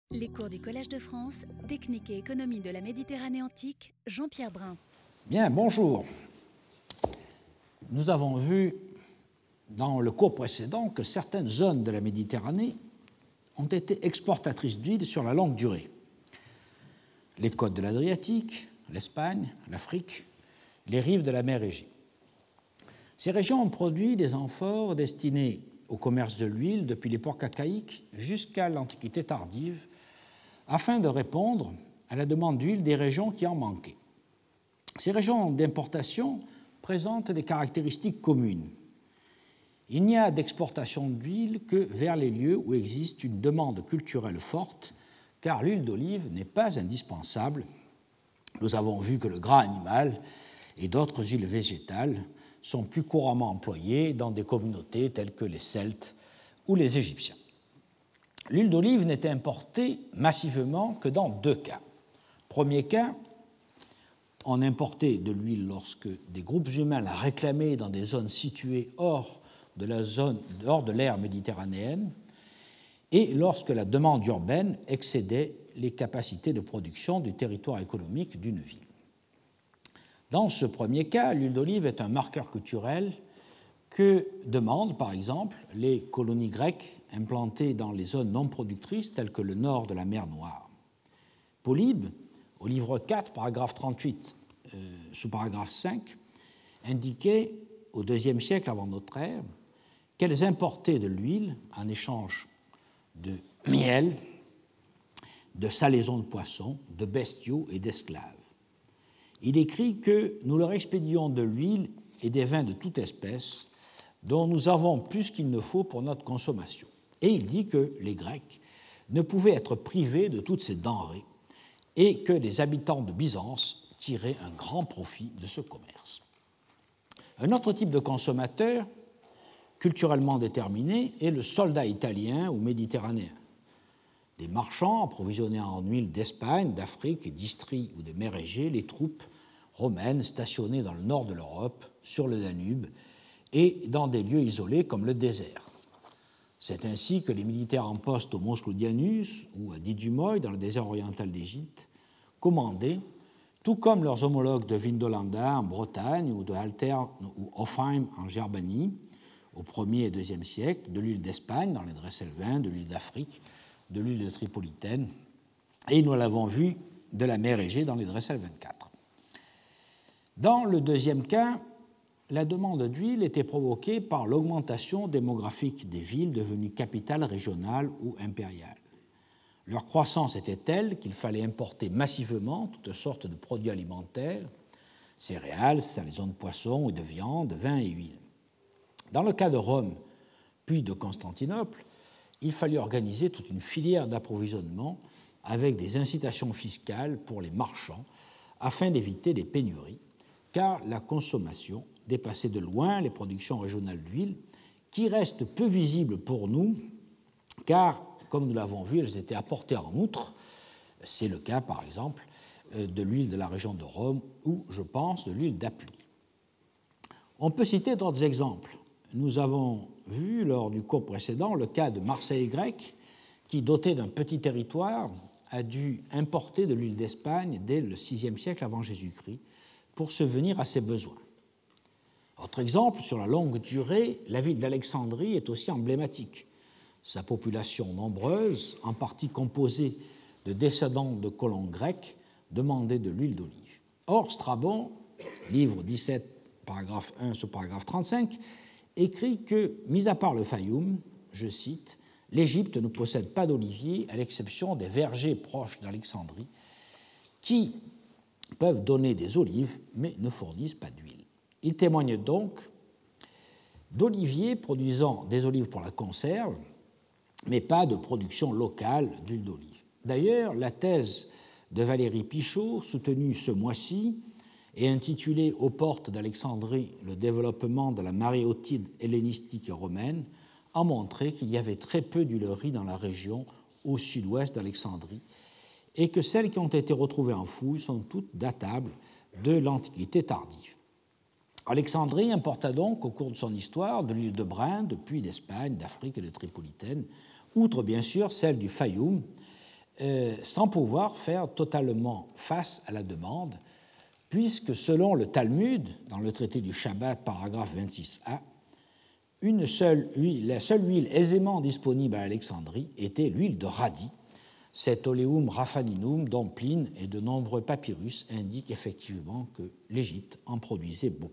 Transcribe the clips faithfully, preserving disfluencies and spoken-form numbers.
Les cours du Collège de France, Technique et économie de la Méditerranée antique, Jean-Pierre Brun. Bien, bonjour. Nous avons vu dans le cours précédent que certaines zones de la Méditerranée ont été exportatrices d'huile sur la longue durée. Les côtes de l'Adriatique, l'Espagne, l'Afrique, les rives de la mer Égée. Ces régions ont produit des amphores destinés au commerce de l'huile depuis l'époque archaïque jusqu'à l'Antiquité tardive, afin de répondre à la demande d'huile des régions qui en manquaient. Ces régions d'importation présentent des caractéristiques communes. Il n'y a d'exportation d'huile que vers les lieux où existe une demande culturelle forte, car l'huile d'olive n'est pas indispensable. Nous avons vu que le gras animal et d'autres huiles végétales sont plus couramment employées dans des communautés telles que les Celtes ou les Égyptiens. L'huile d'olive n'était importée massivement que dans deux cas. Premier cas, on importait de l'huile lorsque des groupes humains la réclamaient dans des zones situées hors de la zone, hors de l'ère méditerranéenne, et lorsque la demande urbaine excédait les capacités de production du territoire économique d'une ville. Dans ce premier cas, l'huile d'olive est un marqueur culturel que demandent, par exemple, les colonies grecques implantées dans les zones non productrices telles que le nord de la mer Noire. Polybe, au livre quatre, paragraphe trente-huit, euh, sous paragraphe cinq, indiquait au deuxième siècle avant notre ère qu'elles importaient de l'huile en échange de miel, de salaisons de poissons, de bestiaux et d'esclaves. Il écrit que nous leur expédions de l'huile et des vins de toute espèce dont nous avons plus qu'il ne faut pour notre consommation. Et il dit que les Grecs ne pouvaient être privés de toutes ces denrées et que les habitants de Byzance tiraient un grand profit de ce commerce. Un autre type de consommateur, culturellement déterminé, est le soldat italien ou méditerranéen. Des marchands approvisionnés en huile d'Espagne, d'Afrique, d'Istrie ou de mer Égée, les troupes romaines stationnées dans le nord de l'Europe, sur le Danube, et dans des lieux isolés comme le désert. C'est ainsi que les militaires en poste au Mont Scloudianus ou à Didymoi, dans le désert oriental d'Égypte, commandaient, tout comme leurs homologues de Vindolanda en Bretagne ou de Haltern ou Hofheim en Germanie, au premier et deuxième siècle, de l'huile d'Espagne dans les Dresselvins, de l'huile d'Afrique, de l'huile de Tripolitaine, et nous l'avons vu de la mer Égée dans les Dressel vingt-quatre. Dans le deuxième cas, la demande d'huile était provoquée par l'augmentation démographique des villes devenues capitales régionales ou impériales. Leur croissance était telle qu'il fallait importer massivement toutes sortes de produits alimentaires, céréales, salaisons de poisson et de viande, vin et huile. Dans le cas de Rome, puis de Constantinople, il fallut organiser toute une filière d'approvisionnement avec des incitations fiscales pour les marchands afin d'éviter les pénuries, car la consommation dépassait de loin les productions régionales d'huile, qui restent peu visibles pour nous, car, comme nous l'avons vu, elles étaient apportées en outre. C'est le cas, par exemple, de l'huile de la région de Rome ou, je pense, de l'huile d'Apulie. On peut citer d'autres exemples. Nous avons vu lors du cours précédent le cas de Marseille grec, qui, doté d'un petit territoire, a dû importer de l'huile d'Espagne dès le sixième siècle avant Jésus-Christ pour subvenir à ses besoins. Autre exemple, sur la longue durée, la ville d'Alexandrie est aussi emblématique. Sa population nombreuse, en partie composée de descendants de colons grecs, demandait de l'huile d'olive. Or, Strabon, livre dix-sept, paragraphe un sous paragraphe trente-cinq, écrit que, mis à part le Fayoum, je cite, « l'Égypte ne possède pas d'oliviers à l'exception des vergers proches d'Alexandrie qui peuvent donner des olives mais ne fournissent pas d'huile. » Il témoigne donc d'oliviers produisant des olives pour la conserve, mais pas de production locale d'huile d'olive. D'ailleurs, la thèse de Valérie Pichot, soutenue ce mois-ci, et intitulée « Aux portes d'Alexandrie, le développement de la maréotide hellénistique et romaine », a montré qu'il y avait très peu d'huileries dans la région au sud-ouest d'Alexandrie et que celles qui ont été retrouvées en fouille sont toutes datables de l'Antiquité tardive. Alexandrie importa donc, au cours de son histoire, de l'huile de Brinde, puis d'Espagne, d'Afrique et de Tripolitaine, outre bien sûr celle du Fayoum, euh, sans pouvoir faire totalement face à la demande, puisque selon le Talmud, dans le traité du Shabbat, paragraphe vingt-six a, une seule huile, la seule huile aisément disponible à Alexandrie était l'huile de radis, cet Oleum Raphaninum dont Pline et de nombreux papyrus indiquent effectivement que l'Égypte en produisait beaucoup.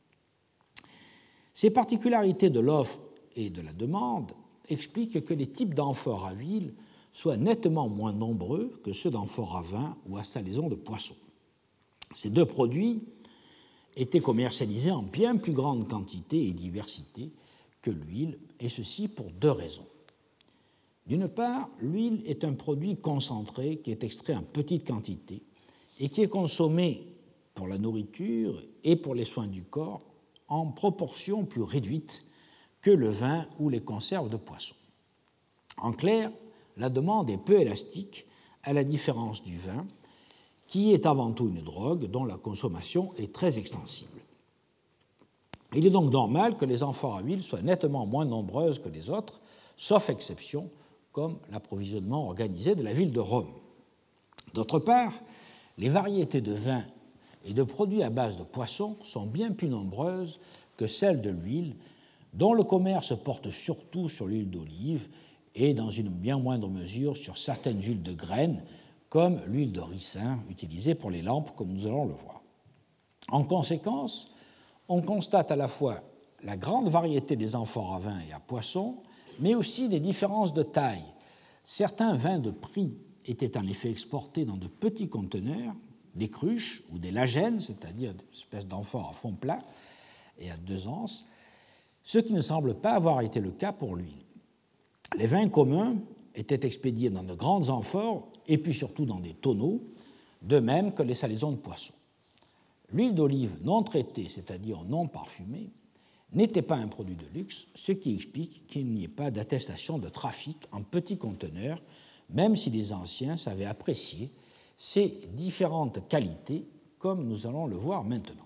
Ces particularités de l'offre et de la demande expliquent que les types d'amphores à huile soient nettement moins nombreux que ceux d'amphores à vin ou à salaison de poisson. Ces deux produits étaient commercialisés en bien plus grande quantité et diversité que l'huile, et ceci pour deux raisons. D'une part, l'huile est un produit concentré qui est extrait en petite quantité et qui est consommé pour la nourriture et pour les soins du corps en proportion plus réduite que le vin ou les conserves de poisson. En clair, la demande est peu élastique, à la différence du vin, qui est avant tout une drogue dont la consommation est très extensible. Il est donc normal que les amphores à huile soient nettement moins nombreuses que les autres, sauf exception, comme l'approvisionnement organisé de la ville de Rome. D'autre part, les variétés de vin et de produits à base de poisson sont bien plus nombreuses que celles de l'huile, dont le commerce porte surtout sur l'huile d'olive et dans une bien moindre mesure sur certaines huiles de graines, comme l'huile de ricin utilisée pour les lampes, comme nous allons le voir. En conséquence, on constate à la fois la grande variété des amphores à vin et à poisson, mais aussi des différences de taille. Certains vins de prix étaient en effet exportés dans de petits conteneurs, des cruches ou des lagènes, c'est-à-dire des espèces d'amphores à fond plat et à deux anses, ce qui ne semble pas avoir été le cas pour l'huile. Les vins communs étaient expédiés dans de grandes amphores et puis surtout dans des tonneaux, de même que les salaisons de poisson. L'huile d'olive non traitée, c'est-à-dire non parfumée, n'était pas un produit de luxe, ce qui explique qu'il n'y ait pas d'attestation de trafic en petits conteneurs, même si les anciens savaient apprécier ces différentes qualités, comme nous allons le voir maintenant.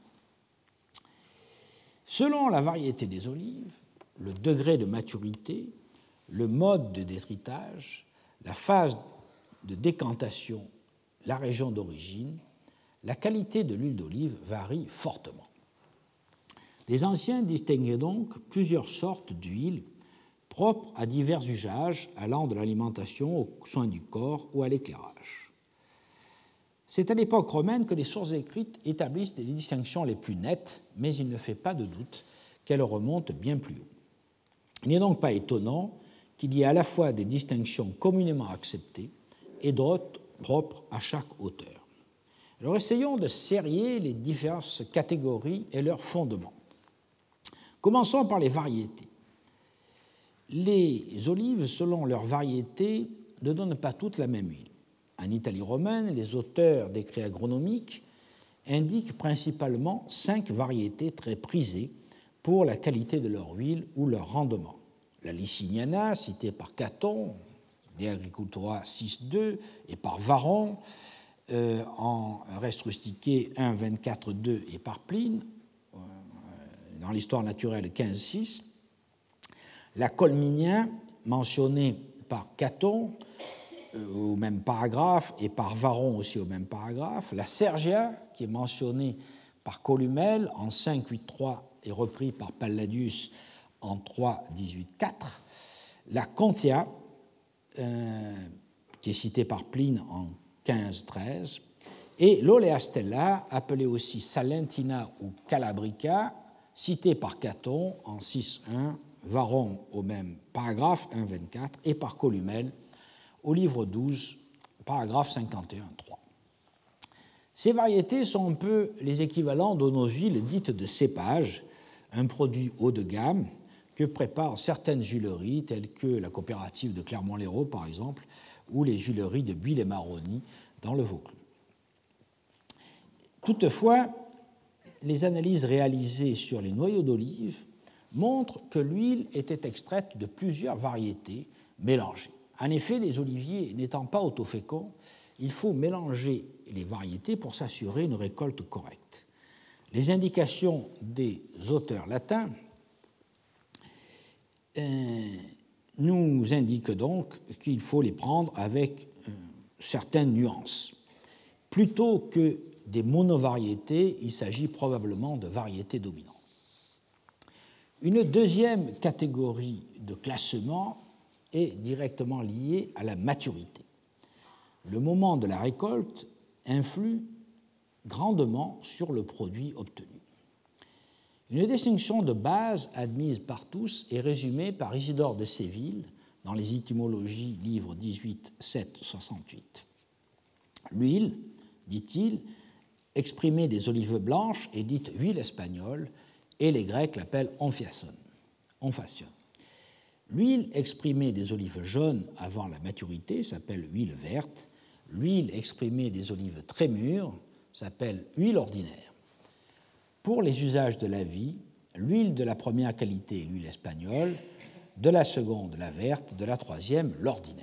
Selon la variété des olives, le degré de maturité, le mode de détritage, la phase de décantation, la région d'origine, la qualité de l'huile d'olive varie fortement. Les anciens distinguaient donc plusieurs sortes d'huiles propres à divers usages allant de l'alimentation aux soins du corps ou à l'éclairage. C'est à l'époque romaine que les sources écrites établissent les distinctions les plus nettes, mais il ne fait pas de doute qu'elles remontent bien plus haut. Il n'est donc pas étonnant qu'il y ait à la fois des distinctions communément acceptées et d'autres propres à chaque auteur. Alors essayons de sérier les diverses catégories et leurs fondements. Commençons par les variétés. Les olives, selon leur variété, ne donnent pas toutes la même huile. En Italie romaine, les auteurs d'écrits agronomiques indiquent principalement cinq variétés très prisées pour la qualité de leur huile ou leur rendement. La Liciniana, citée par Caton, De Agricultura six deux, et par Varron, euh, en Res Rusticae un vingt-quatre deux, et par Pline, euh, dans l'Histoire naturelle quinze six. La Colminia, mentionnée par Caton, euh, au même paragraphe, et par Varron aussi au même paragraphe. La Sergia, qui est mentionnée par Columelle en cinq huit trois et repris par Palladius en trois dix-huit quatre, la Contia, euh, qui est citée par Pline en quinze treize, et l'Oleastella, appelée aussi Salentina ou Calabrica, citée par Caton en six un, Varron au même paragraphe un vingt-quatre, et par Columelle au livre douze, paragraphe cinquante et un trois. Ces variétés sont un peu les équivalents de nos huiles dites de cépage, un produit haut de gamme que préparent certaines huileries telles que la coopérative de Clermont-Lérault par exemple, ou les huileries de Buis-les-Maroni dans le Vaucluse. Toutefois, les analyses réalisées sur les noyaux d'olive montrent que l'huile était extraite de plusieurs variétés mélangées. En effet, les oliviers n'étant pas autoféconds, il faut mélanger les variétés pour s'assurer une récolte correcte. Les indications des auteurs latins euh, nous indiquent donc qu'il faut les prendre avec euh, certaines nuances. Plutôt que des monovariétés, il s'agit probablement de variétés dominantes. Une deuxième catégorie de classement est directement liée à la maturité. Le moment de la récolte influe grandement sur le produit obtenu. Une distinction de base admise par tous est résumée par Isidore de Séville dans les étymologies, livre dix-huit, sept, soixante-huit. L'huile, dit-il, exprimée des olives blanches est dite huile espagnole et les Grecs l'appellent omphacion. L'huile exprimée des olives jaunes avant la maturité s'appelle huile verte. L'huile exprimée des olives très mûres s'appelle huile ordinaire. Pour les usages de la vie, l'huile de la première qualité est l'huile espagnole, de la seconde la verte, de la troisième l'ordinaire.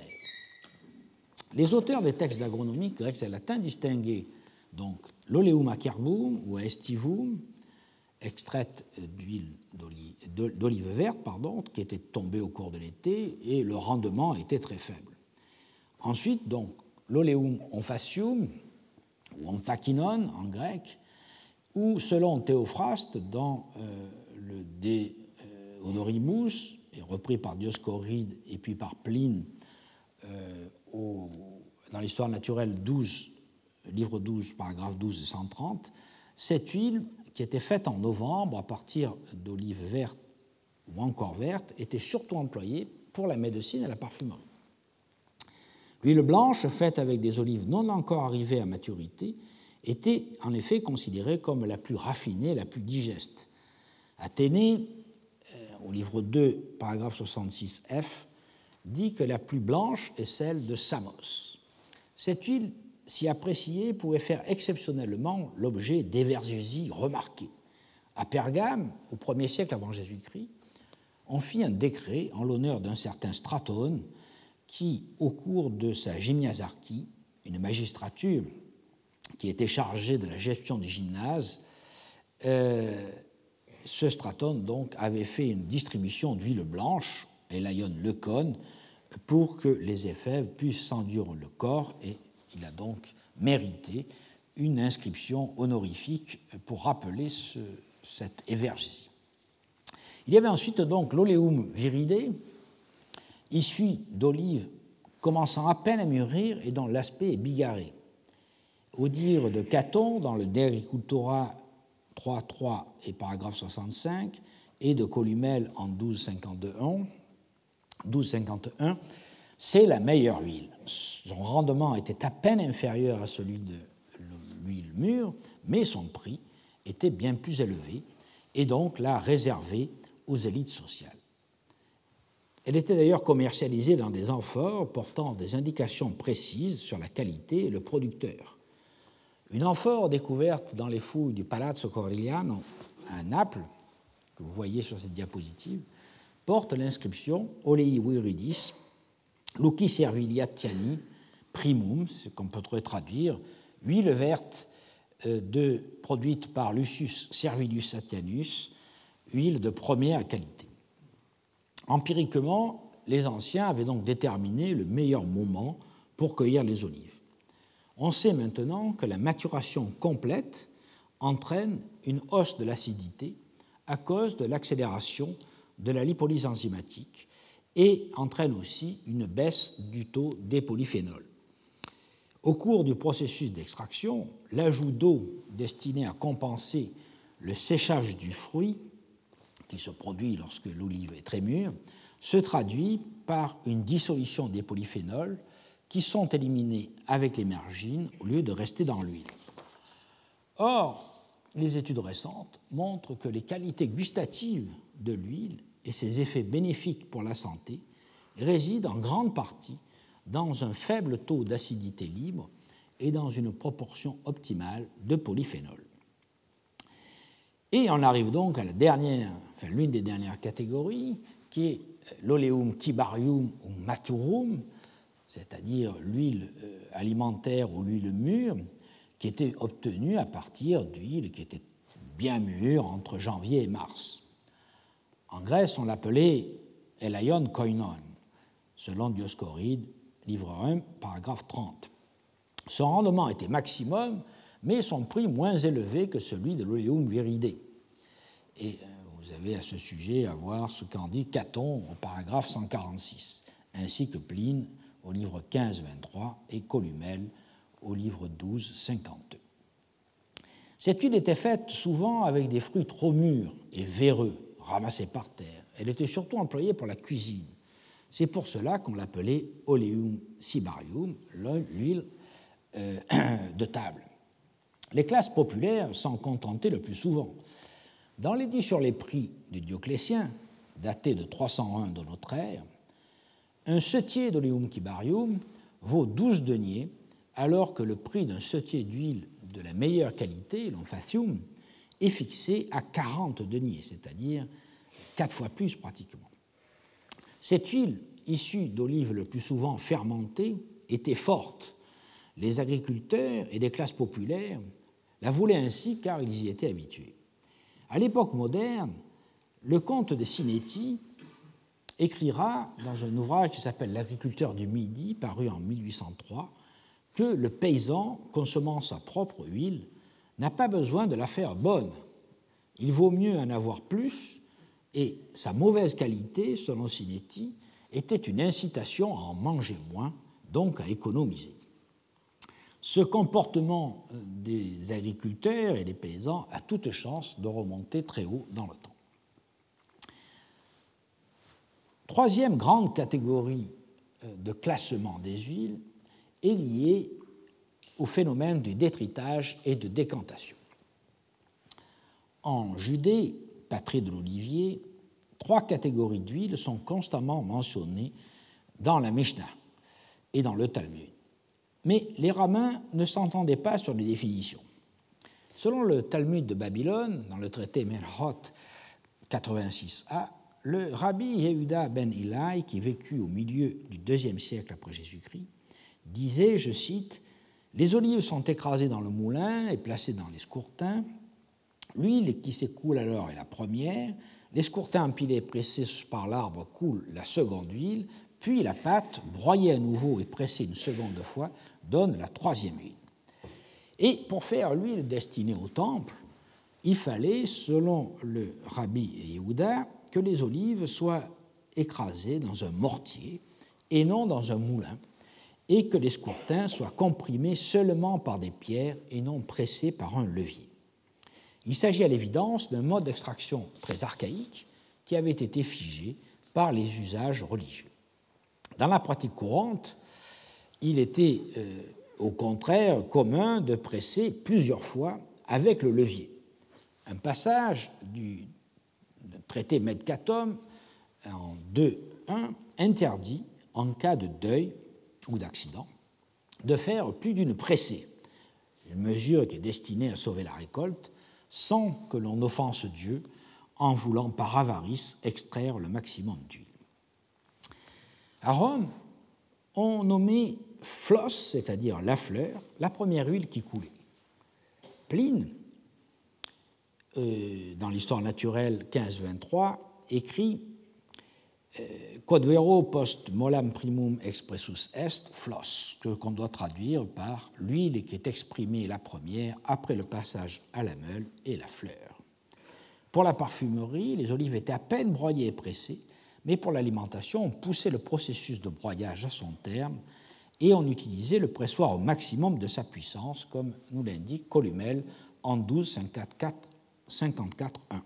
Les auteurs des textes d'agronomie grecs et latins distinguaient donc l'oleum acerbum ou aestivum, extraite d'huile d'olive verte, pardon, qui était tombée au cours de l'été, et le rendement était très faible. Ensuite, donc, l'oleum omphacium, ou omphakinon en grec, ou selon Théophraste, dans euh, le De euh, Odoribus, et repris par Dioscoride et puis par Pline, euh, au, dans l'histoire naturelle douze, livre douze, paragraphe douze et cent trente, cette huile, qui était faite en novembre à partir d'olives vertes ou encore vertes, était surtout employée pour la médecine et la parfumerie. L'huile blanche, faite avec des olives non encore arrivées à maturité, était en effet considérée comme la plus raffinée, la plus digeste. Athénée, au livre deux, paragraphe soixante-six F, dit que la plus blanche est celle de Samos. Cette huile, si appréciée, pouvait faire exceptionnellement l'objet d'évergésies remarquées. À Pergame, au premier siècle avant Jésus-Christ, on fit un décret en l'honneur d'un certain Stratone qui, au cours de sa gymnasiarchie, une magistrature qui était chargée de la gestion du gymnase, euh, ce Stratone donc avait fait une distribution d'huile blanche, Elaion leucone, pour que les éphèbes puissent s'enduire le corps, et il a donc mérité une inscription honorifique pour rappeler ce, cette évergésie. Il y avait ensuite donc l'oleum viridé, issu d'olives commençant à peine à mûrir et dont l'aspect est bigarré. Au dire de Caton, dans le De Agricultura trois trois et paragraphe soixante-cinq, et de Columelle en douze cinquante et un, c'est la meilleure huile. Son rendement était à peine inférieur à celui de l'huile mûre, mais son prix était bien plus élevé, et donc là réservé aux élites sociales. Elle était d'ailleurs commercialisée dans des amphores portant des indications précises sur la qualité et le producteur. Une amphore découverte dans les fouilles du Palazzo Corigliano à Naples, que vous voyez sur cette diapositive, porte l'inscription Olei viridis, Luci serviliatiani, primum, ce qu'on peut traduire, huile verte de, produite par Lucius Servilius Atianus, huile de première qualité. Empiriquement, les anciens avaient donc déterminé le meilleur moment pour cueillir les olives. On sait maintenant que la maturation complète entraîne une hausse de l'acidité à cause de l'accélération de la lipolyse enzymatique et entraîne aussi une baisse du taux des polyphénols. Au cours du processus d'extraction, l'ajout d'eau destiné à compenser le séchage du fruit, qui se produit lorsque l'olive est très mûre, se traduit par une dissolution des polyphénols qui sont éliminés avec l'émergine au lieu de rester dans l'huile. Or, les études récentes montrent que les qualités gustatives de l'huile et ses effets bénéfiques pour la santé résident en grande partie dans un faible taux d'acidité libre et dans une proportion optimale de polyphénol. Et on arrive donc à la dernière, enfin l'une des dernières catégories, qui est l'oleum cibarium ou maturum, c'est-à-dire l'huile alimentaire ou l'huile mûre, qui était obtenue à partir d'huile qui était bien mûre entre janvier et mars. En Grèce, on l'appelait elaion koinon, selon Dioscoride, livre un, paragraphe trente. Son rendement était maximum, mais son prix moins élevé que celui de l'oléum viridé. Et euh, vous avez à ce sujet à voir ce qu'en dit Caton au paragraphe cent quarante-six, ainsi que Pline au livre quinze vingt-trois et Columelle au livre douze cinquante-deux. Cette huile était faite souvent avec des fruits trop mûrs et véreux, ramassés par terre. Elle était surtout employée pour la cuisine. C'est pour cela qu'on l'appelait Oleum cibarium, l'huile euh, de table. Les classes populaires s'en contentaient le plus souvent. Dans l'édit sur les prix de Dioclétien, daté de trois cent un de notre ère, un setier d'Oleum cibarium vaut douze deniers, alors que le prix d'un setier d'huile de la meilleure qualité, l'omphacium, est fixé à quarante deniers, c'est-à-dire quatre fois plus pratiquement. Cette huile, issue d'olives le plus souvent fermentées, était forte. Les agriculteurs et les classes populaires la voulaient ainsi car ils y étaient habitués. À l'époque moderne, le comte de Sinetti écrira dans un ouvrage qui s'appelle L'agriculteur du Midi, paru en mille huit cent trois, que le paysan, consommant sa propre huile, n'a pas besoin de la faire bonne. Il vaut mieux en avoir plus, et sa mauvaise qualité, selon Sinetti, était une incitation à en manger moins, donc à économiser. Ce comportement des agriculteurs et des paysans a toute chance de remonter très haut dans le temps. Troisième grande catégorie de classement des huiles est liée au phénomène du détritage et de décantation. En Judée, patrie de l'olivier, trois catégories d'huiles sont constamment mentionnées dans la Mishnah et dans le Talmud. Mais les rabbins ne s'entendaient pas sur les définitions. Selon le Talmud de Babylone, dans le traité Merhot quatre-vingt-six a, le rabbi Yehuda ben Ilai, qui vécut au milieu du deuxième siècle après Jésus-Christ, disait, je cite, « Les olives sont écrasées dans le moulin et placées dans les scourtins. L'huile qui s'écoule alors est la première. Les scourtins empilés et pressés par l'arbre coulent la seconde huile. Puis la pâte, broyée à nouveau et pressée une seconde fois, donne la troisième huile. » Et pour faire l'huile destinée au temple, il fallait, selon le rabbi Yehuda, que les olives soient écrasées dans un mortier et non dans un moulin, et que les scourtins soient comprimés seulement par des pierres et non pressés par un levier. Il s'agit à l'évidence d'un mode d'extraction très archaïque qui avait été figé par les usages religieux. Dans la pratique courante, il était euh, au contraire commun de presser plusieurs fois avec le levier. Un passage du traité Medcatum en deux un interdit, en cas de deuil ou d'accident, de faire plus d'une pressée, une mesure qui est destinée à sauver la récolte, sans que l'on offense Dieu en voulant par avarice extraire le maximum d'huile. À Rome, on nommait flosse, c'est-à-dire la fleur, la première huile qui coulait. Pline, euh, dans l'histoire naturelle quinze vingt-trois, écrit Quod vero post mollam primum expressus est floss, que qu'on doit traduire par l'huile qui est exprimée la première après le passage à la meule et la fleur. Pour la parfumerie, les olives étaient à peine broyées et pressées, mais pour l'alimentation, on poussait le processus de broyage à son terme et on utilisait le pressoir au maximum de sa puissance, comme nous l'indique Columelle en douze cinquante-quatre un.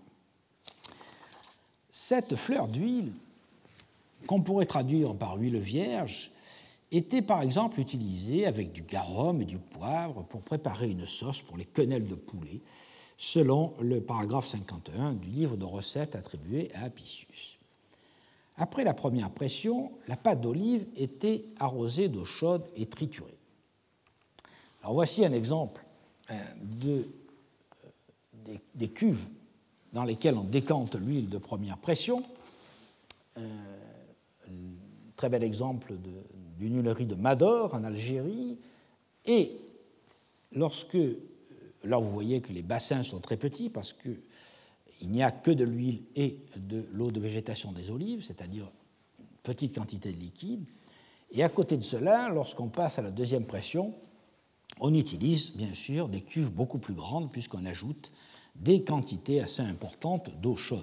Cette fleur d'huile, qu'on pourrait traduire par huile vierge, était par exemple utilisée avec du garum et du poivre pour préparer une sauce pour les quenelles de poulet, selon le paragraphe cinquante et un du livre de recettes attribué à Apicius. Après la première pression, la pâte d'olive était arrosée d'eau chaude et triturée. Alors voici un exemple de, des, des cuves dans lesquelles on décante l'huile de première pression. Euh, un très bel exemple de, d'une huilerie de Mador en Algérie. Et lorsque, là vous voyez que les bassins sont très petits parce que il n'y a que de l'huile et de l'eau de végétation des olives, c'est-à-dire une petite quantité de liquide. Et à côté de cela, lorsqu'on passe à la deuxième pression, on utilise bien sûr des cuves beaucoup plus grandes puisqu'on ajoute des quantités assez importantes d'eau chaude.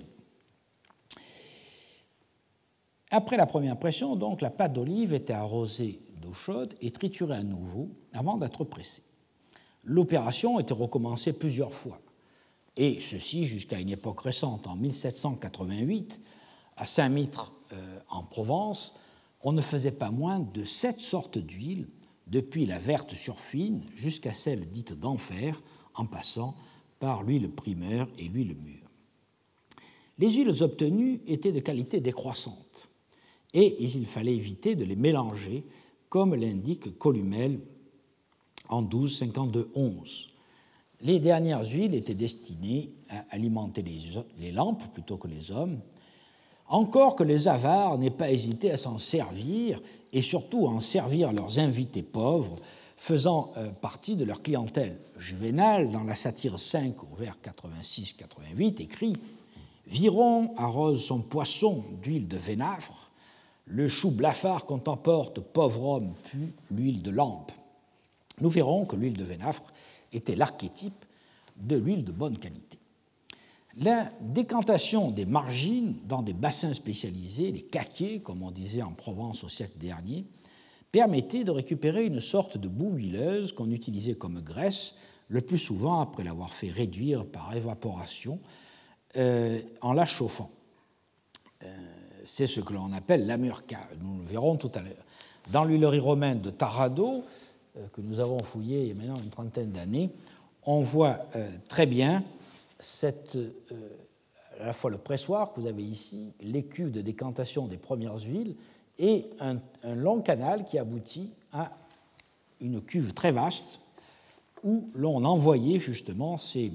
Après la première pression, donc, la pâte d'olive était arrosée d'eau chaude et triturée à nouveau avant d'être pressée. L'opération était recommencée plusieurs fois, et ceci jusqu'à une époque récente. En mille sept cent quatre-vingt-huit, à Saint-Mitre, euh, en Provence, on ne faisait pas moins de sept sortes d'huile, depuis la verte surfine jusqu'à celle dite d'enfer, en passant par l'huile primeur et l'huile mûre. Les huiles obtenues étaient de qualité décroissante, et il fallait éviter de les mélanger, comme l'indique Columel en douze cinquante-deux onze. Les dernières huiles étaient destinées à alimenter les, les lampes plutôt que les hommes, encore que les avares n'aient pas hésité à s'en servir, et surtout à en servir leurs invités pauvres, faisant euh, partie de leur clientèle. Juvénal, dans la Satire cinq, au vers quatre-vingt-six quatre-vingt-huit, écrit « Viron arrose son poisson d'huile de vénafre, le chou blafard qu'on t'emporte, pauvre homme, pue l'huile de lampe. » Nous verrons que l'huile de vénafre était l'archétype de l'huile de bonne qualité. La décantation des margines dans des bassins spécialisés, les caquiers, comme on disait en Provence au siècle dernier, permettait de récupérer une sorte de boue huileuse qu'on utilisait comme graisse, le plus souvent après l'avoir fait réduire par évaporation euh, en la chauffant. Euh, c'est ce que l'on appelle l'amurca. Nous le verrons tout à l'heure. Dans l'huilerie romaine de Tarado, euh, que nous avons fouillé il y a maintenant une trentaine d'années, on voit euh, très bien cette, euh, à la fois le pressoir que vous avez ici, les cuves de décantation des premières huiles et un, un long canal qui aboutit à une cuve très vaste où l'on envoyait justement ces,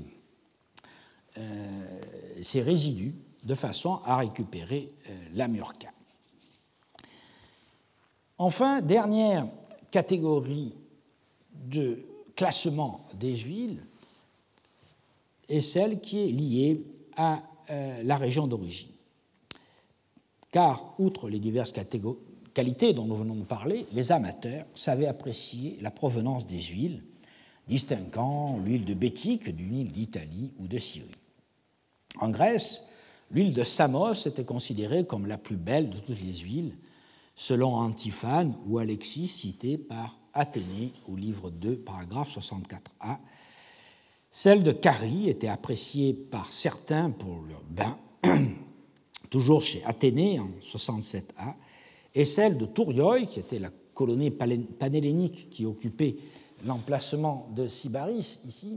euh, ces résidus de façon à récupérer euh, l'amurca. Enfin, dernière catégorie de classement des huiles est celle qui est liée à euh, la région d'origine. Car, outre les diverses qualités dont nous venons de parler, les amateurs savaient apprécier la provenance des huiles, distinguant l'huile de Bétique d'une huile d'Italie ou de Syrie. En Grèce, l'huile de Samos était considérée comme la plus belle de toutes les huiles, selon Antiphane ou Alexis, cité par Athénée au livre deux, paragraphe soixante-quatre a. Celle de Carie était appréciée par certains pour leur bain, toujours chez Athénée en soixante-sept a, et celle de Tourioi, qui était la colonie panhellénique qui occupait l'emplacement de Sybaris, ici,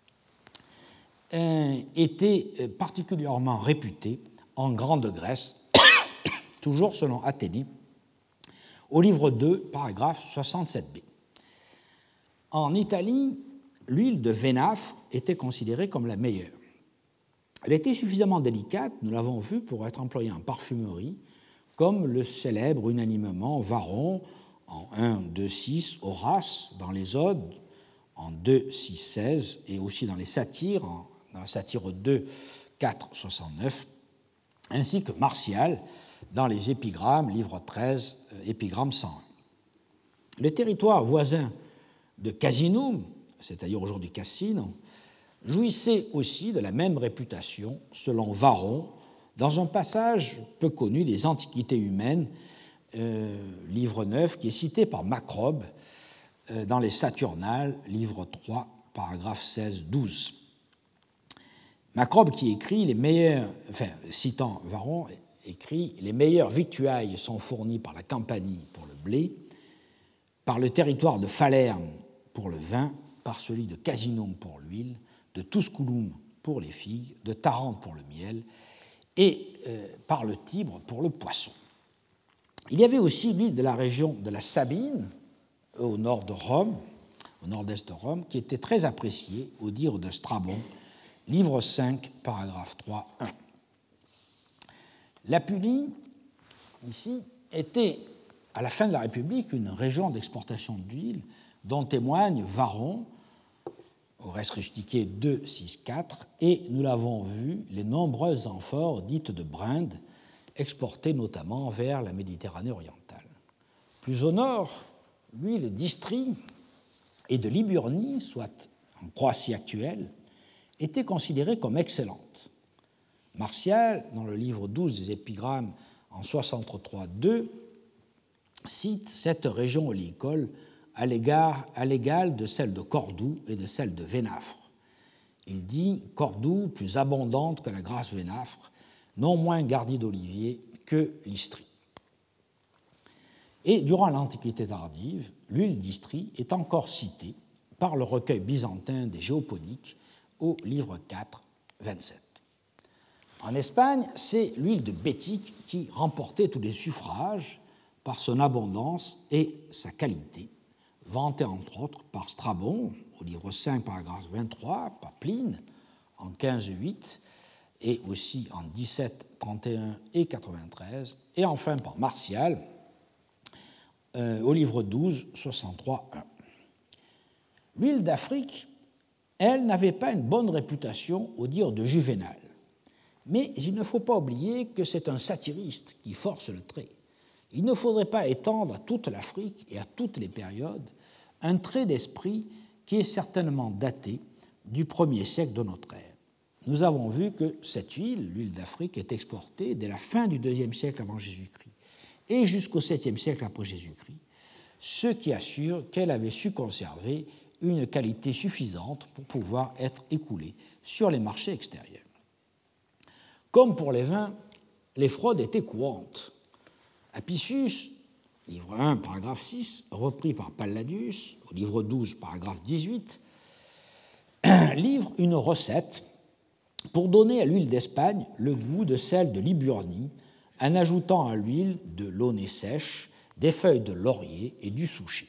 euh, était particulièrement réputée en Grande Grèce, toujours selon Athénée, au livre deux, paragraphe soixante-sept b. En Italie, l'huile de vénafre était considérée comme la meilleure. Elle était suffisamment délicate, nous l'avons vu, pour être employée en parfumerie, comme le célèbre unanimement Varron en un, deux, six, Horace dans les Odes en deux, six, seize, et aussi dans les satires, en, dans la satire deux, quatre, soixante-neuf, ainsi que Martial dans les épigrammes, livre treize, épigramme cent un. Le territoire voisin de Casinum, c'est-à-dire aujourd'hui Cassino, jouissait aussi de la même réputation, selon Varron, dans un passage peu connu des Antiquités humaines, euh, livre neuf, qui est cité par Macrobe euh, dans les Saturnales, livre trois, paragraphe seize douze. Macrobe qui écrit, les meilleurs, enfin, citant Varron, écrit « Les meilleures victuailles sont fournies par la Campanie pour le blé, par le territoire de Falerne pour le vin, par celui de Casinum pour l'huile, de Tusculum pour les figues, de Tarente pour le miel, et euh, par le Tibre pour le poisson. » Il y avait aussi l'huile de la région de la Sabine, au nord de Rome, au nord-est de Rome, qui était très appréciée, au dire de Strabon, livre cinq, paragraphe trois, un. L'Apulie, ici, était, à la fin de la République, une région d'exportation d'huile dont témoigne Varron, au Res Rusticae deux, six, quatre, et nous l'avons vu, les nombreuses amphores dites de Brinde, exportées notamment vers la Méditerranée orientale. Plus au nord, l'huile d'Istrie et de Liburnie, soit en Croatie actuelle, étaient considérées comme excellentes. Martial, dans le livre douze des épigrammes en soixante-trois deux, cite cette région oléicole à l'égard, à l'égal de celle de Cordoue et de celle de Vénafre. Il dit Cordoue plus abondante que la grasse Vénafre, non moins gardie d'oliviers que l'Istrie. Et durant l'Antiquité tardive, l'huile d'Istrie est encore citée par le recueil byzantin des Géoponiques au livre quatre, vingt-sept. En Espagne, c'est l'huile de Bétique qui remportait tous les suffrages par son abondance et sa qualité, vantée entre autres par Strabon au livre cinq, paragraphe vingt-trois, par Pline en quinze huit et aussi en dix-sept, trente et un et quatre-vingt-treize, et enfin par Martial euh, au livre douze, soixante-trois un. L'huile d'Afrique, elle, n'avait pas une bonne réputation au dire de Juvénal. Mais il ne faut pas oublier que c'est un satiriste qui force le trait. Il ne faudrait pas étendre à toute l'Afrique et à toutes les périodes un trait d'esprit qui est certainement daté du premier siècle de notre ère. Nous avons vu que cette huile, l'huile d'Afrique, est exportée dès la fin du deuxième siècle avant Jésus-Christ et jusqu'au septième siècle après Jésus-Christ, ce qui assure qu'elle avait su conserver une qualité suffisante pour pouvoir être écoulée sur les marchés extérieurs. Comme pour les vins, les fraudes étaient courantes. Apicius, livre un, paragraphe six, repris par Palladius, au livre douze, paragraphe dix-huit, livre une recette pour donner à l'huile d'Espagne le goût de celle de Liburnie, en ajoutant à l'huile de l'aunay sèche, des feuilles de laurier et du souchet.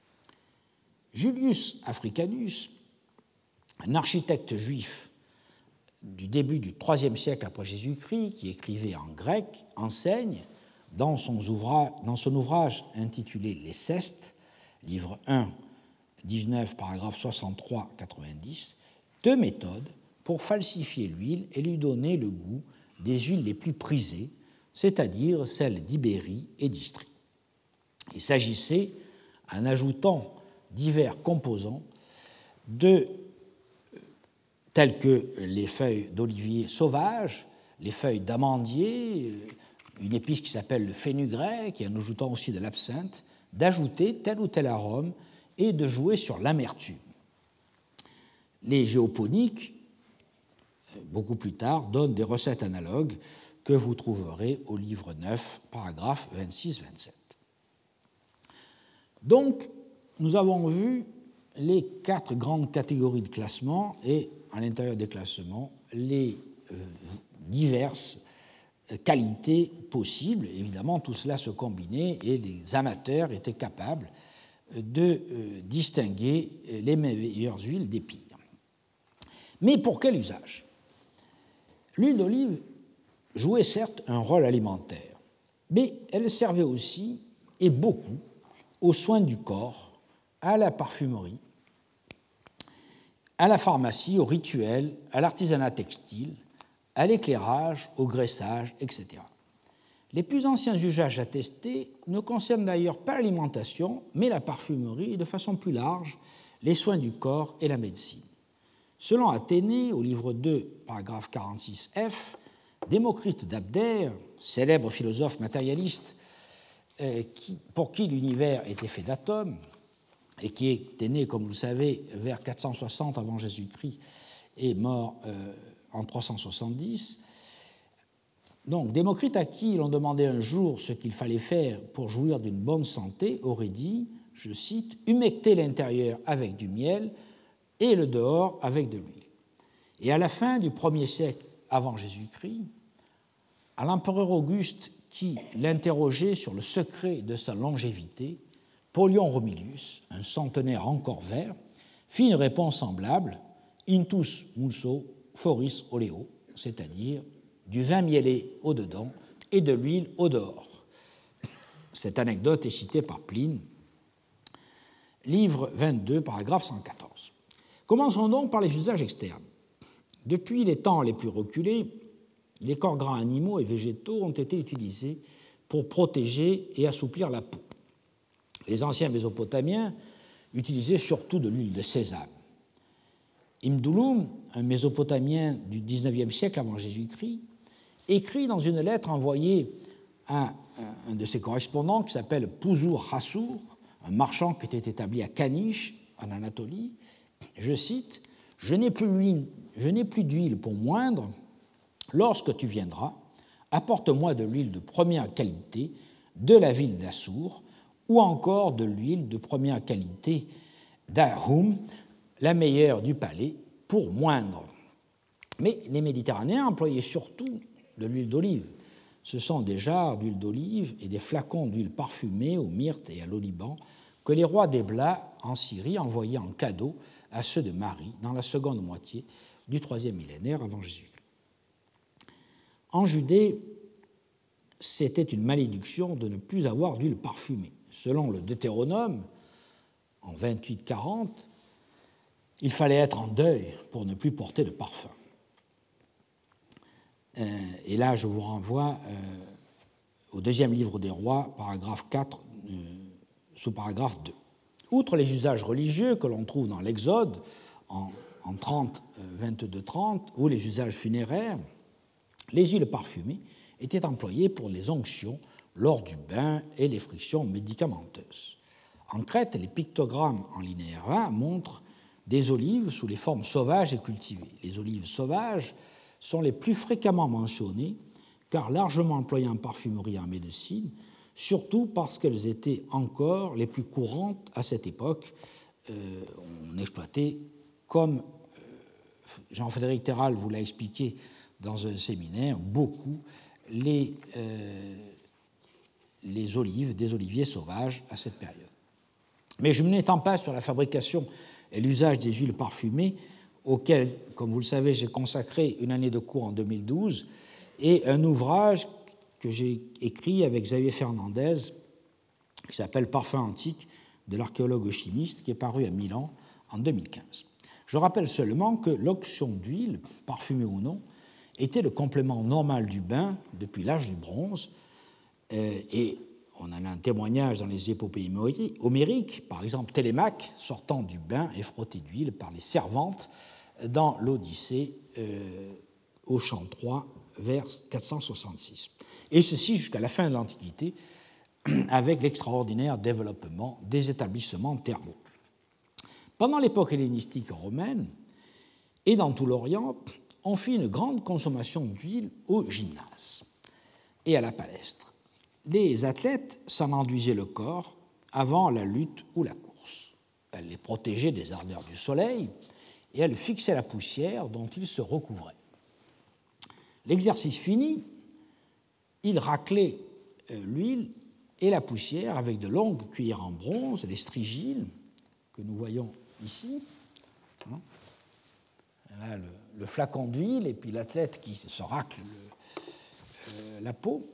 Julius Africanus, un architecte juif du début du troisième siècle après Jésus-Christ, qui écrivait en grec, enseigne, dans son ouvrage, dans son ouvrage intitulé Les Cestes, livre un, dix-neuf, paragraphe soixante-trois à quatre-vingt-dix, deux méthodes pour falsifier l'huile et lui donner le goût des huiles les plus prisées, c'est-à-dire celles d'Ibérie et d'Istrie. Il s'agissait, en ajoutant divers composants, de, tels que les feuilles d'olivier sauvage, les feuilles d'amandier, une épice qui s'appelle le fenugrec, et en ajoutant aussi de l'absinthe, d'ajouter tel ou tel arôme et de jouer sur l'amertume. Les géoponiques, beaucoup plus tard, donnent des recettes analogues que vous trouverez au livre neuf, paragraphes vingt-six vingt-sept. Donc, nous avons vu les quatre grandes catégories de classement et, à l'intérieur des classements, les euh, diverses qualités possibles. Évidemment, tout cela se combinait et les amateurs étaient capables de euh, distinguer les meilleures huiles des pires. Mais pour quel usage? L'huile d'olive jouait certes un rôle alimentaire, mais elle servait aussi, et beaucoup, aux soins du corps, à la parfumerie, à la pharmacie, au rituel, à l'artisanat textile, à l'éclairage, au graissage, et cetera. Les plus anciens usages attestés ne concernent d'ailleurs pas l'alimentation, mais la parfumerie et de façon plus large, les soins du corps et la médecine. Selon Athénée, au livre deux, paragraphe quarante-six F, Démocrite d'Abdère, célèbre philosophe matérialiste euh, qui, pour qui l'univers était fait d'atomes, et qui était né, comme vous le savez, vers quatre cent soixante avant Jésus-Christ et mort euh, en trois cent soixante-dix. Donc, Démocrite, à qui l'on demandait un jour ce qu'il fallait faire pour jouir d'une bonne santé, aurait dit, je cite, « humecter l'intérieur avec du miel et le dehors avec de l'huile ». Et à la fin du premier siècle avant Jésus-Christ, à l'empereur Auguste qui l'interrogeait sur le secret de sa longévité, Polion Romilius, un centenaire encore vert, fit une réponse semblable, « intus mulso foris oleo », c'est-à-dire du vin mielé au-dedans et de l'huile au-dehors. Cette anecdote est citée par Pline, livre vingt-deux, paragraphe cent quatorze. Commençons donc par les usages externes. Depuis les temps les plus reculés, les corps gras animaux et végétaux ont été utilisés pour protéger et assouplir la peau. Les anciens Mésopotamiens utilisait surtout de l'huile de sésame. Ibn Dulum, un Mésopotamien du dix-neuvième siècle avant Jésus-Christ, écrit dans une lettre envoyée à un de ses correspondants qui s'appelle Puzur Hassour, un marchand qui était établi à Kanish, en Anatolie, je cite, « Je n'ai plus l'huile, je n'ai plus d'huile pour moindre. Lorsque tu viendras, apporte-moi de l'huile de première qualité de la ville d'Assour ou encore de l'huile de première qualité d'Ahum, la meilleure du palais, pour moindre. » Mais les Méditerranéens employaient surtout de l'huile d'olive. Ce sont des jarres d'huile d'olive et des flacons d'huile parfumée au myrte et à l'oliban que les rois d'Ebla en Syrie envoyaient en cadeau à ceux de Marie dans la seconde moitié du troisième millénaire avant Jésus-Christ. En Judée, c'était une malédiction de ne plus avoir d'huile parfumée. Selon le Deutéronome, en vingt-huit quarante, il fallait être en deuil pour ne plus porter de parfum. Euh, et là, je vous renvoie euh, au deuxième livre des rois, paragraphe quatre, euh, sous paragraphe deux. Outre les usages religieux que l'on trouve dans l'Exode, en, en trente, vingt-deux trente, ou les usages funéraires, les huiles parfumées étaient employées pour les onctions lors du bain et les frictions médicamenteuses. En Crète, les pictogrammes en linéaire un montrent des olives sous les formes sauvages et cultivées. Les olives sauvages sont les plus fréquemment mentionnées, car largement employées en parfumerie et en médecine, surtout parce qu'elles étaient encore les plus courantes à cette époque. Euh, on exploitait, comme euh, Jean-Frédéric Terral vous l'a expliqué dans un séminaire, beaucoup les, euh, les olives, des oliviers sauvages à cette période. Mais je ne m'étends pas sur la fabrication et l'usage des huiles parfumées, auquel, comme vous le savez, j'ai consacré une année de cours en deux mille douze, et un ouvrage que j'ai écrit avec Xavier Fernandez, qui s'appelle « Parfum antique » de l'archéologue chimiste, qui est paru à Milan en deux mille quinze. Je rappelle seulement que l'onction d'huile, parfumée ou non, était le complément normal du bain depuis l'âge du bronze, euh, et on en a un témoignage dans les épopées homériques, par exemple Télémaque sortant du bain et frotté d'huile par les servantes dans l'Odyssée euh, au chant trois, vers quatre cent soixante-six. Et ceci jusqu'à la fin de l'Antiquité, avec l'extraordinaire développement des établissements thermaux. Pendant l'époque hellénistique romaine et dans tout l'Orient, on fit une grande consommation d'huile au gymnase et à la palestre. Les athlètes s'en enduisaient le corps avant la lutte ou la course. Elle les protégeait des ardeurs du soleil et elle fixait la poussière dont ils se recouvraient. L'exercice fini, ils raclaient l'huile et la poussière avec de longues cuillères en bronze, les strigiles, que nous voyons ici. Là, le, le flacon d'huile et puis l'athlète qui se racle le, euh, la peau.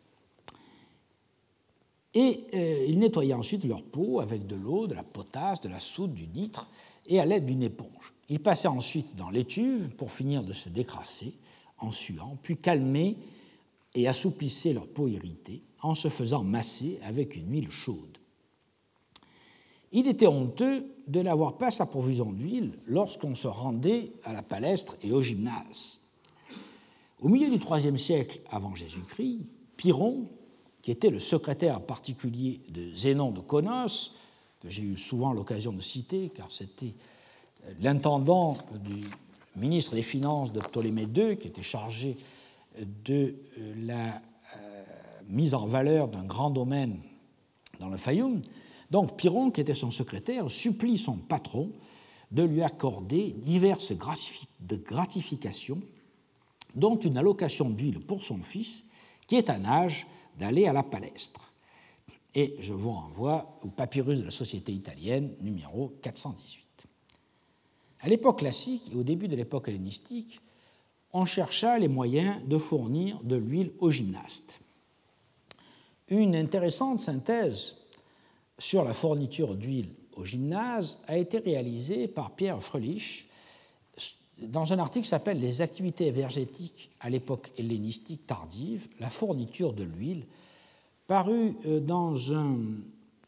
Et euh, ils nettoyaient ensuite leur peau avec de l'eau, de la potasse, de la soude, du nitre et à l'aide d'une éponge. Ils passaient ensuite dans l'étuve pour finir de se décrasser en suant, puis calmer et assouplissaient leur peau irritée en se faisant masser avec une huile chaude. Il était honteux de n'avoir pas sa provision d'huile lorsqu'on se rendait à la palestre et au gymnase. Au milieu du troisième siècle avant Jésus-Christ, Pyrrhon, qui était le secrétaire particulier de Zénon de Conos, que j'ai eu souvent l'occasion de citer, car c'était l'intendant du ministre des Finances de Ptolémée deux, qui était chargé de la euh, mise en valeur d'un grand domaine dans le Fayoum. Donc Pyrrhon, qui était son secrétaire, supplie son patron de lui accorder diverses gratifications, dont une allocation d'huile pour son fils, qui est en âge d'aller à la palestre. Et je vous renvoie au papyrus de la Société italienne, numéro quatre cent dix-huit. À l'époque classique et au début de l'époque hellénistique, on chercha les moyens de fournir de l'huile aux gymnastes. Une intéressante synthèse sur la fourniture d'huile au gymnase a été réalisée par Pierre Fröhlich dans un article qui s'appelle « Les activités énergétiques à l'époque hellénistique tardive, la fourniture de l'huile », paru dans un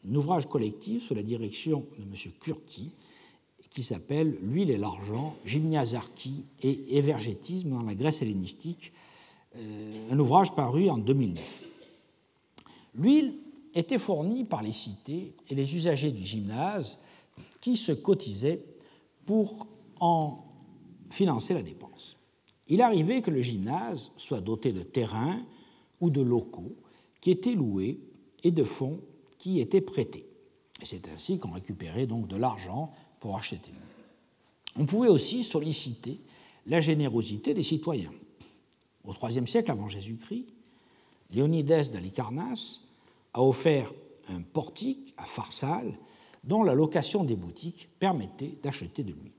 un ouvrage collectif sous la direction de M. Curti qui s'appelle « L'huile et l'argent, gymnasiarchie et évergétisme dans la Grèce hellénistique », un ouvrage paru en deux mille neuf. L'huile était fournie par les cités et les usagers du gymnase qui se cotisaient pour en financer la dépense. Il arrivait que le gymnase soit doté de terrains ou de locaux qui étaient loués et de fonds qui étaient prêtés. Et c'est ainsi qu'on récupérait donc de l'argent pour acheter. On pouvait aussi solliciter la générosité des citoyens. Au troisième siècle avant Jésus-Christ, Léonidas d'Halicarnasse a offert un portique à Pharsale dont la location des boutiques permettait d'acheter de l'huile.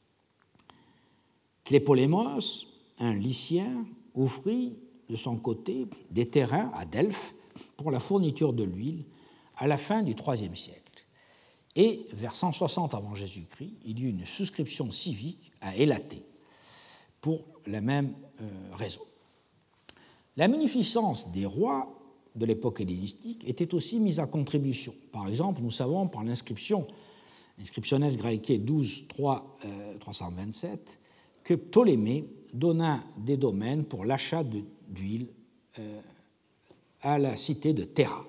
Tlépolémos, un Lycien, offrit de son côté des terrains à Delphes pour la fourniture de l'huile à la fin du troisième siècle. Et vers cent soixante avant Jésus-Christ, il y eut une souscription civique à Élatée pour la même euh, raison. La munificence des rois de l'époque hellénistique était aussi mise à contribution. Par exemple, nous savons par l'inscription, Inscriptiones Graecae douze trois cent vingt-sept, que Ptolémée donna des domaines pour l'achat d'huile euh, à la cité de Terra.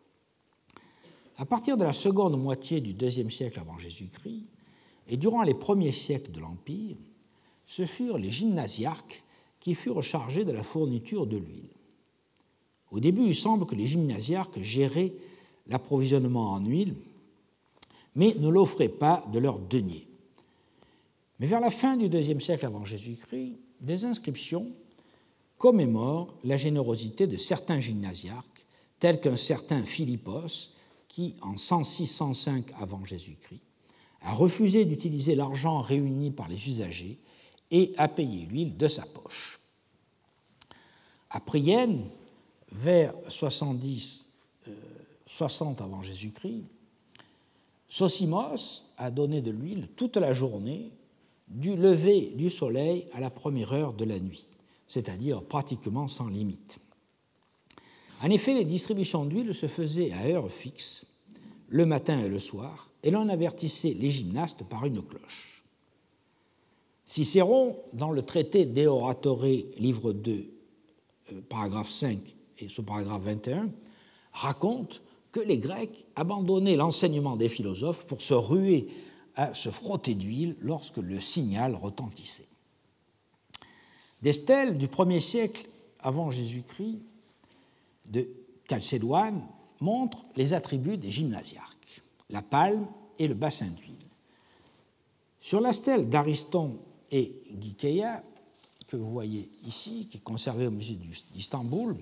À partir de la seconde moitié du deuxième siècle avant Jésus-Christ, et durant les premiers siècles de l'Empire, ce furent les gymnasiarques qui furent chargés de la fourniture de l'huile. Au début, il semble que les gymnasiarques géraient l'approvisionnement en huile, mais ne l'offraient pas de leurs deniers. Mais vers la fin du deuxième siècle avant Jésus-Christ, des inscriptions commémorent la générosité de certains gymnasiarques, tels qu'un certain Philippos, qui, en cent six cent cinq avant Jésus-Christ, a refusé d'utiliser l'argent réuni par les usagers et a payé l'huile de sa poche. À Prienne, vers soixante-dix soixante avant Jésus-Christ, Sosimos a donné de l'huile toute la journée, du lever du soleil à la première heure de la nuit, c'est-à-dire pratiquement sans limite. En effet, les distributions d'huile se faisaient à heure fixe, le matin et le soir, et l'on avertissait les gymnastes par une cloche. Cicéron, dans le traité De Oratore, livre deux, euh, paragraphe cinq et sous-paragraphe vingt et un, raconte que les Grecs abandonnaient l'enseignement des philosophes pour se ruer à se frotter d'huile lorsque le signal retentissait. Des stèles du premier siècle avant Jésus-Christ de Chalcédoine montrent les attributs des gymnasiarques, la palme et le bassin d'huile. Sur la stèle d'Ariston et Gikeia, que vous voyez ici, qui est conservée au musée d'Istanbul,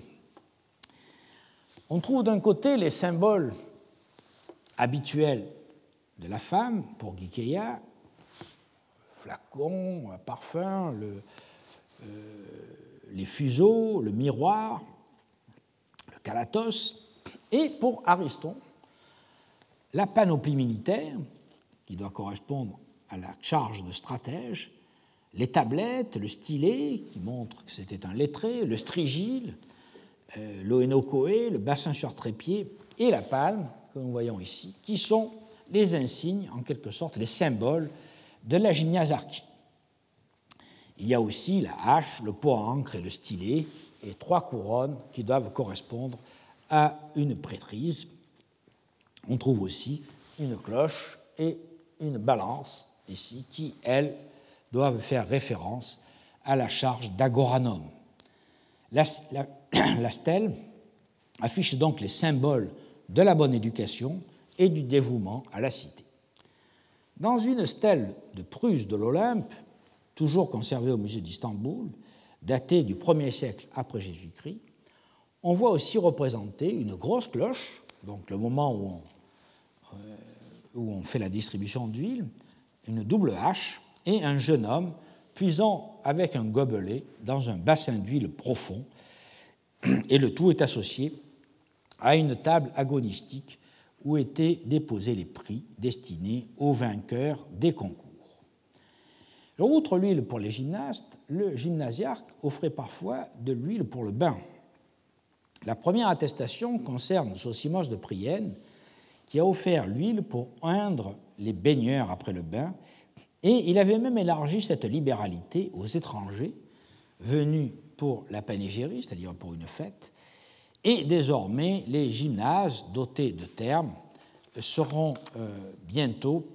on trouve d'un côté les symboles habituels de la femme pour Gikeia, flacon, un parfum, le, euh, les fuseaux, le miroir, le calatos, et pour Ariston, la panoplie militaire, qui doit correspondre à la charge de stratège, les tablettes, le stylet, qui montre que c'était un lettré, le strigile, euh, l'oénokoé, le bassin sur trépied, et la palme, que nous voyons ici, qui sont les insignes, en quelque sorte, les symboles de la gymnasiarchie. Il y a aussi la hache, le pot à encre et le stylet, et trois couronnes qui doivent correspondre à une prêtrise. On trouve aussi une cloche et une balance, ici, qui, elles, doivent faire référence à la charge d'agoranum. La, la, la stèle affiche donc les symboles de la bonne éducation et du dévouement à la cité. Dans une stèle de Prusse de l'Olympe, toujours conservée au musée d'Istanbul, datée du premier siècle après Jésus-Christ, on voit aussi représenter une grosse cloche, donc le moment où on, euh, où on fait la distribution d'huile, une double hache et un jeune homme puisant avec un gobelet dans un bassin d'huile profond, et le tout est associé à une table agonistique où étaient déposés les prix destinés aux vainqueurs des concours. Outre l'huile pour les gymnastes, le gymnasiarque offrait parfois de l'huile pour le bain. La première attestation concerne Sosimos de Prienne. qui a offert l'huile pour oindre les baigneurs après le bain, et il avait même élargi cette libéralité aux étrangers venus pour la panégérie, c'est-à-dire pour une fête, et désormais les gymnases dotés de thermes seront euh, bientôt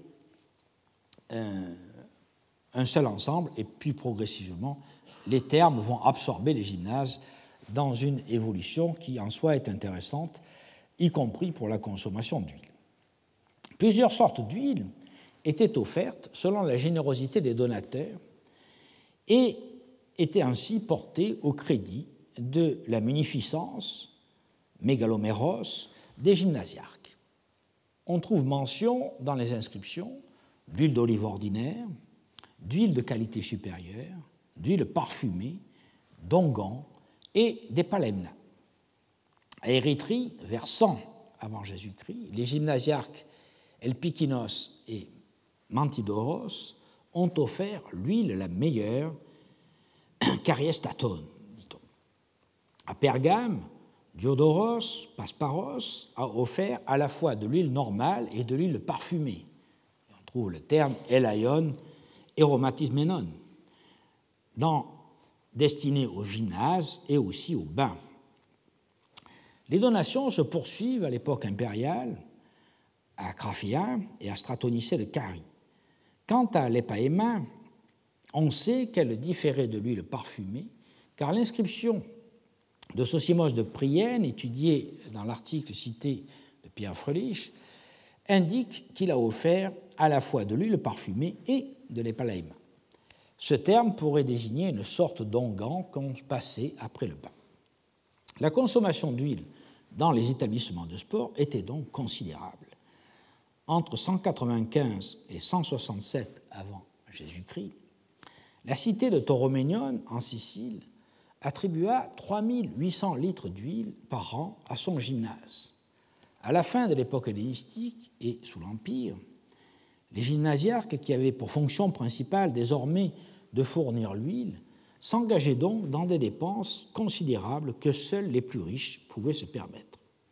euh, un seul ensemble, et puis progressivement les thermes vont absorber les gymnases dans une évolution qui en soi est intéressante, y compris pour la consommation d'huile. Plusieurs sortes d'huile étaient offertes selon la générosité des donateurs et étaient ainsi portées au crédit de la munificence, mégaloméros, des gymnasiarques. On trouve mention dans les inscriptions d'huile d'olive ordinaire, d'huile de qualité supérieure, d'huile parfumée, d'onguents et des palemnas. À Érythrée, vers cent avant Jésus-Christ, les gymnasiarques Elpikinos et Mantidoros ont offert l'huile la meilleure, Cariestaton, dit-on. À Pergame, Diodoros Pasparos a offert à la fois de l'huile normale et de l'huile parfumée. On trouve le terme Elaion aromatismenon, dans, destiné au gymnase et aussi au bain. Les donations se poursuivent à l'époque impériale, à Craphia et à Stratonicée de Carie. Quant à l'épaéma, on sait qu'elle différait de l'huile parfumée, car l'inscription de Sosimos de Prienne, étudiée dans l'article cité de Pierre Fröhlich, indique qu'il a offert à la fois de l'huile parfumée et de l'épalaïma. Ce terme pourrait désigner une sorte d'onguent qu'on passait après le bain. La consommation d'huile dans les établissements de sport était donc considérable. Entre cent quatre-vingt-quinze et cent soixante-sept avant Jésus-Christ, la cité de Tauroménion, en Sicile, attribua trois mille huit cents litres d'huile par an à son gymnase. À la fin de l'époque hellénistique et sous l'Empire, les gymnasiarques, qui avaient pour fonction principale désormais de fournir l'huile, s'engageaient donc dans des dépenses considérables que seuls les plus riches pouvaient se permettre.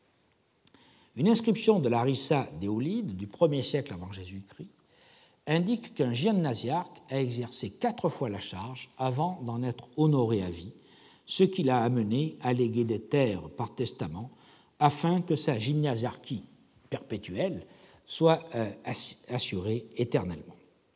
Une inscription de Larissa d'Éolide du premier siècle avant Jésus-Christ indique qu'un gymnasiarque a exercé quatre fois la charge avant d'en être honoré à vie, ce qui l'a amené à léguer des terres par testament afin que sa gymnasiarchie perpétuelle soit euh, assurée éternellement.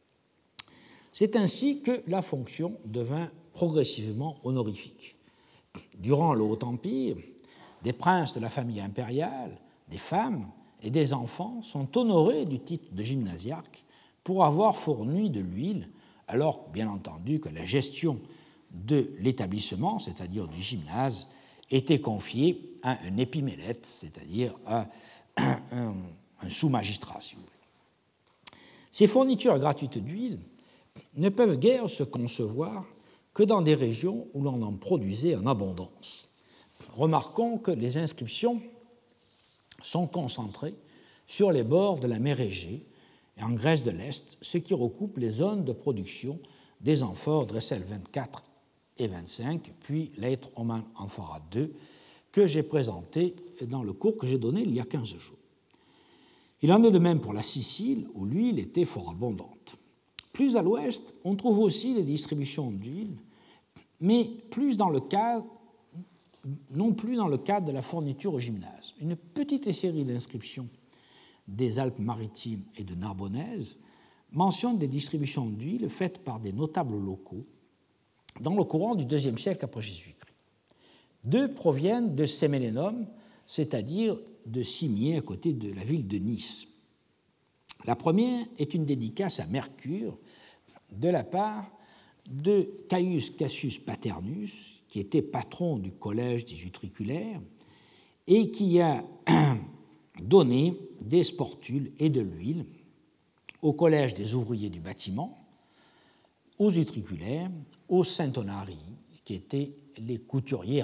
C'est ainsi que la fonction devint progressivement honorifique. Durant le Haut Empire, des princes de la famille impériale, des femmes et des enfants sont honorés du titre de gymnasiarque pour avoir fourni de l'huile, alors bien entendu que la gestion de l'établissement, c'est-à-dire du gymnase, était confiée à un épimélète, c'est-à-dire à un, un, un sous-magistrat, si vous voulez. Ces fournitures gratuites d'huile ne peuvent guère se concevoir que dans des régions où l'on en produisait en abondance. Remarquons que les inscriptions sont concentrées sur les bords de la mer Égée et en Grèce de l'Est, ce qui recoupe les zones de production des amphores Dressel vingt-quatre et vingt-cinq, puis l'Être Oman Amphora deux, que j'ai présenté dans le cours que j'ai donné il y a quinze jours. Il en est de même pour la Sicile, où l'huile était fort abondante. Plus à l'ouest, on trouve aussi des distributions d'huile, mais plus dans le cadre, non plus dans le cadre de la fourniture au gymnase. Une petite série d'inscriptions des Alpes-Maritimes et de Narbonnaise mentionne des distributions d'huile faites par des notables locaux dans le courant du deuxième siècle après Jésus-Christ. Deux proviennent de Sémélénum, c'est-à-dire de Cimier, à côté de la ville de Nice. La première est une dédicace à Mercure de la part de Caius Cassius Paternus, qui était patron du collège des utriculaires et qui a donné des sportules et de l'huile au collège des ouvriers du bâtiment, aux utriculaires, aux saintonarii, qui étaient les couturiers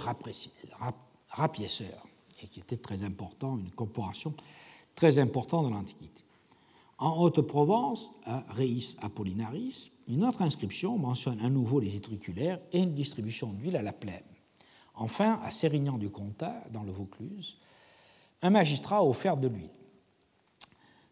rapiéceurs, et qui était très important, une corporation très importante dans l'Antiquité. En Haute-Provence, à Reis Apollinaris, une autre inscription mentionne à nouveau les utriculaires et une distribution d'huile à la plaine. Enfin, à Sérignan du Comtat, dans le Vaucluse, un magistrat a offert de l'huile.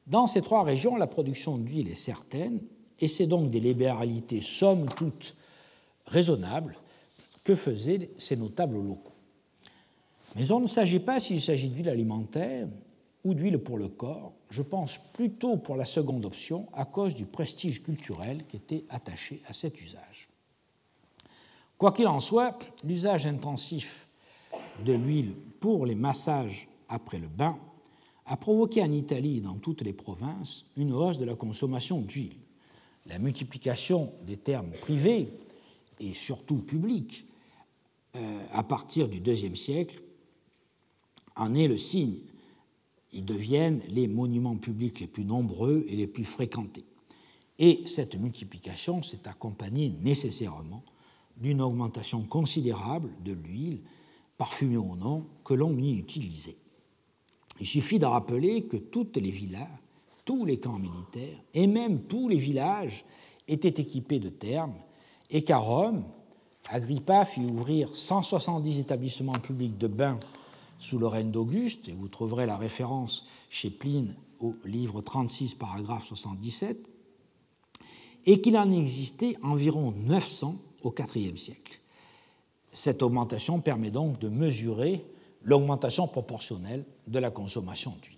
Dans ces trois régions, la production d'huile est certaine, et c'est donc des libéralités somme toute raisonnables que faisaient ces notables locaux. Mais on ne s'agit pas, s'il s'agit d'huile alimentaire ou d'huile pour le corps, je pense plutôt pour la seconde option à cause du prestige culturel qui était attaché à cet usage. Quoi qu'il en soit, l'usage intensif de l'huile pour les massages après le bain a provoqué en Italie et dans toutes les provinces une hausse de la consommation d'huile. La multiplication des termes privés et surtout publics euh, à partir du deuxième siècle en est le signe. Ils deviennent les monuments publics les plus nombreux et les plus fréquentés. Et cette multiplication s'est accompagnée nécessairement d'une augmentation considérable de l'huile, parfumée ou non, que l'on y utilisait. Il suffit de rappeler que toutes les villas, tous les camps militaires et même tous les villages étaient équipés de thermes et qu'à Rome, Agrippa fit ouvrir cent soixante-dix établissements publics de bains sous le règne d'Auguste, et vous trouverez la référence chez Pline au livre trente-six, paragraphe soixante-dix-sept, et qu'il en existait environ neuf cents au quatrième siècle. Cette augmentation permet donc de mesurer l'augmentation proportionnelle de la consommation d'huile.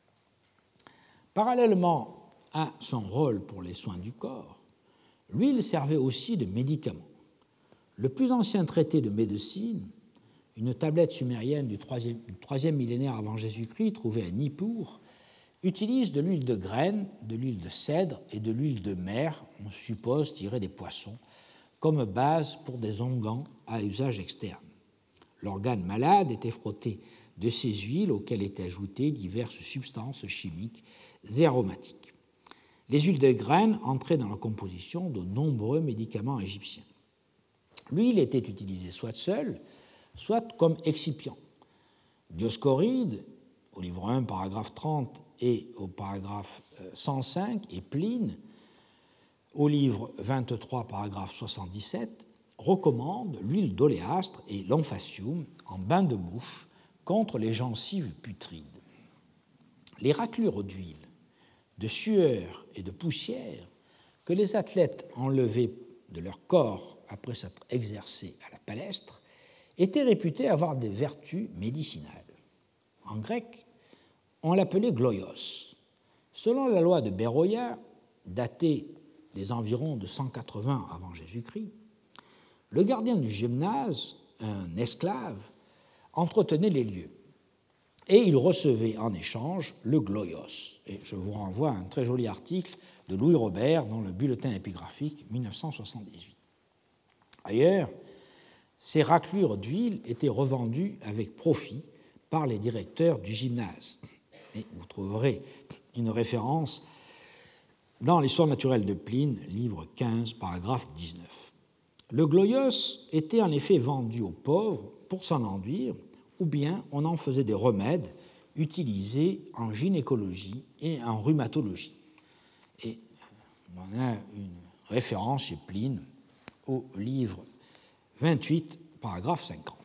Parallèlement à son rôle pour les soins du corps, l'huile servait aussi de médicament. Le plus ancien traité de médecine, une tablette sumérienne du troisième, du troisième millénaire avant Jésus-Christ, trouvée à Nippur, utilise de l'huile de graine, de l'huile de cèdre et de l'huile de mer, on suppose tirée des poissons, comme base pour des onguents à usage externe. L'organe malade était frotté de ces huiles auxquelles étaient ajoutées diverses substances chimiques et aromatiques. Les huiles de graines entraient dans la composition de nombreux médicaments égyptiens. L'huile était utilisée soit seule, soit comme excipient. Dioscoride, au livre un, paragraphe trente, et au paragraphe cent cinq, et Pline, au livre vingt-trois, paragraphe soixante-dix-sept, recommandent l'huile d'oléastre et l'omphacium en bain de bouche contre les gencives putrides. Les raclures d'huile, de sueur et de poussière que les athlètes enlevaient de leur corps après s'être exercés à la palestre étaient réputés avoir des vertus médicinales. En grec, on l'appelait gloios. Selon la loi de Béroïa, datée des environs de cent quatre-vingts avant Jésus-Christ, le gardien du gymnase, un esclave, entretenait les lieux et il recevait en échange le gloios. Et je vous renvoie à un très joli article de Louis Robert dans le Bulletin épigraphique mille neuf cent soixante-dix-huit. Ailleurs, ces raclures d'huile étaient revendues avec profit par les directeurs du gymnase. Et vous trouverez une référence dans l'Histoire naturelle de Pline, livre quinze, paragraphe dix-neuf. Le gloios était en effet vendu aux pauvres pour s'en enduire, ou bien on en faisait des remèdes utilisés en gynécologie et en rhumatologie. Et on a une référence chez Pline au livre vingt-huit, paragraphe cinquante.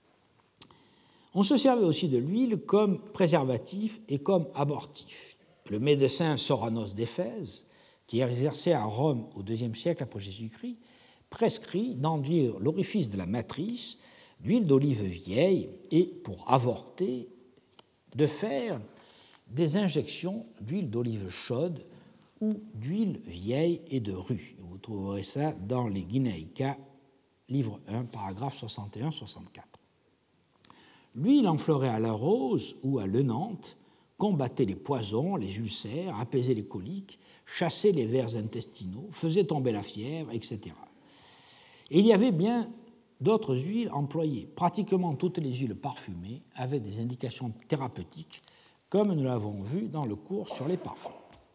On se servait aussi de l'huile comme préservatif et comme abortif. Le médecin Soranos d'Éphèse, qui exerçait à Rome au deuxième siècle après Jésus-Christ, prescrit d'enduire l'orifice de la matrice d'huile d'olive vieille et, pour avorter, de faire des injections d'huile d'olive chaude ou d'huile vieille et de rue. Vous trouverez ça dans les Guinaïka, livre un, paragraphe soixante et un soixante-quatre. L'huile enfleurée à la rose ou à l'enante combattait les poisons, les ulcères, apaisait les coliques, chassait les vers intestinaux, faisait tomber la fièvre, et cetera. Et il y avait bien d'autres huiles employées. Pratiquement toutes les huiles parfumées avaient des indications thérapeutiques, comme nous l'avons vu dans le cours sur les parfums.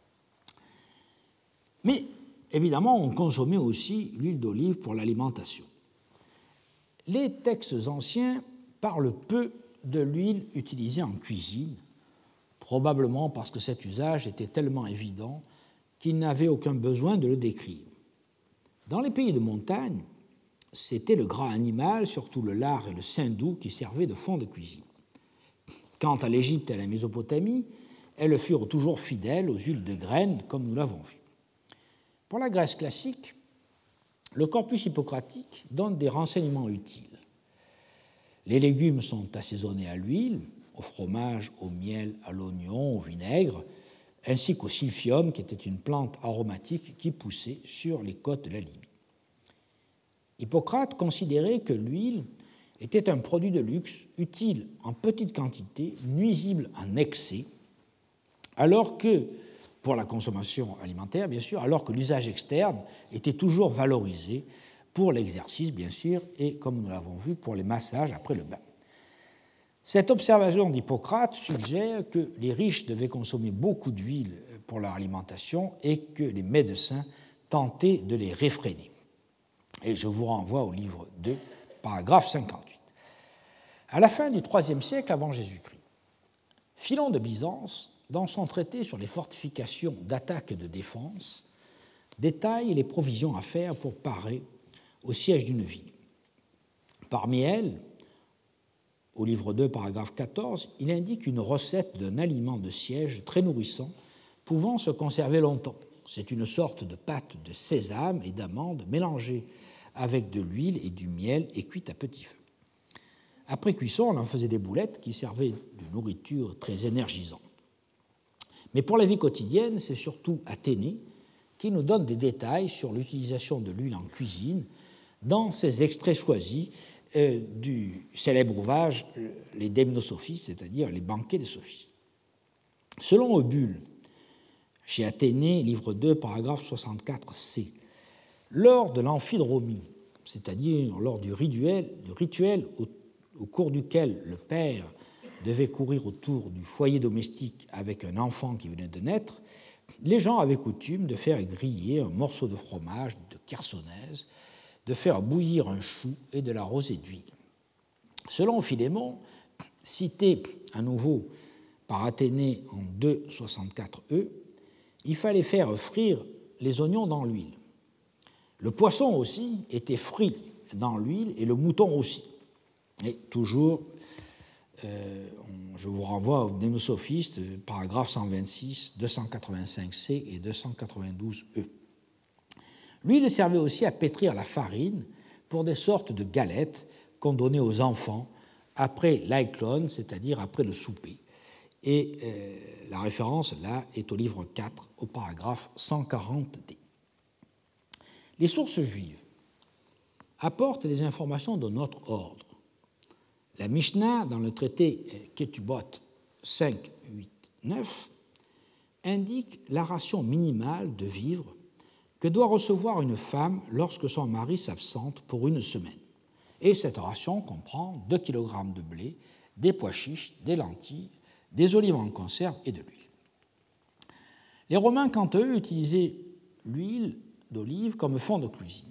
Mais évidemment, on consommait aussi l'huile d'olive pour l'alimentation. Les textes anciens parlent peu de l'huile utilisée en cuisine, probablement parce que cet usage était tellement évident qu'il n'avait aucun besoin de le décrire. Dans les pays de montagne, c'était le gras animal, surtout le lard et le saindoux, qui servaient de fond de cuisine. Quant à l'Égypte et à la Mésopotamie, elles furent toujours fidèles aux huiles de graines, comme nous l'avons vu. Pour la Grèce classique, le corpus hippocratique donne des renseignements utiles. Les légumes sont assaisonnés à l'huile, au fromage, au miel, à l'oignon, au vinaigre, ainsi qu'au silphium, qui était une plante aromatique qui poussait sur les côtes de la Libye. Hippocrate considérait que l'huile était un produit de luxe, utile en petite quantité, nuisible en excès, alors que, pour la consommation alimentaire, bien sûr, alors que l'usage externe était toujours valorisé pour l'exercice, bien sûr, et, comme nous l'avons vu, pour les massages après le bain. Cette observation d'Hippocrate suggère que les riches devaient consommer beaucoup d'huile pour leur alimentation et que les médecins tentaient de les réfréner. Et je vous renvoie au livre deux, paragraphe cinquante-huit. À la fin du troisième siècle avant Jésus-Christ, Philon de Byzance, dans son traité sur les fortifications d'attaque et de défense, détaille les provisions à faire pour parer au siège d'une ville. Parmi elles, au livre deux, paragraphe quatorze, il indique une recette d'un aliment de siège très nourrissant, pouvant se conserver longtemps. C'est une sorte de pâte de sésame et d'amandes mélangée avec de l'huile et du miel et cuite à petit feu. Après cuisson, on en faisait des boulettes qui servaient de nourriture très énergisante. Mais pour la vie quotidienne, c'est surtout Athénée qui nous donne des détails sur l'utilisation de l'huile en cuisine dans ses extraits choisis euh, du célèbre ouvrage Les Deimnosophistes, c'est-à-dire les banquets des sophistes. Selon Eubule, chez Athénée, livre deux, paragraphe soixante-quatre c, lors de l'amphidromie, c'est-à-dire lors du rituel, du rituel au, au cours duquel le père devait courir autour du foyer domestique avec un enfant qui venait de naître, les gens avaient coutume de faire griller un morceau de fromage de chersonèse, de faire bouillir un chou et de l'arroser d'huile. Selon Philémon, cité à nouveau par Athénée en deux soixante-quatre e, il fallait faire frire les oignons dans l'huile. Le poisson aussi était frit dans l'huile et le mouton aussi. Et toujours, euh, on, je vous renvoie aux Deimnosophistes, paragraphes cent vingt-six, deux cent quatre-vingt-cinq c et deux cent quatre-vingt-douze e. L'huile servait aussi à pétrir la farine pour des sortes de galettes qu'on donnait aux enfants après l'aiklon, c'est-à-dire après le souper. Et euh, la référence, là, est au livre quatre, au paragraphe cent quarante d. Les sources juives apportent des informations de notre ordre. La Mishnah, dans le traité Ketubot cinq, huit, neuf, indique la ration minimale de vivres que doit recevoir une femme lorsque son mari s'absente pour une semaine. Et cette ration comprend deux kilogrammes de blé, des pois chiches, des lentilles, des olives en conserve et de l'huile. Les Romains, quant à eux, utilisaient l'huile d'olive comme fond de cuisine.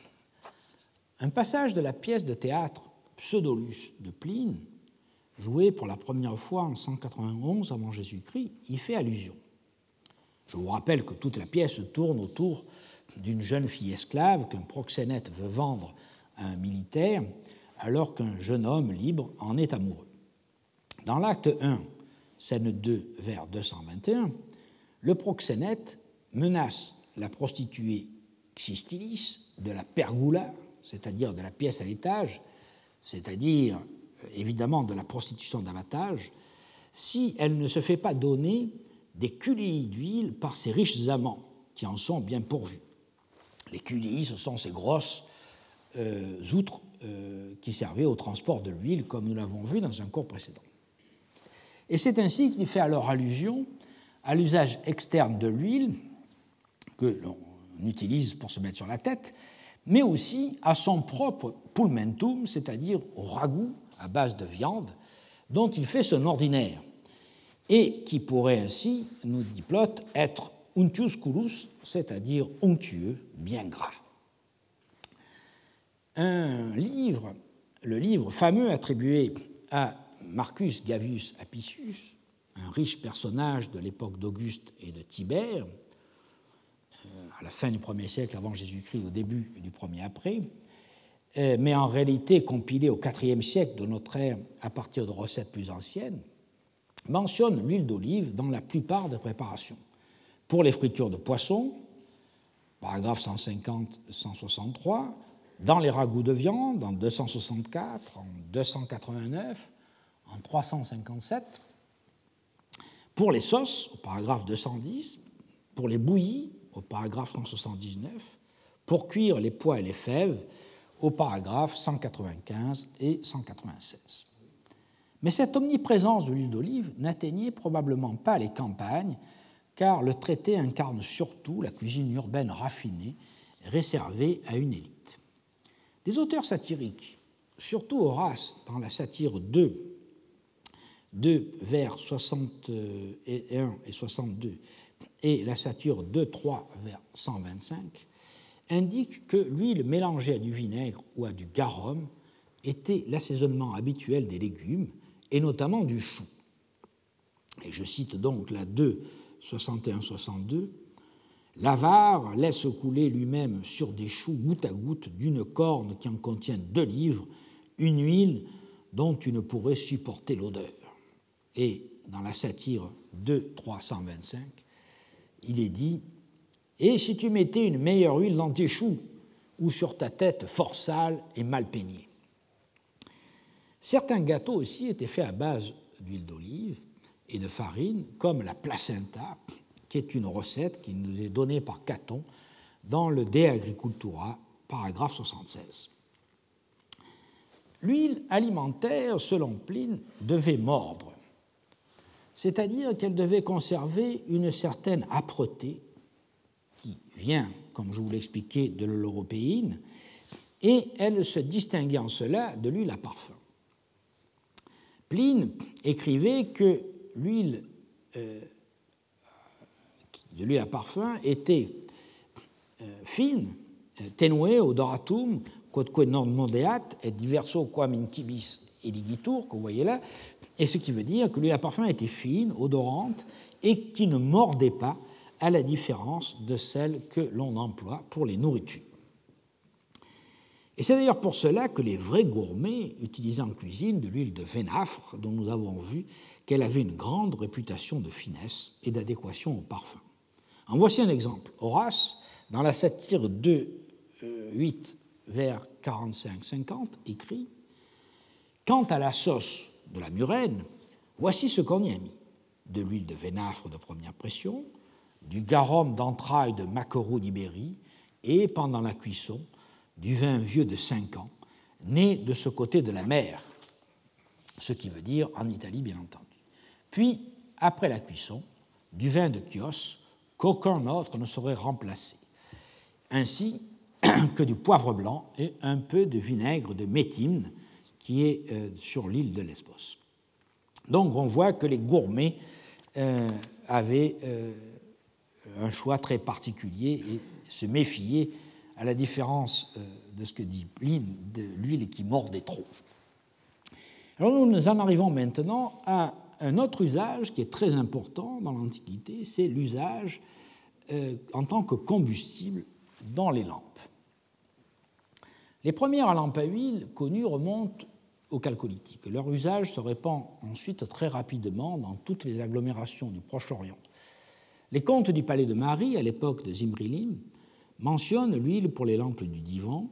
Un passage de la pièce de théâtre Pseudolus de Pline, joué pour la première fois en cent quatre-vingt-onze avant Jésus-Christ, y fait allusion. Je vous rappelle que toute la pièce tourne autour d'une jeune fille esclave qu'un proxénète veut vendre à un militaire alors qu'un jeune homme libre en est amoureux. Dans l'acte un, scène deux, vers deux cent vingt et un, le proxénète menace la prostituée Xistylis de la pergoula, c'est-à-dire de la pièce à l'étage, c'est-à-dire évidemment de la prostitution d'abattage, si elle ne se fait pas donner des culilles d'huile par ses riches amants, qui en sont bien pourvus. Les culilles, ce sont ces grosses euh, outres euh, qui servaient au transport de l'huile, comme nous l'avons vu dans un cours précédent. Et c'est ainsi qu'il fait alors allusion à l'usage externe de l'huile, que l'on utilise pour se mettre sur la tête, mais aussi à son propre pulmentum, c'est-à-dire au ragoût à base de viande, dont il fait son ordinaire, et qui pourrait ainsi, nous dit Plot, être unctius curus, c'est-à-dire onctueux, bien gras. Un livre, le livre fameux attribué à Marcus Gavius Apicius, un riche personnage de l'époque d'Auguste et de Tibère, à la fin du premier siècle avant Jésus-Christ, au début du premier après, mais en réalité compilé au quatrième siècle de notre ère à partir de recettes plus anciennes, mentionne l'huile d'olive dans la plupart des préparations. Pour les fritures de poisson, paragraphe cent cinquante à cent soixante-trois, dans les ragoûts de viande, en deux cent soixante-quatre, en deux cent quatre-vingt-neuf, en trois cent cinquante-sept, pour les sauces, au paragraphe deux cent dix, pour les bouillies, au paragraphe cent soixante-dix-neuf, pour cuire les pois et les fèves, au paragraphe cent quatre-vingt-quinze et cent quatre-vingt-seize. Mais cette omniprésence de l'huile d'olive n'atteignait probablement pas les campagnes, car le traité incarne surtout la cuisine urbaine raffinée, réservée à une élite. Des auteurs satiriques, surtout Horace dans la satire deux, deux vers soixante et un et soixante-deux, et la satire deux trois vers cent vingt-cinq, indiquent que l'huile mélangée à du vinaigre ou à du garum était l'assaisonnement habituel des légumes, et notamment du chou. Et je cite donc la deux, soixante et un soixante-deux, « L'avare laisse couler lui-même sur des choux goutte à goutte d'une corne qui en contient deux livres, une huile dont tu ne pourrais supporter l'odeur. » Et dans la satire deux, trois cent vingt-cinq, il est dit « Et si tu mettais une meilleure huile dans tes choux, ou sur ta tête fort sale et mal peignée ?» Certains gâteaux aussi étaient faits à base d'huile d'olive et de farine, comme la placenta, qui est une recette qui nous est donnée par Caton dans le De Agricultura, paragraphe soixante-seize. L'huile alimentaire, selon Pline, devait mordre, c'est-à-dire qu'elle devait conserver une certaine âpreté qui vient, comme je vous l'expliquais, de l'européine, et elle se distinguait en cela de l'huile à parfum. Pline écrivait que l'huile euh, de l'huile à parfum était euh, fine, tenue odoratum, quodque non modeat, et diverso quam incibis eligitur, que vous voyez là, et ce qui veut dire que l'huile à parfum était fine, odorante, et qui ne mordait pas, à la différence de celle que l'on emploie pour les nourritures. Et c'est d'ailleurs pour cela que les vrais gourmets utilisaient en cuisine de l'huile de vénafre, dont nous avons vu qu'elle avait une grande réputation de finesse et d'adéquation au parfum. En voici un exemple. Horace, dans la satire deux, huit vers quarante-cinq cinquante, écrit « Quant à la sauce de la murène, voici ce qu'on y a mis. De l'huile de vénafre de première pression, du garum d'entrailles de Maquereau d'Ibérie et, pendant la cuisson, du vin vieux de cinq ans, né de ce côté de la mer, ce qui veut dire en Italie, bien entendu. Puis, après la cuisson, du vin de Chios, qu'aucun autre ne saurait remplacer, ainsi que du poivre blanc et un peu de vinaigre de Métymne, qui est euh, sur l'île de Lesbos. » Donc, on voit que les gourmets euh, avaient euh, un choix très particulier et se méfiaient, à la différence euh, de ce que dit Pline, de l'huile qui mordait trop. Alors nous, nous en arrivons maintenant à un autre usage qui est très important dans l'Antiquité, c'est l'usage euh, en tant que combustible dans les lampes. Les premières lampes à huile connues remontent au Chalcolithique. Leur usage se répand ensuite très rapidement dans toutes les agglomérations du Proche-Orient. Les contes du palais de Marie, à l'époque de Zimrilim, mentionnent l'huile pour les lampes du divan,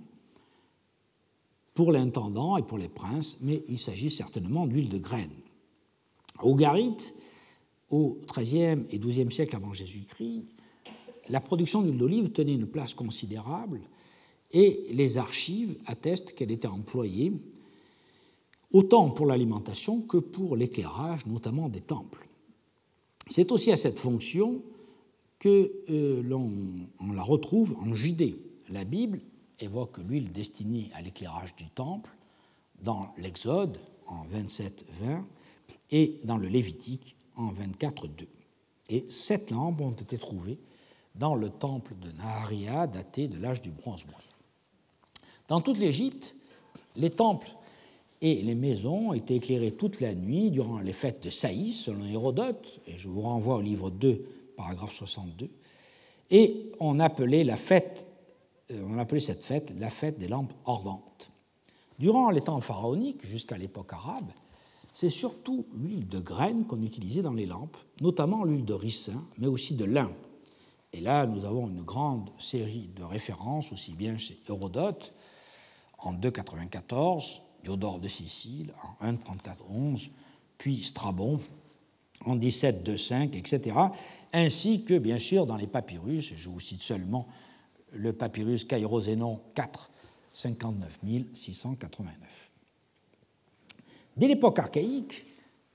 pour l'intendant et pour les princes, mais il s'agit certainement d'huile de graine. Au Ugarit, au treizième et douzième siècle avant Jésus-Christ, la production d'huile d'olive tenait une place considérable et les archives attestent qu'elle était employée autant pour l'alimentation que pour l'éclairage, notamment des temples. C'est aussi à cette fonction que euh, l'on on la retrouve en Judée. La Bible évoque l'huile destinée à l'éclairage du temple dans l'Exode en vingt-sept vingt et dans le Lévitique en vingt-quatre deux. Et sept lampes ont été trouvées dans le temple de Naharia daté de l'âge du bronze moyen. Dans toute l'Égypte, les temples et les maisons étaient éclairées toute la nuit durant les fêtes de Saïs, selon Hérodote, et je vous renvoie au livre deux, paragraphe soixante-deux, et on appelait, la fête, on appelait cette fête la fête des lampes ardentes. Durant les temps pharaoniques, jusqu'à l'époque arabe, c'est surtout l'huile de graine qu'on utilisait dans les lampes, notamment l'huile de ricin, mais aussi de lin. Et là, nous avons une grande série de références, aussi bien chez Hérodote, en deux quatre-vingt-quatorze, Diodore de Sicile, en un trente-quatre onze, puis Strabon, en dix-sept vingt-cinq, et cetera, ainsi que, bien sûr, dans les papyrus, je vous cite seulement le papyrus Cairo-Zénon quatre, cinquante-neuf mille six cent quatre-vingt-neuf. Dès l'époque archaïque,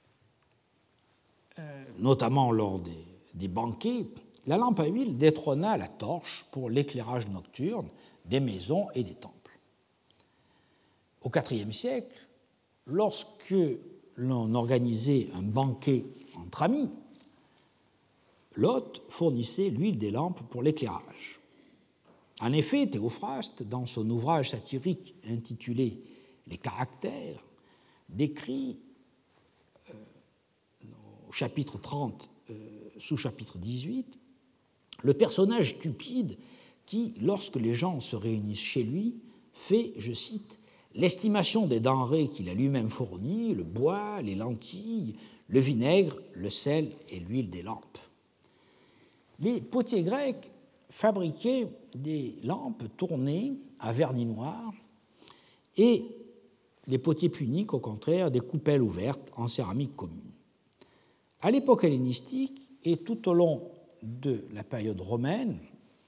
euh, notamment lors des, des banquets, la lampe à huile détrôna la torche pour l'éclairage nocturne des maisons et des temples. Au quatrième siècle, lorsque l'on organisait un banquet entre amis, l'hôte fournissait l'huile des lampes pour l'éclairage. En effet, Théophraste, dans son ouvrage satirique intitulé « Les caractères », décrit euh, au chapitre trente, euh, sous-chapitre dix-huit, le personnage cupide qui, lorsque les gens se réunissent chez lui, fait, je cite, « l'estimation des denrées qu'il a lui-même fournies, le bois, les lentilles, le vinaigre, le sel et l'huile des lampes. » Les potiers grecs fabriquaient des lampes tournées à vernis noir et les potiers puniques, au contraire, des coupelles ouvertes en céramique commune. À l'époque hellénistique et tout au long de la période romaine,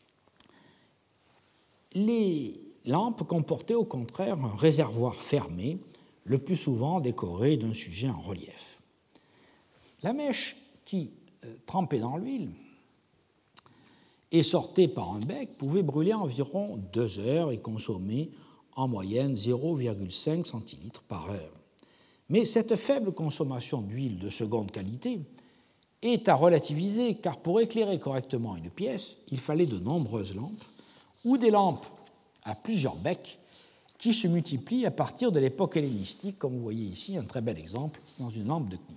les lampes comportaient au contraire un réservoir fermé, le plus souvent décoré d'un sujet en relief. La mèche qui, euh, trempée dans l'huile et sortait par un bec, pouvait brûler environ deux heures et consommer en moyenne zéro virgule cinq centilitres par heure. Mais cette faible consommation d'huile de seconde qualité est à relativiser, car pour éclairer correctement une pièce, il fallait de nombreuses lampes ou des lampes à plusieurs becs qui se multiplient à partir de l'époque hellénistique, comme vous voyez ici un très bel exemple dans une lampe de Cnide.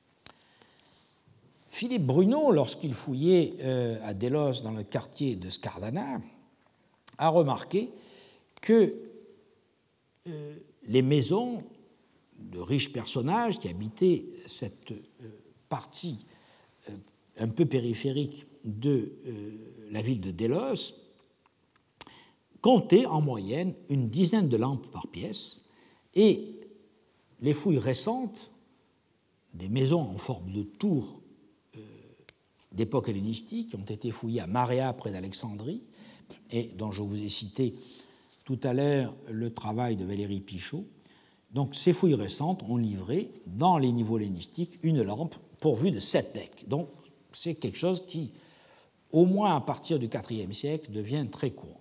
Philippe Bruneau, lorsqu'il fouillait euh, à Délos dans le quartier de Skardana, a remarqué que euh, les maisons de riches personnages qui habitaient cette euh, partie euh, un peu périphérique de euh, la ville de Délos comptaient en moyenne une dizaine de lampes par pièce, et les fouilles récentes des maisons en forme de tour euh, d'époque hellénistique qui ont été fouillées à Maréa près d'Alexandrie et dont je vous ai cité tout à l'heure le travail de Valérie Pichot. Donc ces fouilles récentes ont livré dans les niveaux hellénistiques une lampe pourvue de sept becs. Donc c'est quelque chose qui, au moins à partir du quatrième siècle, devient très courant.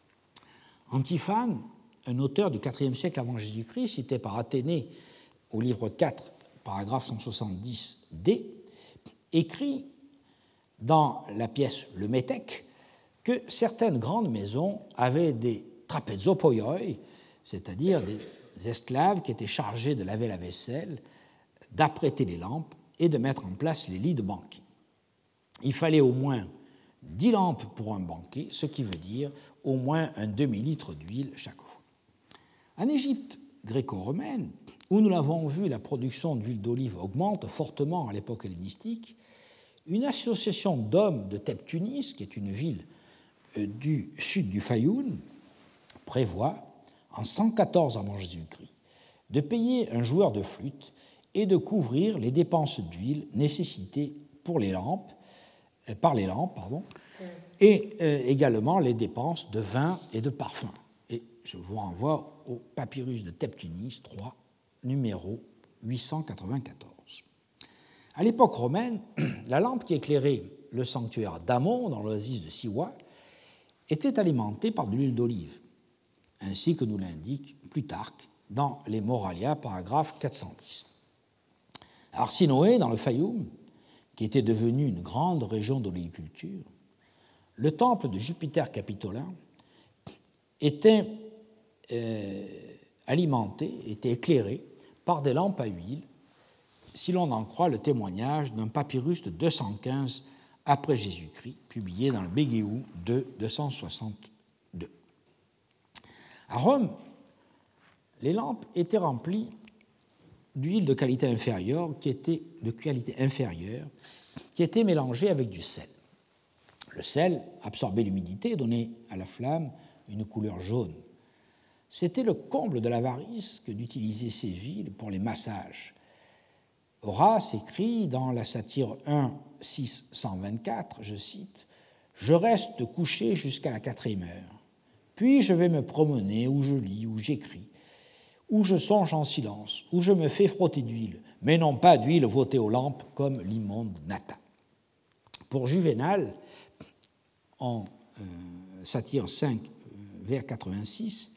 Antiphane, un auteur du quatrième siècle avant Jésus-Christ, cité par Athénée au livre quatre, paragraphe cent soixante-dix d, écrit dans la pièce Le Métèque que certaines grandes maisons avaient des trapézopoioi, c'est-à-dire des esclaves qui étaient chargés de laver la vaisselle, d'apprêter les lampes et de mettre en place les lits de banquet. Il fallait au moins dix lampes pour un banquet, ce qui veut dire au moins un demi-litre d'huile chaque fois. En Égypte gréco-romaine, où nous l'avons vu, la production d'huile d'olive augmente fortement à l'époque hellénistique, une association d'hommes de Teptunis, qui est une ville du sud du Fayoum, prévoit, en cent quatorze avant Jésus-Christ, de payer un joueur de flûte et de couvrir les dépenses d'huile nécessitées pour les lampes, euh, par les lampes, pardon, et euh, également les dépenses de vin et de parfum. Et je vous renvoie au papyrus de Teptunis trois, numéro huit cent quatre-vingt-quatorze. À l'époque romaine, la lampe qui éclairait le sanctuaire d'Amon dans l'oasis de Siwa était alimentée par de l'huile d'olive, ainsi que nous l'indique Plutarque dans les Moralia, paragraphe quatre cent dix. À Arsinoé, dans le Fayoum, qui était devenu une grande région d'oléiculture, le temple de Jupiter Capitolin était euh, alimenté, était éclairé par des lampes à huile, si l'on en croit le témoignage d'un papyrus de deux cent quinze après Jésus-Christ, publié dans le Bégéou de deux cent soixante-deux. À Rome, les lampes étaient remplies d'huile de qualité inférieure qui était de qualité inférieure qui était mélangée avec du sel. Le sel absorbait l'humidité et donnait à la flamme une couleur jaune. C'était le comble de l'avarice que d'utiliser ces huiles pour les massages. Horace écrit dans la satire un, six cent vingt-quatre, je cite, « Je reste couché jusqu'à la quatrième heure, puis je vais me promener où je lis, où j'écris, où je songe en silence, où je me fais frotter d'huile, mais non pas d'huile votée aux lampes comme l'immonde Nathan. » Pour Juvénal, en euh, satire cinq, vers quatre-vingt-six,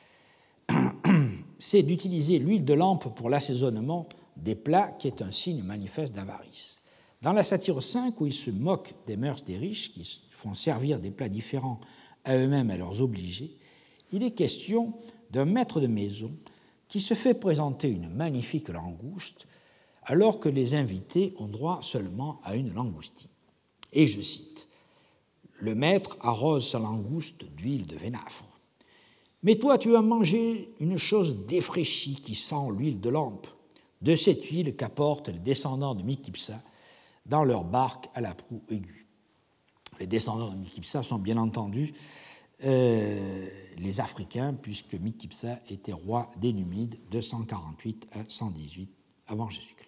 c'est d'utiliser l'huile de lampe pour l'assaisonnement des plats qui est un signe manifeste d'avarice. Dans la satire cinq, où il se moque des mœurs des riches qui font servir des plats différents à eux-mêmes et à leurs obligés, il est question d'un maître de maison qui se fait présenter une magnifique langouste alors que les invités ont droit seulement à une langoustine. Et je cite, « Le maître arrose sa langouste d'huile de vénafre. Mais toi, tu as mangé une chose défraîchie qui sent l'huile de lampe, de cette huile qu'apportent les descendants de Mikipsa dans leur barque à la proue aiguë. » Les descendants de Mikipsa sont bien entendu euh, les Africains, puisque Mikipsa était roi des Numides de cent quarante-huit à cent dix-huit avant Jésus-Christ.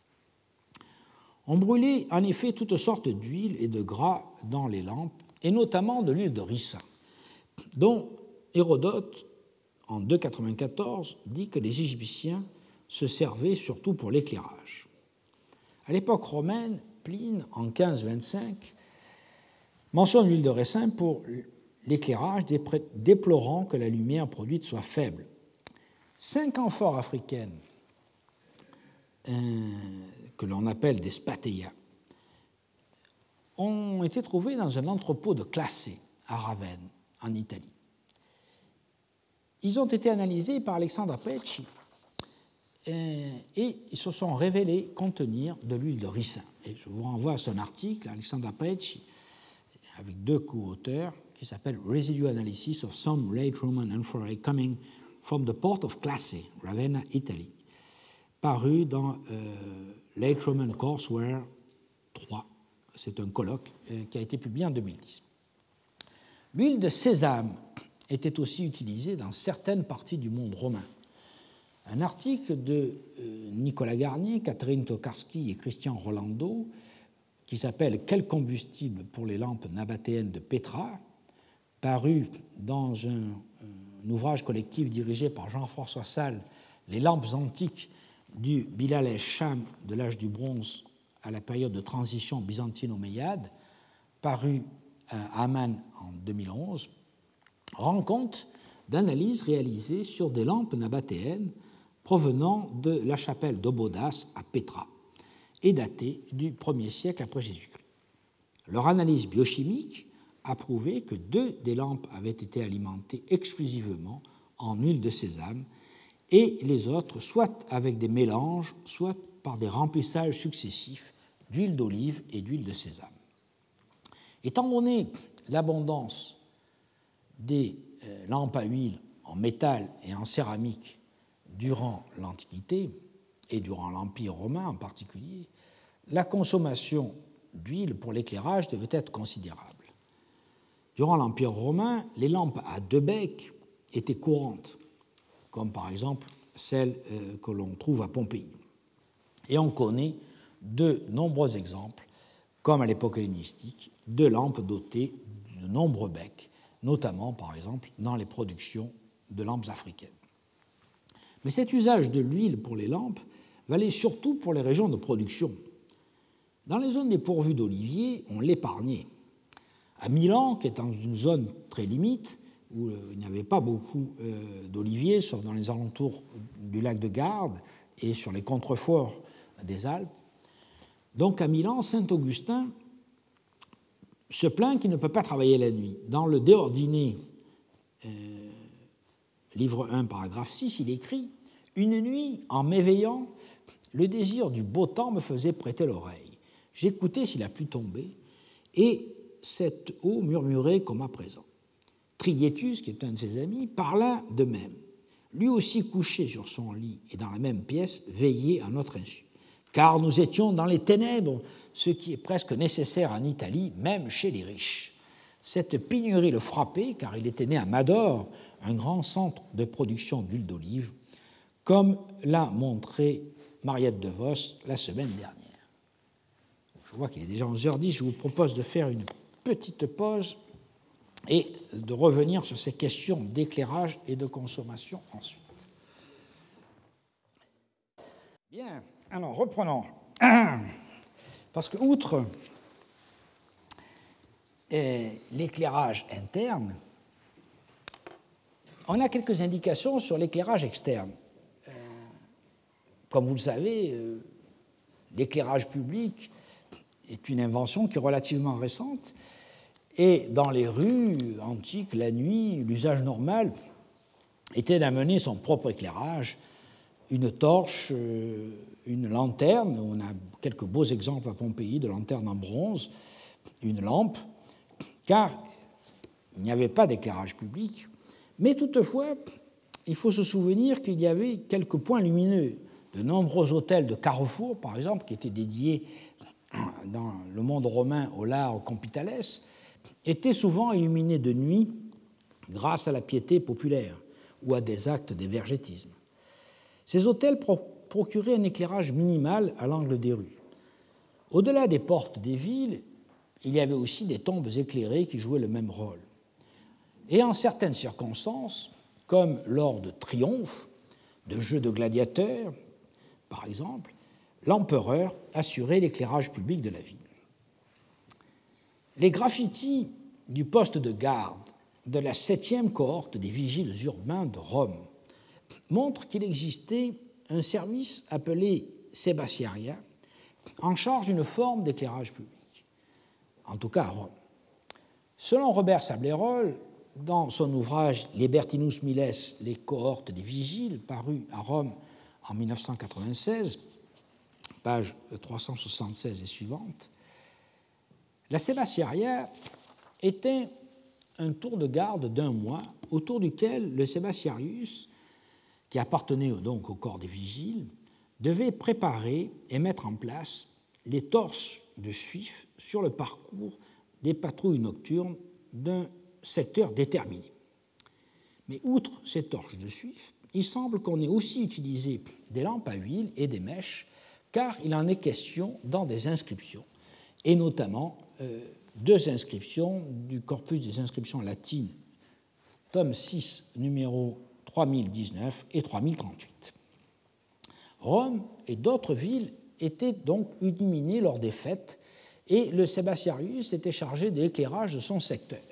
On brûlait en effet toutes sortes d'huiles et de gras dans les lampes, et notamment de l'huile de ricin, dont Hérodote, en deux cent quatre-vingt-quatorze, dit que les Égyptiens se servaient surtout pour l'éclairage. À l'époque romaine, Pline, en quinze vingt-cinq, mentionne l'huile de ricin pour l'éclairage, déplorant que la lumière produite soit faible. Cinq amphores africaines, euh, que l'on appelle des spateia, ont été trouvées dans un entrepôt de Classé, à Ravenne, en Italie. Ils ont été analysés par Alexandre Apecci euh, et ils se sont révélés contenir de l'huile de ricin. Et je vous renvoie à son article, Alexandre Apecci, avec deux co-auteurs, qui s'appelle Residue Analysis of Some Late Roman Amphorae Coming from the Port of Classé, Ravenna, Italie, paru dans euh, Late Roman Courseware trois. C'est un colloque euh, qui a été publié en deux mille dix. L'huile de sésame était aussi utilisée dans certaines parties du monde romain. Un article de euh, Nicolas Garnier, Catherine Tokarski et Christian Rolando, qui s'appelle « Quel combustible pour les lampes nabatéennes de Pétra », paru dans un, un ouvrage collectif dirigé par Jean-François Salles, « Les lampes antiques du Bilal el-Sham de l'âge du bronze à la période de transition byzantino-omeyyade », paru à Amman en deux mille onze, rend compte d'analyses réalisées sur des lampes nabatéennes provenant de la chapelle d'Obodas à Pétra et datées du premier siècle après Jésus-Christ. Leur analyse biochimique a prouvé que deux des lampes avaient été alimentées exclusivement en huile de sésame et les autres soit avec des mélanges, soit par des remplissages successifs d'huile d'olive et d'huile de sésame. Étant donné l'abondance des euh, lampes à huile en métal et en céramique durant l'Antiquité et durant l'Empire romain en particulier, la consommation d'huile pour l'éclairage devait être considérable. Durant l'Empire romain, les lampes à deux becs étaient courantes, comme par exemple celles euh, que l'on trouve à Pompéi. Et on connaît de nombreux exemples, comme à l'époque hellénistique, de lampes dotées de nombreux becs, notamment par exemple dans les productions de lampes africaines. Mais cet usage de l'huile pour les lampes valait surtout pour les régions de production. Dans les zones dépourvues d'oliviers, on l'épargnait. À Milan, qui est dans une zone très limite, où il n'y avait pas beaucoup d'oliviers, sauf dans les alentours du lac de Garde et sur les contreforts des Alpes, donc à Milan, Saint-Augustin se plaint qu'il ne peut pas travailler la nuit. Dans le De Ordine, euh, livre un, paragraphe six, il écrit « Une nuit, en m'éveillant, le désir du beau temps me faisait prêter l'oreille. J'écoutais si la pluie tombait, et cette eau murmurait comme à présent. Trigétus, qui est un de ses amis, parla de même. lui aussi couché sur son lit et dans la même pièce, veillait à notre insu. Car nous étions dans les ténèbres, ce qui est presque nécessaire en Italie, même chez les riches. Cette pénurie le frappait, car il était né à Madore, un grand centre de production d'huile d'olive, comme l'a montré Mariette de Vos la semaine dernière. Je vois qu'il est déjà onze heures dix, je vous propose de faire une petite pause et de revenir sur ces questions d'éclairage et de consommation ensuite. Bien, alors reprenons. Parce que, outre l'éclairage interne, on a quelques indications sur l'éclairage externe. Euh, comme vous le savez, euh, l'éclairage public est une invention qui est relativement récente, et dans les rues antiques, la nuit, l'usage normal était d'amener son propre éclairage, une torche, euh, une lanterne, on a quelques beaux exemples à Pompéi de lanternes en bronze, une lampe, car il n'y avait pas d'éclairage public. Mais toutefois, il faut se souvenir qu'il y avait quelques points lumineux. De nombreux hôtels de carrefour, par exemple, qui étaient dédiés dans le monde romain au Lare Compitales, étaient souvent illuminés de nuit grâce à la piété populaire ou à des actes d'évergétisme. Ces hôtels pro- procuraient un éclairage minimal à l'angle des rues. Au-delà des portes des villes, il y avait aussi des tombes éclairées qui jouaient le même rôle. Et en certaines circonstances, comme lors de triomphes, de jeux de gladiateurs, par exemple, l'empereur assurait l'éclairage public de la ville. Les graffitis du poste de garde de la septième cohorte des vigiles urbains de Rome montrent qu'il existait un service appelé Sebastiaria en charge d'une forme d'éclairage public, en tout cas à Rome. Selon Robert Sablérol, dans son ouvrage Libertinus Miles, les cohortes des vigiles, paru à Rome en mille neuf cent quatre-vingt-seize, page trois cent soixante-seize et suivante, la Sebastiaria était un tour de garde d'un mois autour duquel le Sebastiarius, qui appartenait donc au corps des vigiles, devait préparer et mettre en place les torches de suif sur le parcours des patrouilles nocturnes d'un secteur déterminé. Mais outre ces torches de suif, il semble qu'on ait aussi utilisé des lampes à huile et des mèches, car il en est question dans des inscriptions, et notamment euh, deux inscriptions du corpus des inscriptions latines, tome six, numéro trois mille dix-neuf et trois mille trente-huit. Rome et d'autres villes étaient donc illuminées lors des fêtes, et le Sebastiarius était chargé de l'éclairage de son secteur.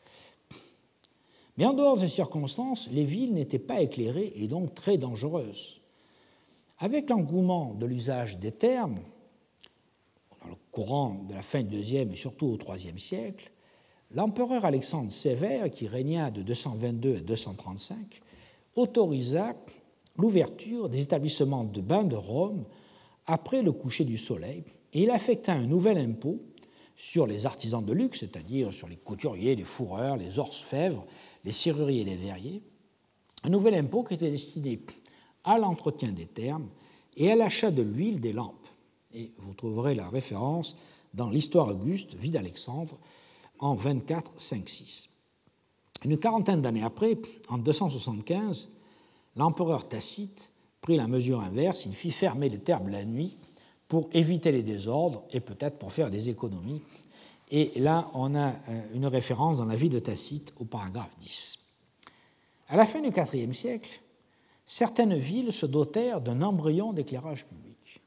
Mais en dehors de ces circonstances, les villes n'étaient pas éclairées et donc très dangereuses. Avec l'engouement de l'usage des thermes, dans le courant de la fin du deuxième et surtout au troisième siècle, l'empereur Alexandre Sévère, qui régna de deux cent vingt-deux à deux cent trente-cinq, autorisa l'ouverture des établissements de bains de Rome après le coucher du soleil, et il affecta un nouvel impôt sur les artisans de luxe, c'est-à-dire sur les couturiers, les fourreurs, les orfèvres, les serruriers et les verriers, un nouvel impôt qui était destiné à l'entretien des thermes et à l'achat de l'huile des lampes. Et vous trouverez la référence dans l'Histoire Auguste, vie d'Alexandre, en vingt-quatre cinq six. Une quarantaine d'années après, en deux cent soixante-quinze, l'empereur Tacite prit la mesure inverse, il fit fermer les thermes la nuit pour éviter les désordres et peut-être pour faire des économies. Et là, on a une référence dans la vie de Tacite au paragraphe dix. À la fin du quatrième siècle, certaines villes se dotèrent d'un embryon d'éclairage public.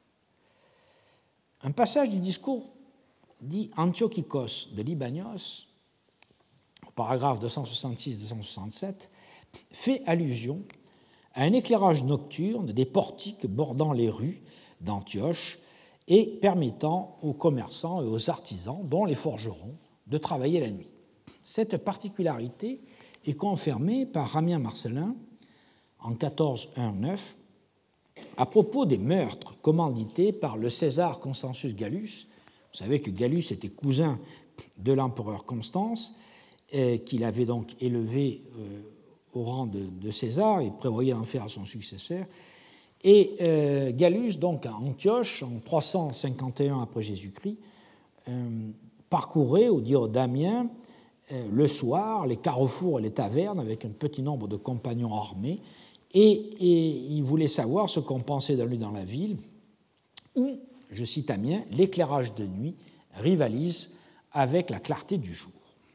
Un passage du discours dit Antiochikos de Libanios, au paragraphe deux cent soixante-six deux cent soixante-sept, fait allusion à un éclairage nocturne des portiques bordant les rues d'Antioche et permettant aux commerçants et aux artisans, dont les forgerons, de travailler la nuit. Cette particularité est confirmée par Ramien Marcellin en quatorze un neuf à propos des meurtres commandités par le César Constantius Gallus. Vous savez que Gallus était cousin de l'empereur Constance, euh, qu'il avait donc élevé euh, au rang de, de César, il prévoyait d'en faire son successeur. Et euh, Gallus, donc à Antioche, en trois cent cinquante et un après Jésus-Christ, euh, parcourait, au dire Damien, euh, le soir, les carrefours et les tavernes avec un petit nombre de compagnons armés, et, et il voulait savoir ce qu'on pensait de lui dans la ville, où, je cite Damien, l'éclairage de nuit rivalise avec la clarté du jour.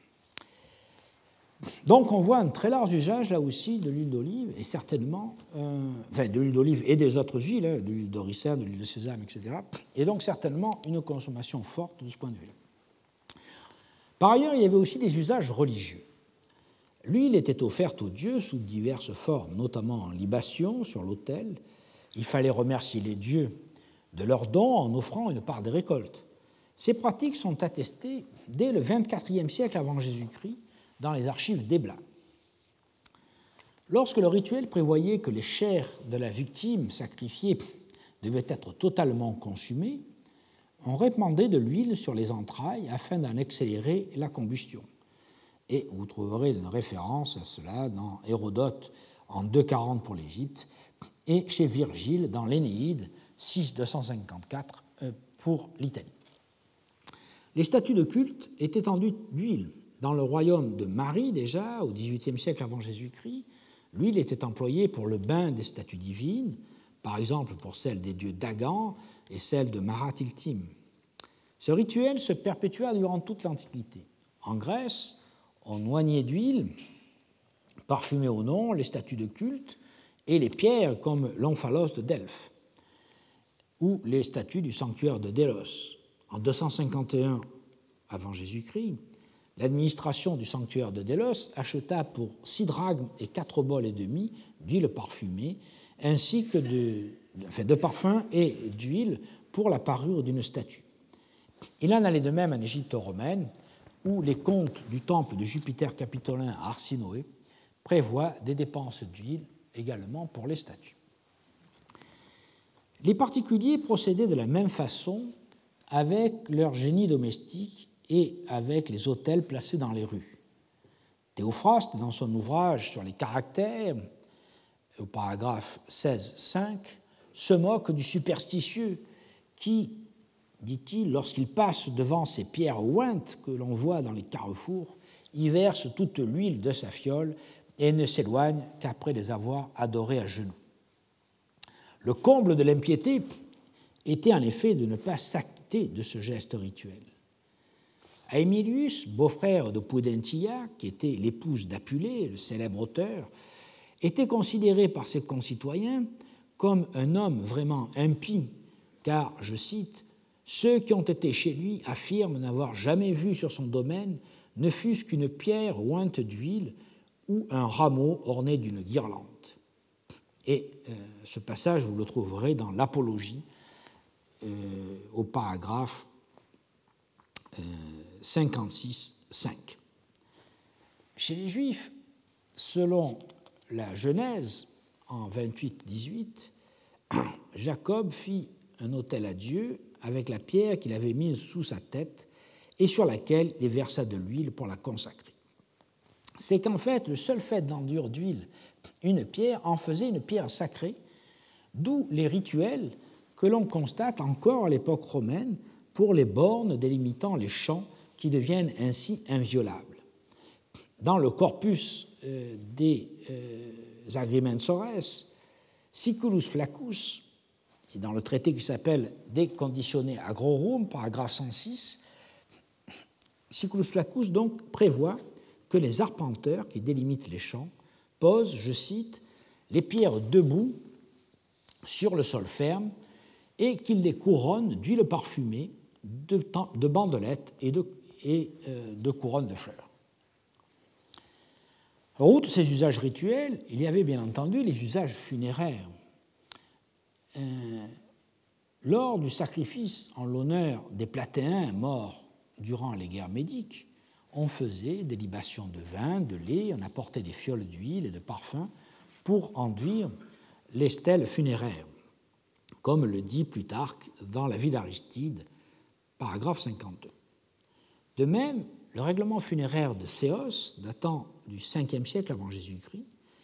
Donc on voit un très large usage là aussi de l'huile d'olive et certainement, euh, enfin de l'huile d'olive et des autres huiles, hein, de l'huile d'oricin, de l'huile de sésame, et cetera. Et donc certainement une consommation forte de ce point de vue-là. Par ailleurs, il y avait aussi des usages religieux. L'huile était offerte aux dieux sous diverses formes, notamment en libation sur l'autel. Il fallait remercier les dieux de leurs dons en offrant une part des récoltes. Ces pratiques sont attestées dès le vingt-quatrième siècle avant Jésus-Christ dans les archives d'Ebla. Lorsque le rituel prévoyait que les chairs de la victime sacrifiée devaient être totalement consumées, on répandait de l'huile sur les entrailles afin d'en accélérer la combustion. Et vous trouverez une référence à cela dans Hérodote en deux cent quarante pour l'Égypte et chez Virgile dans l'Énéide six deux cent cinquante-quatre pour l'Italie. Les statues de culte étaient enduites d'huile. Dans le royaume de Marie, déjà, au dix-huitième siècle avant Jésus-Christ, l'huile était employée pour le bain des statues divines, par exemple pour celle des dieux Dagan et celle de Maratiltim. Ce rituel se perpétua durant toute l'Antiquité. En Grèce, on oignait d'huile, parfumée ou non, les statues de culte et les pierres comme l'omphalos de Delphes ou les statues du sanctuaire de Délos. En deux cent cinquante et un avant Jésus-Christ, l'administration du sanctuaire de Délos acheta pour six drachmes et quatre bols et demi d'huile parfumée, ainsi que de, enfin, de parfums et d'huile pour la parure d'une statue. Il en allait de même en Égypte romaine, où les comptes du temple de Jupiter capitolin à Arsinoé prévoient des dépenses d'huile également pour les statues. Les particuliers procédaient de la même façon avec leurs génies domestiques et avec les autels placés dans les rues. Théophraste, dans son ouvrage sur les caractères, au paragraphe seize cinq, se moque du superstitieux qui, dit-il, lorsqu'il passe devant ces pierres ointes que l'on voit dans les carrefours, y verse toute l'huile de sa fiole et ne s'éloigne qu'après les avoir adorées à genoux. Le comble de l'impiété était en effet de ne pas s'acquitter de ce geste rituel. Aemilius, beau-frère de Pudentilla, qui était l'épouse d'Apulée, le célèbre auteur, était considéré par ses concitoyens comme un homme vraiment impie, car, je cite, « ceux qui ont été chez lui affirment n'avoir jamais vu sur son domaine ne fût-ce qu'une pierre ointe d'huile ou un rameau orné d'une guirlande. » Et euh, ce passage, vous le trouverez dans l'Apologie, euh, au paragraphe euh, cinquante-six cinq. Chez les Juifs, selon la Genèse, en vingt-huit dix-huit, Jacob fit un autel à Dieu avec la pierre qu'il avait mise sous sa tête et sur laquelle il versa de l'huile pour la consacrer. C'est qu'en fait, le seul fait d'enduire d'huile une pierre en faisait une pierre sacrée, d'où les rituels que l'on constate encore à l'époque romaine pour les bornes délimitant les champs qui deviennent ainsi inviolables. Dans le corpus euh, des euh, Agrimensores, Siculus Flaccus, et dans le traité qui s'appelle De Conditione Agrorum, paragraphe cent six, Siculus Flaccus donc prévoit que les arpenteurs qui délimitent les champs posent, je cite, les pierres debout sur le sol ferme et qu'ils les couronnent d'huile parfumée, de, de bandelettes et de, et, euh, de couronnes de fleurs. Outre ces usages rituels, il y avait bien entendu les usages funéraires. Euh, lors du sacrifice en l'honneur des Platéens morts durant les guerres médiques, on faisait des libations de vin, de lait, on apportait des fioles d'huile et de parfum pour enduire les stèles funéraires, comme le dit Plutarque dans la vie d'Aristide, paragraphe cinquante-deux. De même, le règlement funéraire de Céos, datant du cinquième siècle avant Jésus-Christ,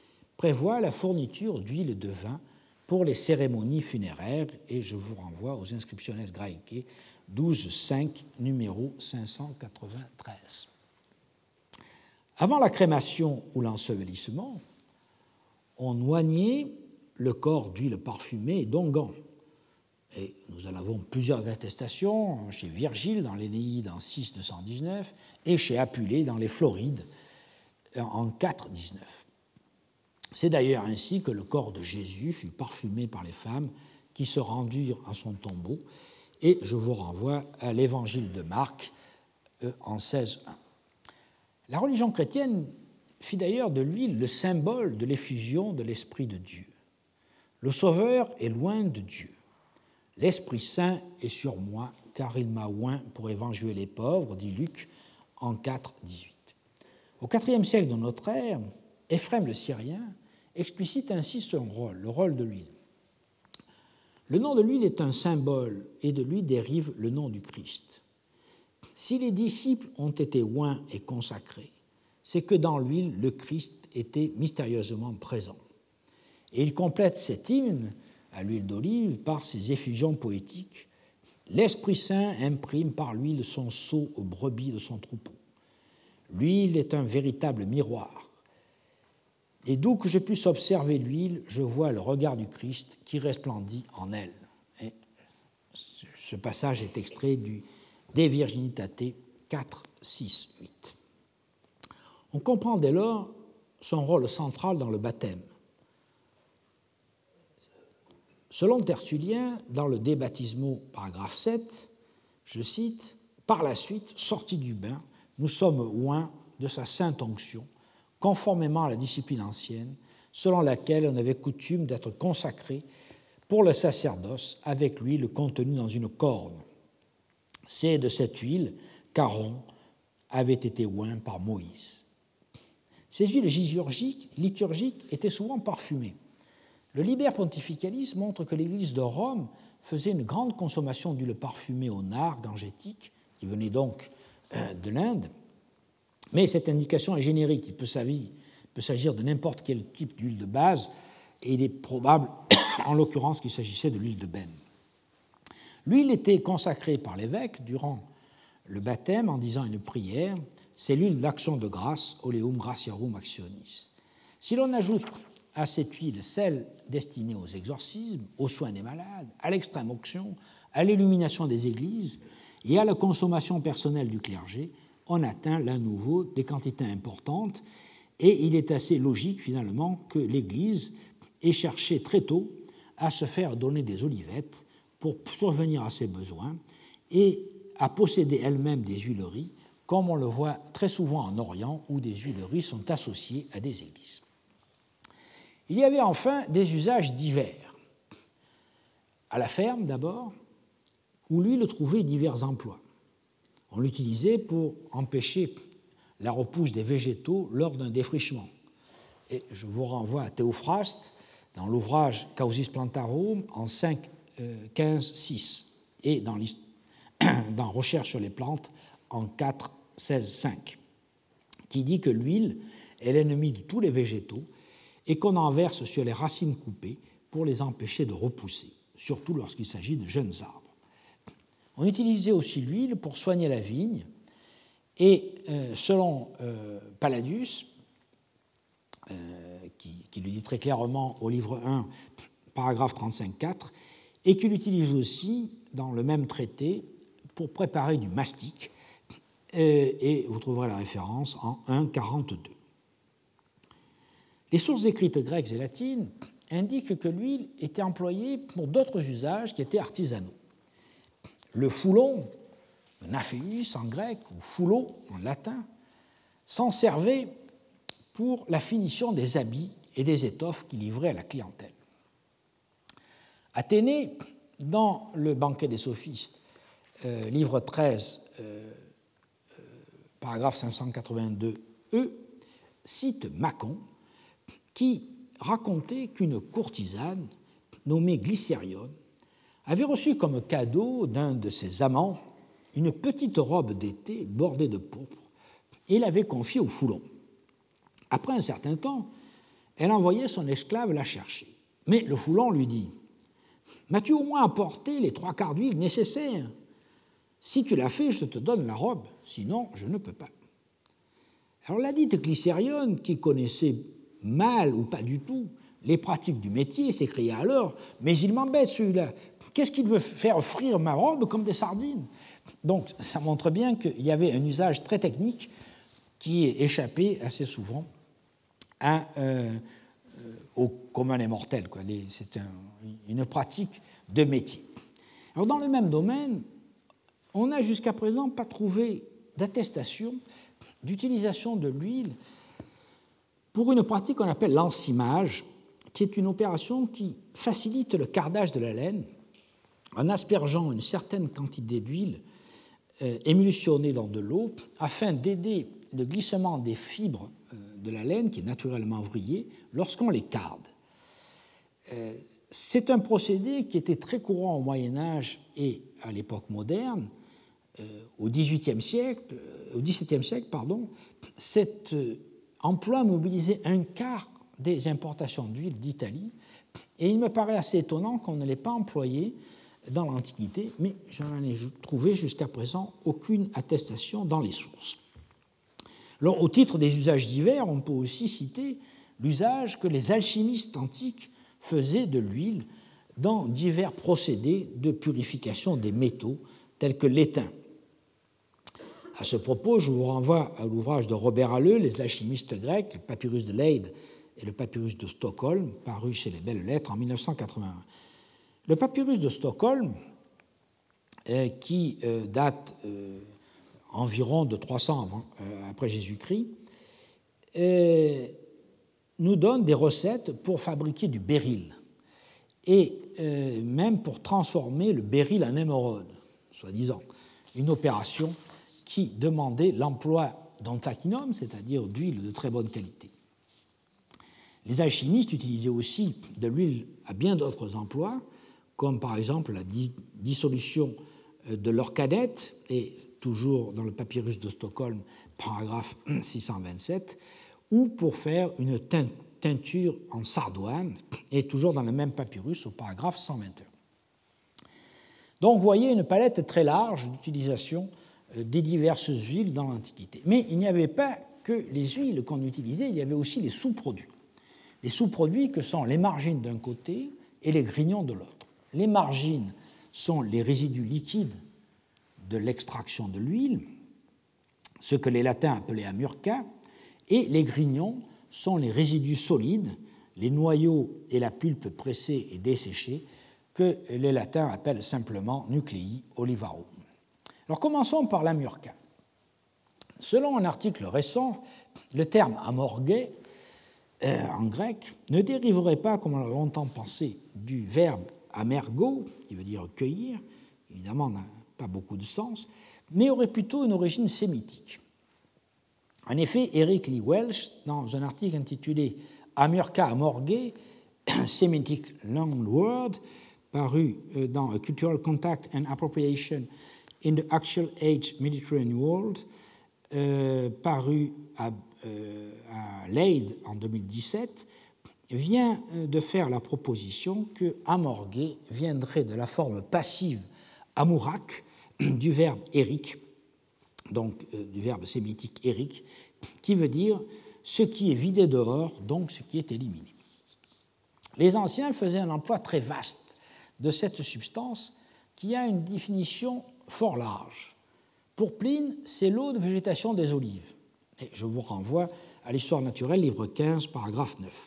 prévoit la fourniture d'huile de vin pour les cérémonies funéraires, et je vous renvoie aux Inscriptiones Graecae douze cinq, numéro cinq cent quatre-vingt-treize. Avant la crémation ou l'ensevelissement, on oignait le corps d'huile parfumée et d'onguent. Et nous en avons plusieurs attestations chez Virgile dans l'Énéide en six deux cent dix-neuf et chez Apulée dans les Florides en quatre dix-neuf. C'est d'ailleurs ainsi que le corps de Jésus fut parfumé par les femmes qui se rendirent à son tombeau, et je vous renvoie à l'Évangile de Marc en seize un. La religion chrétienne fit d'ailleurs de l'huile le symbole de l'effusion de l'Esprit de Dieu. Le Sauveur est loin de Dieu. L'Esprit Saint est sur moi, car il m'a oint pour évanouir les pauvres, dit Luc en quatre dix-huit. Au quatrième siècle de notre ère, Éphrem le Syrien explicite ainsi son rôle, le rôle de l'huile. Le nom de l'huile est un symbole, et de lui dérive le nom du Christ. Si les disciples ont été oints et consacrés, c'est que dans l'huile, le Christ était mystérieusement présent. Et il complète cet hymne à l'huile d'olive par ses effusions poétiques. L'Esprit Saint imprime par l'huile son sceau aux brebis de son troupeau. L'huile est un véritable miroir. Et d'où que je puisse observer l'huile, je vois le regard du Christ qui resplendit en elle. Et ce passage est extrait du De Virginitate quatre six huit. On comprend dès lors son rôle central dans le baptême. Selon Tertullien, dans le De Baptismo, paragraphe sept, je cite, « Par la suite, sortis du bain, nous sommes oints de sa sainte onction, conformément à la discipline ancienne, selon laquelle on avait coutume d'être consacré pour le sacerdoce avec l'huile contenue dans une corne. C'est de cette huile qu'Aaron avait été oint par Moïse. » Ces huiles liturgiques étaient souvent parfumées. Le Liber Pontificalis montre que l'Église de Rome faisait une grande consommation d'huile parfumée au nard gangétique, qui venait donc de l'Inde, mais cette indication est générique, il peut s'agir de n'importe quel type d'huile de base, et il est probable, en l'occurrence, qu'il s'agissait de l'huile de benne. L'huile était consacrée par l'évêque durant le baptême en disant une prière, c'est l'huile d'action de grâce, oleum gratiarum actionis. Si l'on ajoute à cette huile celle destinée aux exorcismes, aux soins des malades, à l'extrême onction, à l'illumination des églises et à la consommation personnelle du clergé, on atteint là nouveau des quantités importantes, et il est assez logique finalement que l'Église ait cherché très tôt à se faire donner des olivettes pour survenir à ses besoins et à posséder elle-même des huileries, comme on le voit très souvent en Orient, où des huileries sont associées à des églises. Il y avait enfin des usages divers. À la ferme, d'abord, où l'huile trouvait divers emplois. On l'utilisait pour empêcher la repousse des végétaux lors d'un défrichement. Et je vous renvoie à Théophraste, dans l'ouvrage Causis Plantarum, en cinq quinze six, et dans, dans Recherche sur les plantes, en quatre seize cinq, qui dit que l'huile est l'ennemi de tous les végétaux et qu'on en verse sur les racines coupées pour les empêcher de repousser, surtout lorsqu'il s'agit de jeunes arbres. On utilisait aussi l'huile pour soigner la vigne, et euh, selon euh, Palladius, euh, qui, qui le dit très clairement au livre un, paragraphe trente-cinq quatre, et qu'il utilise aussi dans le même traité pour préparer du mastic, euh, et vous trouverez la référence en un quarante-deux. Les sources écrites grecques et latines indiquent que l'huile était employée pour d'autres usages qui étaient artisanaux. Le foulon, le naphéus en grec, ou foulo en latin, s'en servait pour la finition des habits et des étoffes qu'il livrait à la clientèle. Athénée, dans le banquet des sophistes, euh, livre treize, euh, euh, paragraphe cinq cent quatre-vingt-deux E, cite Macon, qui racontait qu'une courtisane nommée Glycérione avait reçu comme cadeau d'un de ses amants une petite robe d'été bordée de pourpre et l'avait confiée au foulon. Après un certain temps, elle envoyait son esclave la chercher. Mais le Foulon lui dit « M'as-tu au moins apporté les trois quarts d'huile nécessaires? Si tu l'as fait, je te donne la robe, sinon je ne peux pas. » Alors la dite Glycérione, qui connaissait mal ou pas du tout les pratiques du métier, s'écria alors « Mais il m'embête celui-là, qu'est-ce qu'il veut faire frire ma robe comme des sardines ?» Donc ça montre bien qu'il y avait un usage très technique qui échappait assez souvent à, euh, au commun des mortels. C'est un, une pratique de métier. Alors dans le même domaine, on n'a jusqu'à présent pas trouvé d'attestation d'utilisation de l'huile pour une pratique qu'on appelle l'encimage, qui est une opération qui facilite le cardage de la laine en aspergeant une certaine quantité d'huile euh, émulsionnée dans de l'eau afin d'aider le glissement des fibres euh, de la laine, qui est naturellement vrillée, lorsqu'on les carde. Euh, c'est un procédé qui était très courant au Moyen-Âge et à l'époque moderne. Euh, au dix-huitième siècle, euh, au dix-septième siècle, pardon, cet euh, emploi mobilisait un quart des importations d'huile d'Italie, et il me paraît assez étonnant qu'on ne l'ait pas employé dans l'Antiquité, mais je n'en ai trouvé jusqu'à présent aucune attestation dans les sources. Alors, au titre des usages divers, on peut aussi citer l'usage que les alchimistes antiques faisaient de l'huile dans divers procédés de purification des métaux, tels que l'étain. À ce propos, je vous renvoie à l'ouvrage de Robert Halleux, Les alchimistes grecs, le papyrus de Leyde et le papyrus de Stockholm, paru chez les Belles Lettres en mille neuf cent quatre-vingt-un. Le papyrus de Stockholm, euh, qui euh, date euh, environ de trois cents avant, euh, après Jésus-Christ, euh, nous donne des recettes pour fabriquer du béryl et euh, même pour transformer le béryl en émeraude, soi-disant, une opération qui demandait l'emploi d'anthakinum, c'est-à-dire d'huile de très bonne qualité. Les alchimistes utilisaient aussi de l'huile à bien d'autres emplois, comme par exemple la dissolution de l'orcanette, et toujours dans le papyrus de Stockholm, paragraphe six cent vingt-sept, ou pour faire une teinture en sardoine, et toujours dans le même papyrus, au paragraphe cent vingt et un. Donc, vous voyez une palette très large d'utilisation des diverses huiles dans l'Antiquité. Mais il n'y avait pas que les huiles qu'on utilisait, il y avait aussi les sous-produits. Les sous-produits que sont les margines d'un côté et les grignons de l'autre. Les margines sont les résidus liquides de l'extraction de l'huile, ce que les latins appelaient amurca, et les grignons sont les résidus solides, les noyaux et la pulpe pressée et desséchée, que les latins appellent simplement nuclei olivarum. Alors commençons par l'amurca. Selon un article récent, le terme amorgé, euh, en grec, ne dériverait pas, comme on l'a longtemps pensé, du verbe amergo, qui veut dire cueillir, évidemment n'a pas beaucoup de sens, mais aurait plutôt une origine sémitique. En effet, Eric Lee Welsh, dans un article intitulé Amurca amorgé, Semitic Loanword, paru dans A Cultural Contact and Appropriation in the Actual Age Mediterranean World, euh, paru à, euh, à Leyde en deux mille dix-sept, vient de faire la proposition que amorguer viendrait de la forme passive amourak du verbe eric, donc euh, du verbe sémitique eric, qui veut dire ce qui est vidé dehors, donc ce qui est éliminé. Les anciens faisaient un emploi très vaste de cette substance qui a une définition fort large. Pour Pline, c'est l'eau de végétation des olives. Et je vous renvoie à l'Histoire naturelle, livre quinze, paragraphe neuf.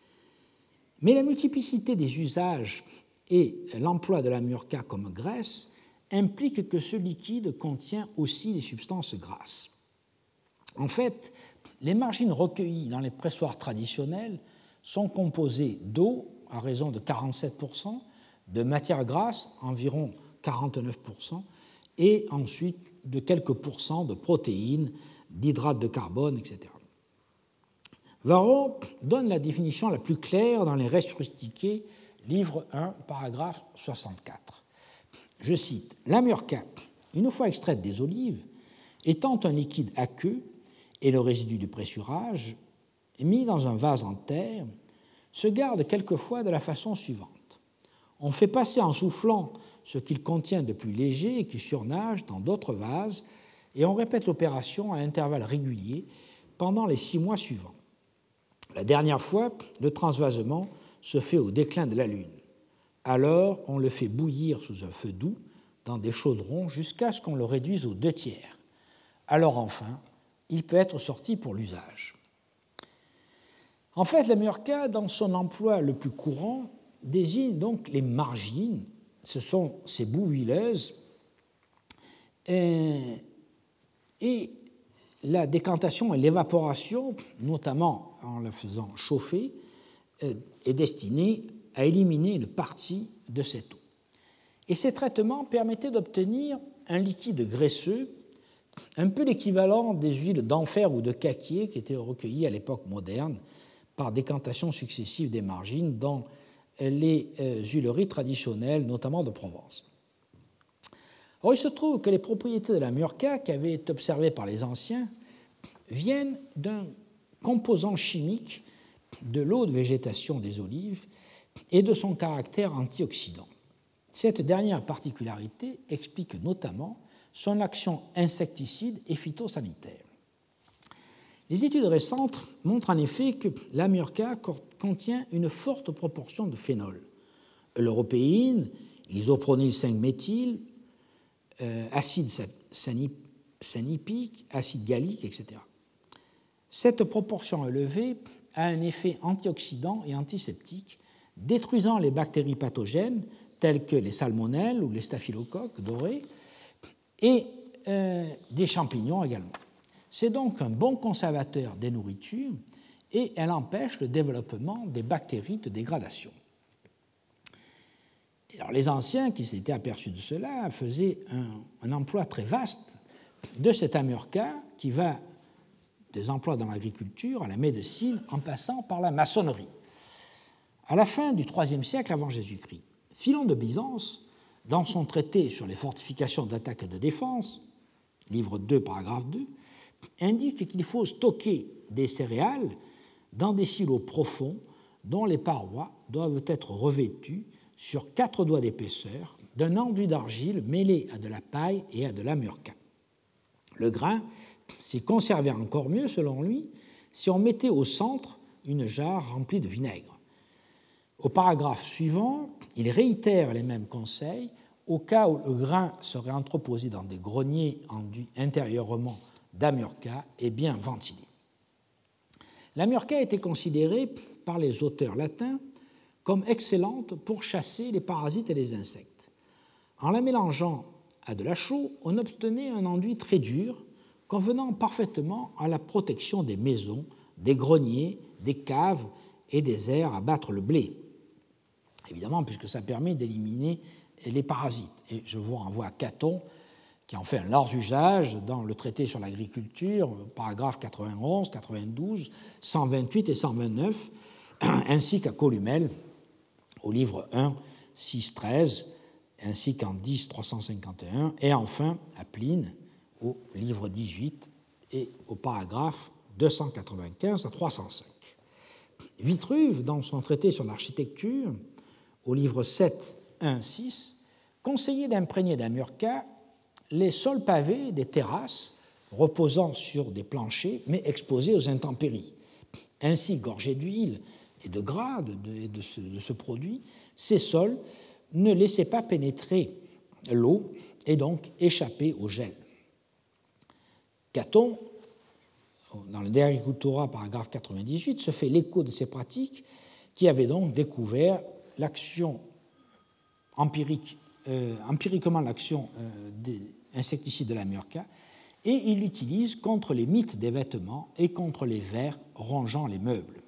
Mais la multiplicité des usages et l'emploi de l'amurca comme graisse implique que ce liquide contient aussi des substances grasses. En fait, les margines recueillies dans les pressoirs traditionnels sont composées d'eau à raison de quarante-sept pour cent, de matière grasse environ quarante-neuf pour cent, et ensuite de quelques pourcents de protéines, d'hydrates de carbone, et cetera. Varro donne la définition la plus claire dans les Res rusticae, livre un, paragraphe soixante-quatre. Je cite, « L'amurca, une fois extraite des olives, étant un liquide aqueux et le résidu du pressurage, mis dans un vase en terre, se garde quelquefois de la façon suivante. On fait passer en soufflant ce qu'il contient de plus léger et qui surnage dans d'autres vases, et on répète l'opération à intervalles réguliers pendant les six mois suivants. La dernière fois, le transvasement se fait au déclin de la Lune. Alors, on le fait bouillir sous un feu doux dans des chaudrons jusqu'à ce qu'on le réduise aux deux tiers. Alors enfin, il peut être sorti pour l'usage. En fait, la murka, dans son emploi le plus courant, désigne donc les margines. Ce sont ces boues huileuses. Et, et la décantation et l'évaporation, notamment en la faisant chauffer, est destinée à éliminer une partie de cette eau. Et ces traitements permettaient d'obtenir un liquide graisseux, un peu l'équivalent des huiles d'enfer ou de caquier qui étaient recueillies à l'époque moderne par décantation successive des margines dans les huileries traditionnelles, notamment de Provence. Or, il se trouve que les propriétés de la murka, qui avaient été observées par les anciens, viennent d'un composant chimique de l'eau de végétation des olives et de son caractère antioxydant. Cette dernière particularité explique notamment son action insecticide et phytosanitaire. Les études récentes montrent en effet que la murka contient une forte proportion de phénol, européine, isopronyle cinq méthyle, euh, acide sanipique, acide gallique, et cetera. Cette proportion élevée a un effet antioxydant et antiseptique, détruisant les bactéries pathogènes telles que les salmonelles ou les staphylocoques dorés et euh, des champignons également. C'est donc un bon conservateur des nourritures et elle empêche le développement des bactéries de dégradation. Alors, les anciens qui s'étaient aperçus de cela faisaient un, un emploi très vaste de cet amurka qui va des emplois dans l'agriculture à la médecine en passant par la maçonnerie. À la fin du troisième siècle avant Jésus-Christ, Philon de Byzance, dans son traité sur les fortifications d'attaque et de défense, livre deux, paragraphe deux, indique qu'il faut stocker des céréales dans des silos profonds dont les parois doivent être revêtues sur quatre doigts d'épaisseur d'un enduit d'argile mêlé à de la paille et à de la murka. Le grain s'est conservé encore mieux, selon lui, si on mettait au centre une jarre remplie de vinaigre. Au paragraphe suivant, il réitère les mêmes conseils au cas où le grain serait entreposé dans des greniers enduits intérieurement d'amurka et bien ventilés. L'amurka a été considérée par les auteurs latins comme excellente pour chasser les parasites et les insectes. En la mélangeant à de la chaux, on obtenait un enduit très dur, convenant parfaitement à la protection des maisons, des greniers, des caves et des aires à battre le blé. Évidemment, puisque ça permet d'éliminer les parasites. Et je vous renvoie à Caton, qui en fait un large usage dans le traité sur l'agriculture, paragraphes quatre-vingt-onze, quatre-vingt-douze, cent vingt-huit et cent vingt-neuf, ainsi qu'à Columel, au livre un, six treize, ainsi qu'en dix, trois cent cinquante et un, et enfin à Pline, au livre dix-huit et au paragraphe deux cent quatre-vingt-quinze à trois cent cinq. Vitruve, dans son traité sur l'architecture, au livre sept, un, six, conseillait d'imprégner d'amurka les sols pavés des terrasses reposant sur des planchers mais exposés aux intempéries. Ainsi, gorgés d'huile et de gras de, de, de, ce, de ce produit, ces sols ne laissaient pas pénétrer l'eau et donc échapper au gel. Caton, dans le De Agricultura, paragraphe quatre-vingt-dix-huit, se fait l'écho de ces pratiques qui avaient donc découvert l'action empirique, euh, empiriquement l'action euh, des insecticides de la murka, et il l'utilise contre les mites des vêtements et contre les vers rongeant les meubles.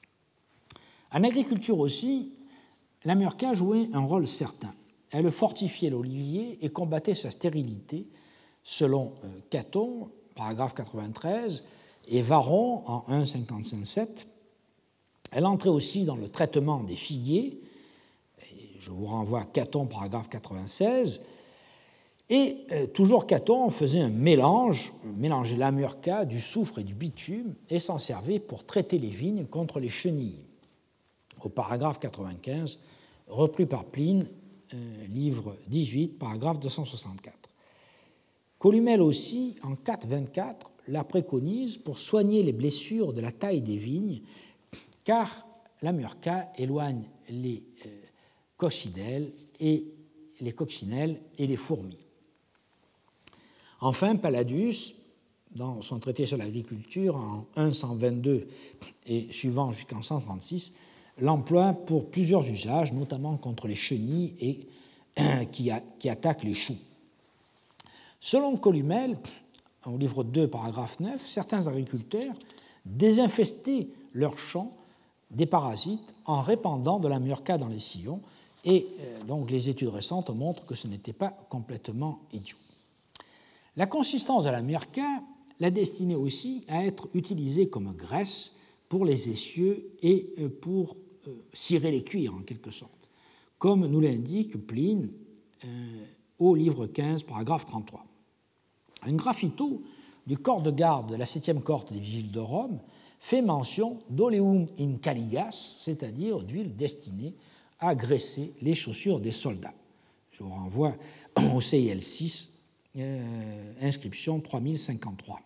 En agriculture aussi, la murka jouait un rôle certain. Elle fortifiait l'olivier et combattait sa stérilité, selon euh, Caton, paragraphe quatre-vingt-treize, et Varron en un cinquante-cinq sept. Elle entrait aussi dans le traitement des figuiers. Et je vous renvoie à Caton, paragraphe quatre-vingt-seize. Et euh, toujours Caton faisait un mélange, mélangeait l'amurca, du soufre et du bitume, et s'en servait pour traiter les vignes contre les chenilles. Au paragraphe quatre-vingt-quinze, repris par Pline, euh, livre dix-huit, paragraphe deux cent soixante-quatre. Columel aussi, en quatre vingt-quatre, la préconise pour soigner les blessures de la taille des vignes, car l'amurca éloigne les euh, coccinelles et les coccinelles et les fourmis. Enfin, Palladius, dans son traité sur l'agriculture, en un cent vingt-deux et suivant jusqu'en cent trente-six, l'emploie pour plusieurs usages, notamment contre les chenilles et, euh, qui, a, qui attaquent les choux. Selon Columel, au livre deux, paragraphe neuf, certains agriculteurs désinfestaient leurs champs des parasites en répandant de l'amurca dans les sillons, et euh, donc les études récentes montrent que ce n'était pas complètement idiot. La consistance de l'amurca la destinait aussi à être utilisée comme graisse pour les essieux et pour euh, cirer les cuirs en quelque sorte, comme nous l'indique Pline euh, au livre quinze, paragraphe trente-trois. Un graffito du corps de garde de la septième cohorte des vigiles de Rome fait mention d'oleum in caligas, c'est-à-dire d'huile destinée à graisser les chaussures des soldats. Je vous renvoie au C I L six, euh, inscription trois mille cinquante-trois.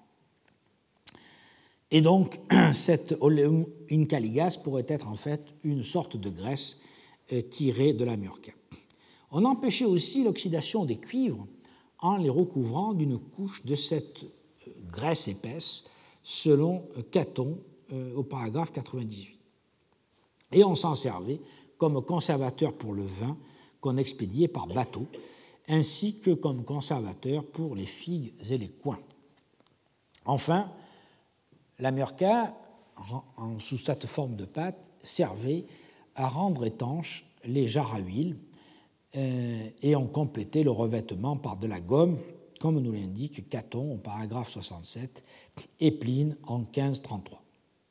Et donc, cette oleum in caligas pourrait être en fait une sorte de graisse euh, tirée de l'amurca. On empêchait aussi l'oxydation des cuivres en les recouvrant d'une couche de cette euh, graisse épaisse, selon euh, Caton euh, au paragraphe quatre-vingt-dix-huit. Et on s'en servait comme conservateur pour le vin qu'on expédiait par bateau, ainsi que comme conservateur pour les figues et les coings. Enfin, l'amurca, sous cette forme de pâte, servait à rendre étanches les jarres à huile euh, et on complétait le revêtement par de la gomme, comme nous l'indique Caton au paragraphe soixante-sept et Pline en quinze trente-trois.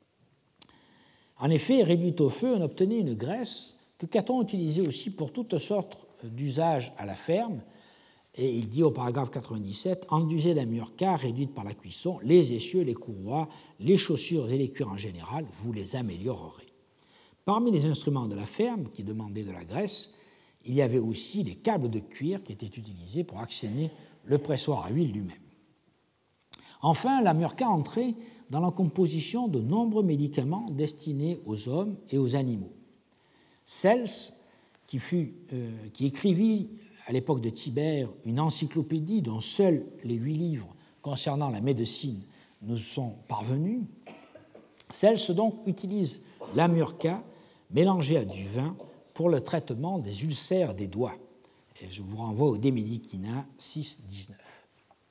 En effet, réduite au feu, on obtenait une graisse que Caton utilisait aussi pour toutes sortes d'usages à la ferme, et il dit au paragraphe quatre-vingt-dix-sept, enduisez d'amurca réduite par la cuisson, les essieux, les courroies, les chaussures et les cuirs en général, vous les améliorerez. Parmi les instruments de la ferme qui demandaient de la graisse, il y avait aussi les câbles de cuir qui étaient utilisés pour actionner le pressoir à huile lui-même. Enfin, l'amurca entrait dans la composition de nombreux médicaments destinés aux hommes et aux animaux. Cels, qui, fut, euh, qui écrivit à l'époque de Tibère une encyclopédie dont seuls les huit livres concernant la médecine nous sont parvenus, Cels donc utilise l'amurca mélangé à du vin pour le traitement des ulcères des doigts. Et je vous renvoie au De Medicina six dix-neuf.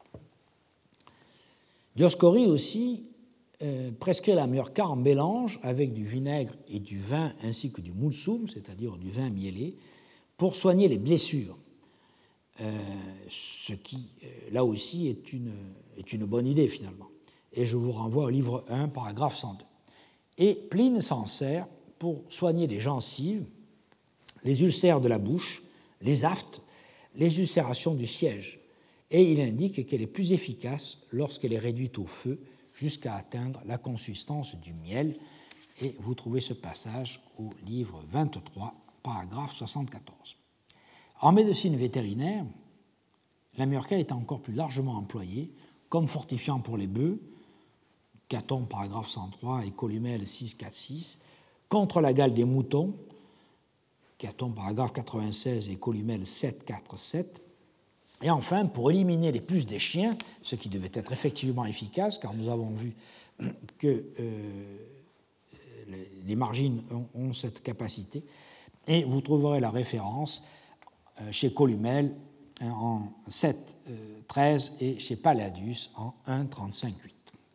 Dioscoride aussi euh, prescrit l'amurca en mélange avec du vinaigre et du vin ainsi que du mulsum, c'est-à-dire du vin mielé, pour soigner les blessures. Euh, ce qui, euh, là aussi, est une, est une bonne idée, finalement. Et je vous renvoie au livre un, paragraphe cent deux. Et Pline s'en sert pour soigner les gencives, les ulcères de la bouche, les aftes, les ulcérations du siège. Et il indique qu'elle est plus efficace lorsqu'elle est réduite au feu jusqu'à atteindre la consistance du miel. Et vous trouvez ce passage au livre vingt-trois, paragraphe soixante-quatorze. En médecine vétérinaire, l'amurca est encore plus largement employé comme fortifiant pour les bœufs, Caton, paragraphe cent trois, et Columel six quarante-six, contre la gale des moutons, Caton, paragraphe quatre-vingt-seize, et Columel sept quarante-sept, et enfin, pour éliminer les puces des chiens, ce qui devait être effectivement efficace, car nous avons vu que euh, les margines ont, ont cette capacité, et vous trouverez la référence chez Columel en sept treize et chez Palladius en un trente-cinq huit.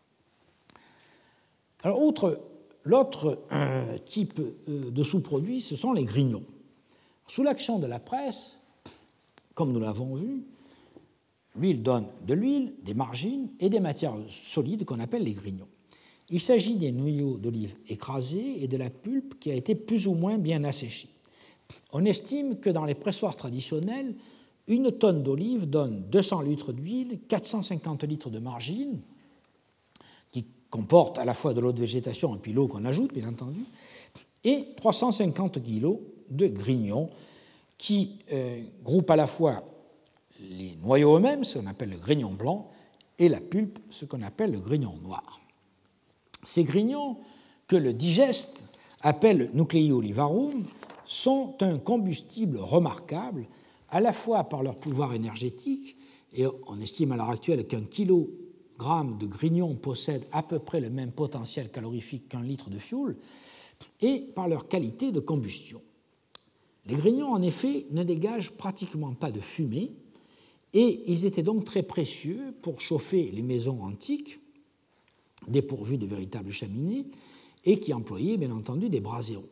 Alors, outre l'autre euh, type euh, de sous-produits, ce sont les grignons. Sous l'action de la presse, comme nous l'avons vu, l'huile donne de l'huile, des margines et des matières solides qu'on appelle les grignons. Il s'agit des noyaux d'olive écrasés et de la pulpe qui a été plus ou moins bien asséchée. On estime que dans les pressoirs traditionnels, une tonne d'olive donne deux cents litres d'huile, quatre cent cinquante litres de margarine, qui comporte à la fois de l'eau de végétation et puis l'eau qu'on ajoute, bien entendu, et trois cent cinquante kilos de grignon, qui euh, groupe à la fois les noyaux eux-mêmes, ce qu'on appelle le grignon blanc, et la pulpe, ce qu'on appelle le grignon noir. Ces grignons, que le digeste appelle nuclei olivarum, sont un combustible remarquable, à la fois par leur pouvoir énergétique, et on estime à l'heure actuelle qu'un kilogramme de grignon possède à peu près le même potentiel calorifique qu'un litre de fioul, et par leur qualité de combustion. Les grignons, en effet, ne dégagent pratiquement pas de fumée, et ils étaient donc très précieux pour chauffer les maisons antiques, dépourvues de véritables cheminées, et qui employaient, bien entendu, des braséros.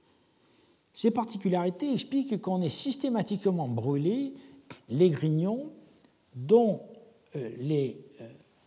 Ces particularités expliquent qu'on ait systématiquement brûlé les grignons dont euh, les, euh,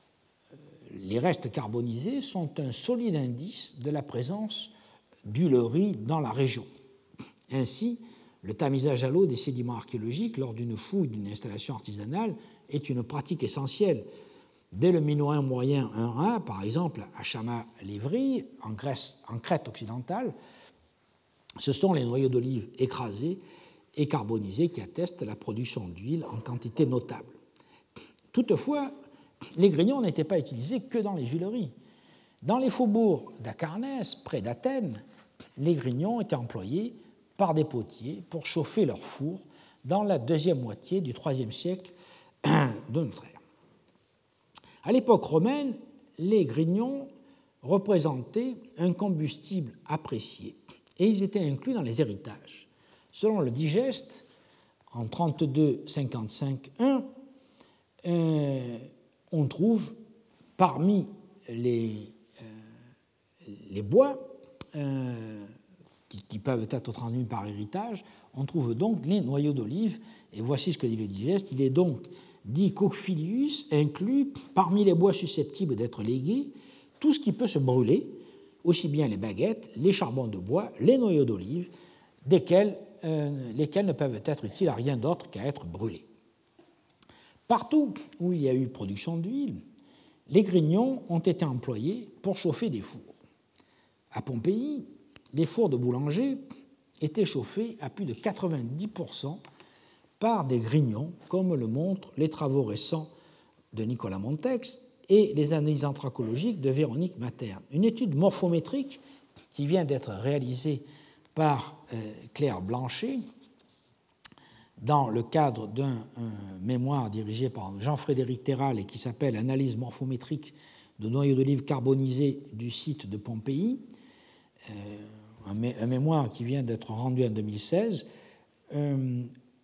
les restes carbonisés sont un solide indice de la présence d'huileries dans la région. Ainsi, le tamisage à l'eau des sédiments archéologiques lors d'une fouille d'une installation artisanale est une pratique essentielle. Dès le Minoen moyen un un, par exemple, à Chama-Lévry, en, Grèce, en Crète occidentale, ce sont les noyaux d'olive écrasés et carbonisés qui attestent la production d'huile en quantité notable. Toutefois, les grignons n'étaient pas utilisés que dans les huileries. Dans les faubourgs d'Acarnès, près d'Athènes, les grignons étaient employés par des potiers pour chauffer leurs fours dans la deuxième moitié du troisième siècle de notre ère. À l'époque romaine, les grignons représentaient un combustible apprécié et ils étaient inclus dans les héritages. Selon le digeste, en trente-deux cinquante-cinq un, euh, on trouve parmi les, euh, les bois euh, qui, qui peuvent être transmis par héritage, on trouve donc les noyaux d'olive, et voici ce que dit le digeste. Il est donc dit qu'Ophilius inclut parmi les bois susceptibles d'être légués tout ce qui peut se brûler, aussi bien les baguettes, les charbons de bois, les noyaux d'olive, desquels, euh, lesquels ne peuvent être utiles à rien d'autre qu'à être brûlés. Partout où il y a eu production d'huile, les grignons ont été employés pour chauffer des fours. À Pompéi, les fours de boulanger étaient chauffés à plus de quatre-vingt-dix pour cent par des grignons, comme le montrent les travaux récents de Nicolas Montex et les analyses anthracologiques de Véronique Materne. Une étude morphométrique qui vient d'être réalisée par euh, Claire Blanchet dans le cadre d'un mémoire dirigé par Jean-Frédéric Terral et qui s'appelle « Analyse morphométrique de noyaux d'olive carbonisés du site de Pompéi », euh, un, mé un mémoire qui vient d'être rendu en deux mille seize, euh,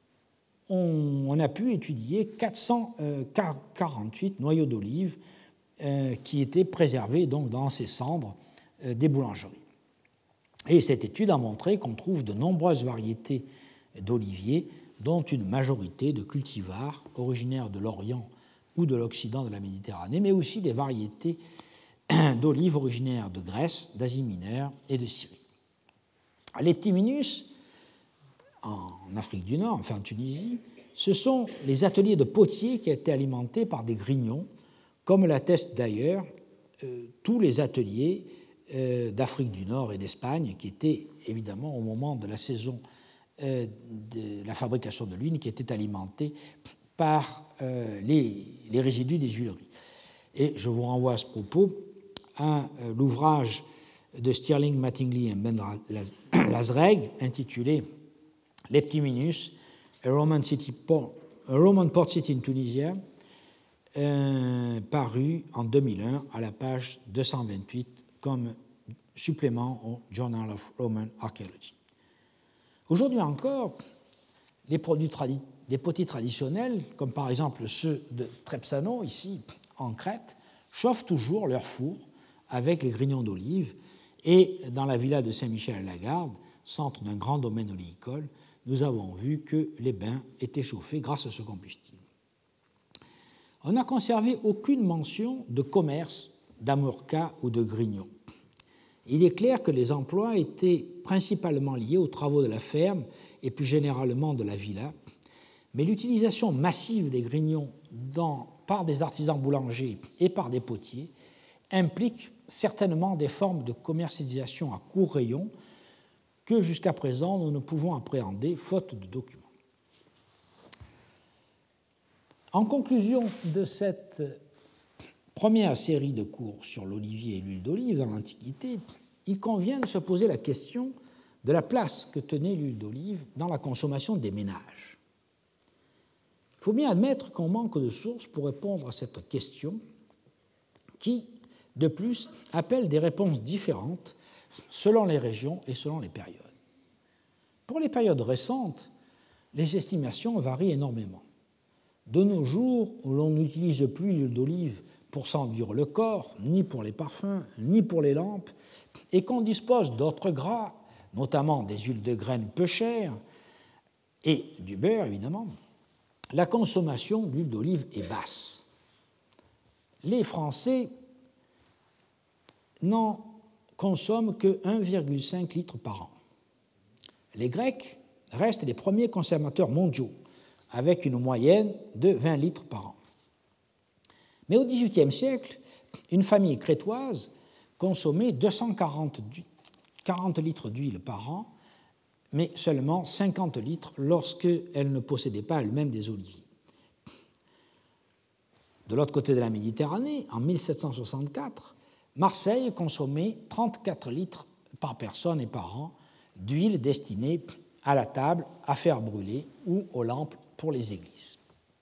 on, on a pu étudier quatre cent quarante-huit noyaux d'olive euh, qui étaient préservés donc, dans ces cendres euh, des boulangeries. Et cette étude a montré qu'on trouve de nombreuses variétés d'oliviers, dont une majorité de cultivars originaires de l'Orient ou de l'Occident de la Méditerranée, mais aussi des variétés d'olives originaires de Grèce, d'Asie mineure et de Syrie. Les Ptiminus, en Afrique du Nord, enfin en Tunisie, ce sont les ateliers de potiers qui étaient alimentés par des grignons, comme l'attestent d'ailleurs euh, tous les ateliers euh, d'Afrique du Nord et d'Espagne, qui étaient évidemment au moment de la saison euh, de la fabrication de l'huile, qui étaient alimentés par euh, les, les résidus des huileries. Et je vous renvoie à ce propos à euh, l'ouvrage de Stirling, Mattingly et Ben Lazreg, intitulé Les Ptiminus, a Roman, City Port, a Roman Port City in Tunisia, euh, paru en deux mille un à la page deux cent vingt-huit comme supplément au Journal of Roman Archaeology. Aujourd'hui encore, les produits tradi- des potiers traditionnels, comme par exemple ceux de Trepsano, ici en Crète, chauffent toujours leur four avec les grignons d'olive. Et dans la villa de Saint-Michel-à-la-Garde, centre d'un grand domaine oléicole, nous avons vu que les bains étaient chauffés grâce à ce combustible. On n'a conservé aucune mention de commerce d'amurca ou de grignons. Il est clair que les emplois étaient principalement liés aux travaux de la ferme et plus généralement de la villa, mais l'utilisation massive des grignons dans, par des artisans boulangers et par des potiers implique certainement des formes de commercialisation à court rayon que jusqu'à présent nous ne pouvons appréhender faute de documents. En conclusion de cette première série de cours sur l'olivier et l'huile d'olive dans l'Antiquité, il convient de se poser la question de la place que tenait l'huile d'olive dans la consommation des ménages. Il faut bien admettre qu'on manque de sources pour répondre à cette question qui, de plus, appelle des réponses différentes selon les régions et selon les périodes. Pour les périodes récentes, les estimations varient énormément. De nos jours, où l'on n'utilise plus l'huile d'olive pour s'enduire le corps, ni pour les parfums, ni pour les lampes, et qu'on dispose d'autres gras, notamment des huiles de graines peu chères, et du beurre, évidemment, la consommation d'huile d'olive est basse. Les Français n'en consomment que un virgule cinq litres par an. Les Grecs restent les premiers consommateurs mondiaux, avec une moyenne de vingt litres par an. Mais au dix-huitième siècle, une famille crétoise consommait deux cent quarante litres d'huile par an, mais seulement cinquante litres lorsqu'elle ne possédait pas elle-même des oliviers. De l'autre côté de la Méditerranée, en mille sept cent soixante-quatre, Marseille consommait trente-quatre litres par personne et par an d'huile destinée à la table, à faire brûler ou aux lampes pour les églises.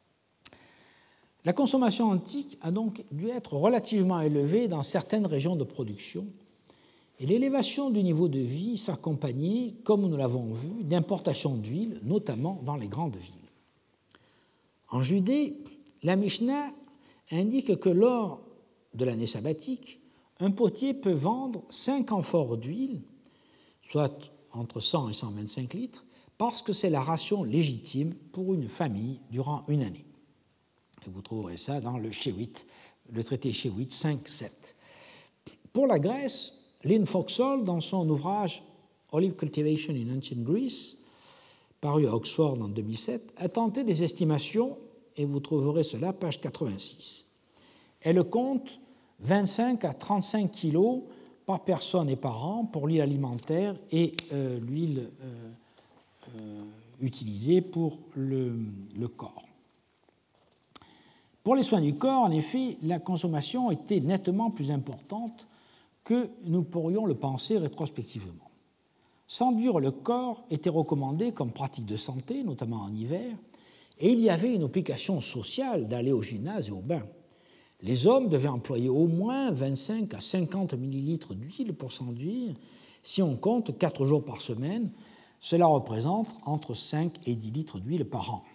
La consommation antique a donc dû être relativement élevée dans certaines régions de production, et l'élévation du niveau de vie s'accompagnait, comme nous l'avons vu, d'importations d'huile, notamment dans les grandes villes. En Judée, la Mishnah indique que lors de l'année sabbatique, un potier peut vendre cinq amphores d'huile, soit entre cent et cent vingt-cinq litres, parce que c'est la ration légitime pour une famille durant une année. Et vous trouverez ça dans le Shewit, le traité Shewit cinq sept. Pour la Grèce, Lynn Foxall, dans son ouvrage Olive Cultivation in Ancient Greece, paru à Oxford en deux mille sept, a tenté des estimations, et vous trouverez cela, page quatre-vingt-six. Elle compte vingt-cinq à trente-cinq kilos par personne et par an pour l'huile alimentaire et euh, l'huile euh, euh, utilisée pour le, le corps. Pour les soins du corps, en effet, la consommation était nettement plus importante que nous pourrions le penser rétrospectivement. S'enduire le corps était recommandé comme pratique de santé, notamment en hiver, et il y avait une obligation sociale d'aller au gymnase et au bain. Les hommes devaient employer au moins vingt-cinq à cinquante millilitres d'huile pour s'enduire. Si on compte quatre jours par semaine, cela représente entre cinq et dix litres d'huile par an.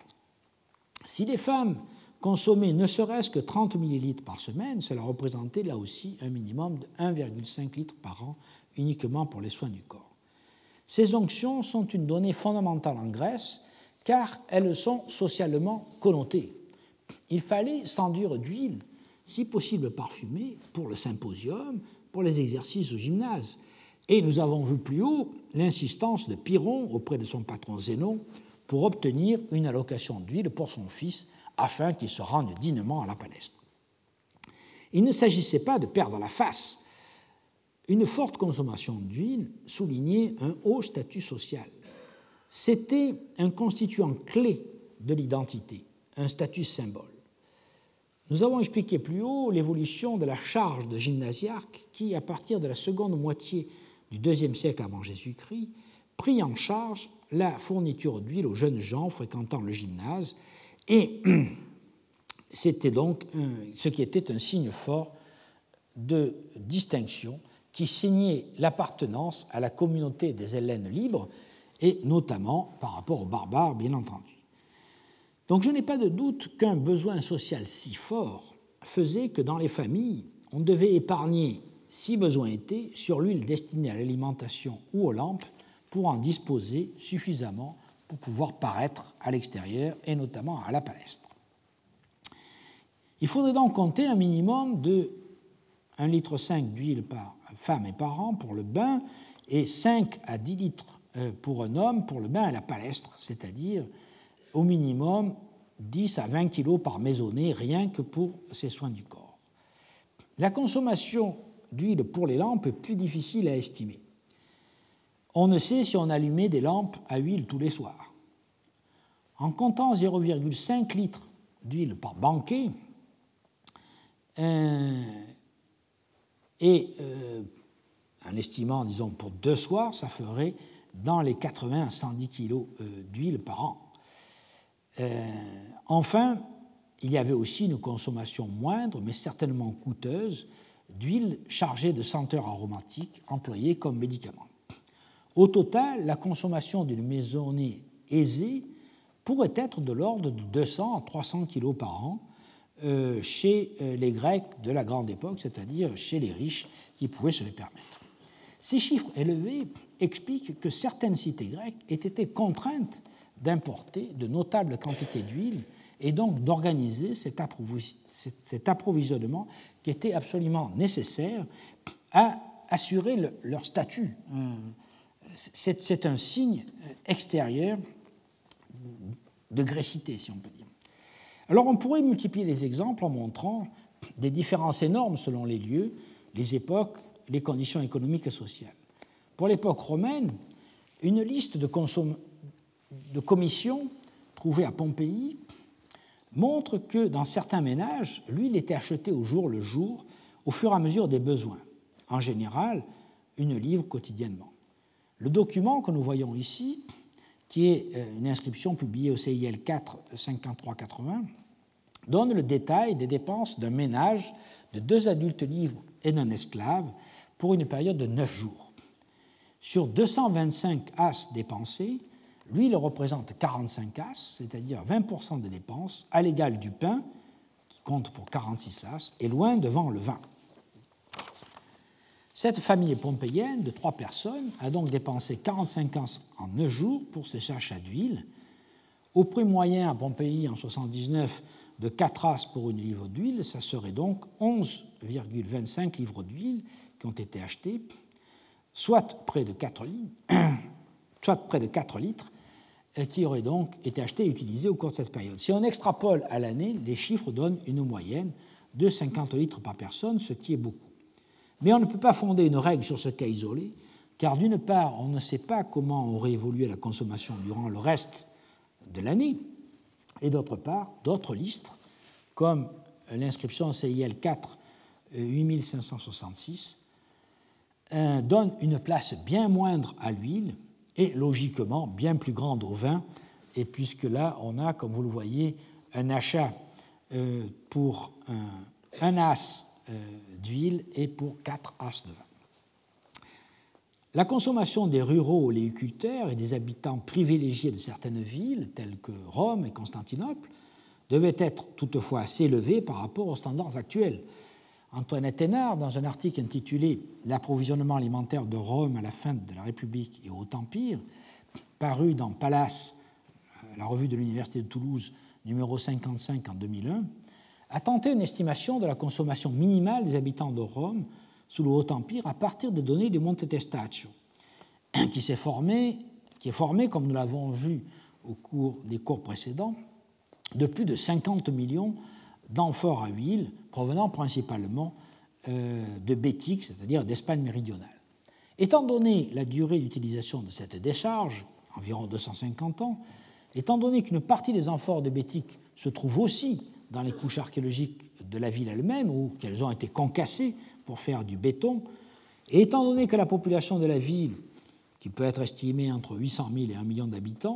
Si les femmes consommaient ne serait-ce que trente millilitres par semaine, cela représentait là aussi un minimum de un virgule cinq litres par an uniquement pour les soins du corps. Ces onctions sont une donnée fondamentale en Grèce car elles sont socialement connotées. Il fallait s'enduire d'huile, si possible parfumée, pour le symposium, pour les exercices au gymnase. Et nous avons vu plus haut l'insistance de Pyrrhon auprès de son patron Zénon pour obtenir une allocation d'huile pour son fils afin qu'il se rende dignement à la palestre. Il ne s'agissait pas de perdre la face. Une forte consommation d'huile soulignait un haut statut social. C'était un constituant clé de l'identité, un statut symbole. Nous avons expliqué plus haut l'évolution de la charge de gymnasiarque qui, à partir de la seconde moitié du deuxième siècle avant Jésus-Christ, prit en charge la fourniture d'huile aux jeunes gens fréquentant le gymnase, et c'était donc un, ce qui était un signe fort de distinction qui signait l'appartenance à la communauté des Hellènes libres, et notamment par rapport aux barbares, bien entendu. Donc je n'ai pas de doute qu'un besoin social si fort faisait que dans les familles, on devait épargner, si besoin était, sur l'huile destinée à l'alimentation ou aux lampes pour en disposer suffisamment pour pouvoir paraître à l'extérieur et notamment à la palestre. Il faudrait donc compter un minimum de un virgule cinq litre d'huile par femme et par an pour le bain et cinq à dix litres pour un homme pour le bain à la palestre, c'est-à-dire au minimum dix à vingt kilos par maisonnée, rien que pour ses soins du corps. La consommation d'huile pour les lampes est plus difficile à estimer. On ne sait si on allumait des lampes à huile tous les soirs. En comptant zéro virgule cinq litres d'huile par banquet, euh, et euh, en estimant, disons, pour deux soirs, ça ferait dans les quatre-vingts à cent dix kilos euh, d'huile par an. Euh, enfin, il y avait aussi une consommation moindre, mais certainement coûteuse, d'huile chargée de senteurs aromatiques employées comme médicament. Au total, la consommation d'une maisonnée aisée pourrait être de l'ordre de deux cents à trois cents kilos par an euh, chez euh, les Grecs de la grande époque, c'est-à-dire chez les riches qui pouvaient se les permettre. Ces chiffres élevés expliquent que certaines cités grecques aient été contraintes d'importer de notables quantités d'huile et donc d'organiser cet, approvis- cet approvisionnement qui était absolument nécessaire à assurer le, leur statut. C'est, c'est un signe extérieur de grécité, si on peut dire. Alors on pourrait multiplier les exemples en montrant des différences énormes selon les lieux, les époques, les conditions économiques et sociales. Pour l'époque romaine, une liste de, consom- de commissions trouvée à Pompéi montre que dans certains ménages, l'huile était achetée au jour le jour, au fur et à mesure des besoins. En général, une livre quotidiennement. Le document que nous voyons ici, qui est une inscription publiée au C I L quatre cinquante-trois quatre-vingts, donne le détail des dépenses d'un ménage de deux adultes libres et d'un esclave pour une période de neuf jours. Sur deux cent vingt-cinq as dépensés, l'huile représente quarante-cinq as, c'est-à-dire vingt pour cent des dépenses, à l'égal du pain, qui compte pour quarante-six as, et loin devant le vin. Cette famille pompéienne de trois personnes a donc dépensé quarante-cinq as en neuf jours pour ses achats d'huile. Au prix moyen à Pompéi en soixante-dix-neuf de quatre as pour une livre d'huile, ça serait donc onze virgule vingt-cinq livres d'huile qui ont été achetés, soit près de quatre litres, soit près de quatre litres, qui auraient donc été achetés et utilisés au cours de cette période. Si on extrapole à l'année, les chiffres donnent une moyenne de cinquante litres par personne, ce qui est beaucoup. Mais on ne peut pas fonder une règle sur ce cas isolé, car d'une part, on ne sait pas comment aurait évolué la consommation durant le reste de l'année, et d'autre part, d'autres listes, comme l'inscription C I L quatre huit mille cinq cent soixante-six, euh, donnent une place bien moindre à l'huile et logiquement bien plus grande au vin, et puisque là, on a, comme vous le voyez, un achat euh, pour un, un as euh, d'huile et pour quatre as de vin. La consommation des ruraux oléiculteurs et des habitants privilégiés de certaines villes, telles que Rome et Constantinople, devait être toutefois assez élevée par rapport aux standards actuels. Antoinette Hénard, dans un article intitulé « L'approvisionnement alimentaire de Rome à la fin de la République et au Haut-Empire », paru dans Pallas, la revue de l'Université de Toulouse, numéro cinquante-cinq en deux mille un, a tenté une estimation de la consommation minimale des habitants de Rome sous le Haut-Empire à partir des données du Monte Testaccio, qui, s'est formé, qui est formé, comme nous l'avons vu au cours des cours précédents, de plus de cinquante millions d'amphores à huile provenant principalement euh, de Bétique, c'est-à-dire d'Espagne méridionale. Étant donné la durée d'utilisation de cette décharge, environ deux cent cinquante ans, étant donné qu'une partie des amphores de Bétique se trouve aussi dans les couches archéologiques de la ville elle-même, ou qu'elles ont été concassées pour faire du béton, et étant donné que la population de la ville, qui peut être estimée entre huit cent mille et un million d'habitants,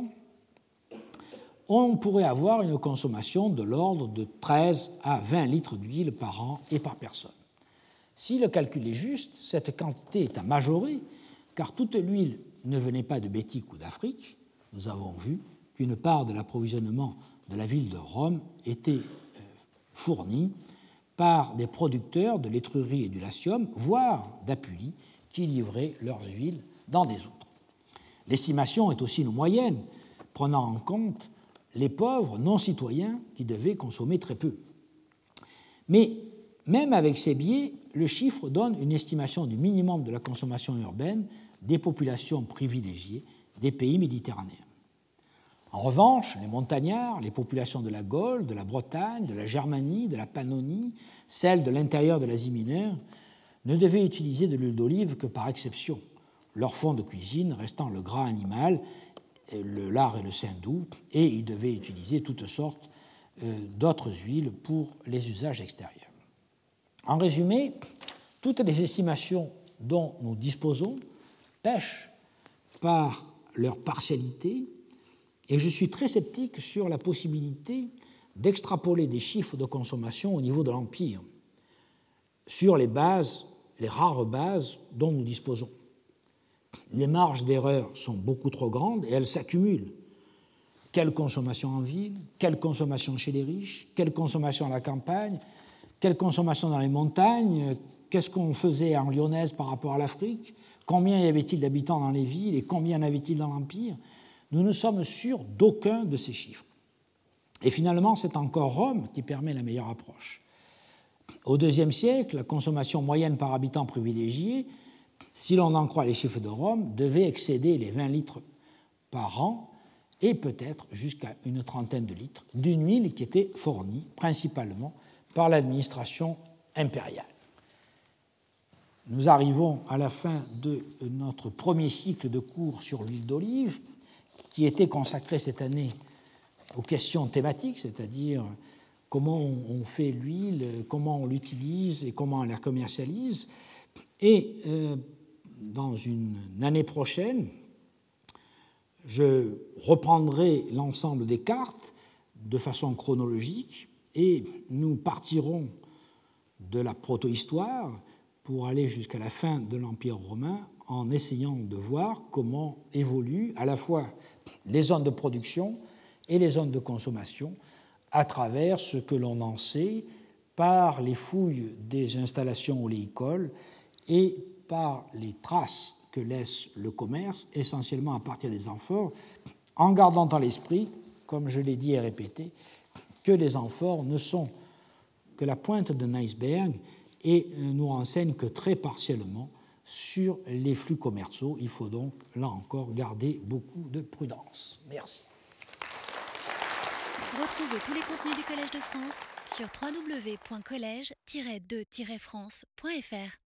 on pourrait avoir une consommation de l'ordre de treize à vingt litres d'huile par an et par personne. Si le calcul est juste, cette quantité est à majorer, car toute l'huile ne venait pas de Bétique ou d'Afrique. Nous avons vu qu'une part de l'approvisionnement de la ville de Rome était fournie par des producteurs de l'étrurie et du latium, voire d'Apulie, qui livraient leurs huiles dans des outres. L'estimation est aussi une moyenne, prenant en compte les pauvres non-citoyens qui devaient consommer très peu. Mais même avec ces biais, le chiffre donne une estimation du minimum de la consommation urbaine des populations privilégiées des pays méditerranéens. En revanche, les montagnards, les populations de la Gaule, de la Bretagne, de la Germanie, de la Pannonie, celles de l'intérieur de l'Asie mineure, ne devaient utiliser de l'huile d'olive que par exception, leur fond de cuisine restant le gras animal, le lard et le saindoux, et ils devaient utiliser toutes sortes d'autres huiles pour les usages extérieurs. En résumé, toutes les estimations dont nous disposons pêchent par leur partialité, et je suis très sceptique sur la possibilité d'extrapoler des chiffres de consommation au niveau de l'Empire sur les bases, les rares bases dont nous disposons. Les marges d'erreur sont beaucoup trop grandes et elles s'accumulent. Quelle consommation en ville, quelle consommation chez les riches, quelle consommation à la campagne, quelle consommation dans les montagnes, qu'est-ce qu'on faisait en lyonnaise par rapport à l'Afrique, combien y avait-il d'habitants dans les villes et combien y en avait-il dans l'Empire. Nous ne sommes sûrs d'aucun de ces chiffres. Et finalement, c'est encore Rome qui permet la meilleure approche. Au deuxième siècle, la consommation moyenne par habitant privilégié, si l'on en croit les chiffres de Rome, devait excéder les vingt litres par an et peut-être jusqu'à une trentaine de litres d'une huile qui était fournie principalement par l'administration impériale. Nous arrivons à la fin de notre premier cycle de cours sur l'huile d'olive, qui était consacré cette année aux questions thématiques, c'est-à-dire comment on fait l'huile, comment on l'utilise et comment on la commercialise. Et euh, dans une année prochaine, je reprendrai l'ensemble des cartes de façon chronologique et nous partirons de la protohistoire pour aller jusqu'à la fin de l'Empire romain en essayant de voir comment évoluent à la fois les zones de production et les zones de consommation à travers ce que l'on en sait par les fouilles des installations oléicoles et par les traces que laisse le commerce, essentiellement à partir des amphores, en gardant à l'esprit, comme je l'ai dit et répété, que les amphores ne sont que la pointe d'un iceberg et nous renseignent que très partiellement sur les flux commerciaux. Il faut donc, là encore, garder beaucoup de prudence. Merci. Retrouvez tous les contenus du Collège de France sur w w w point collège tiret de tiret france point f r.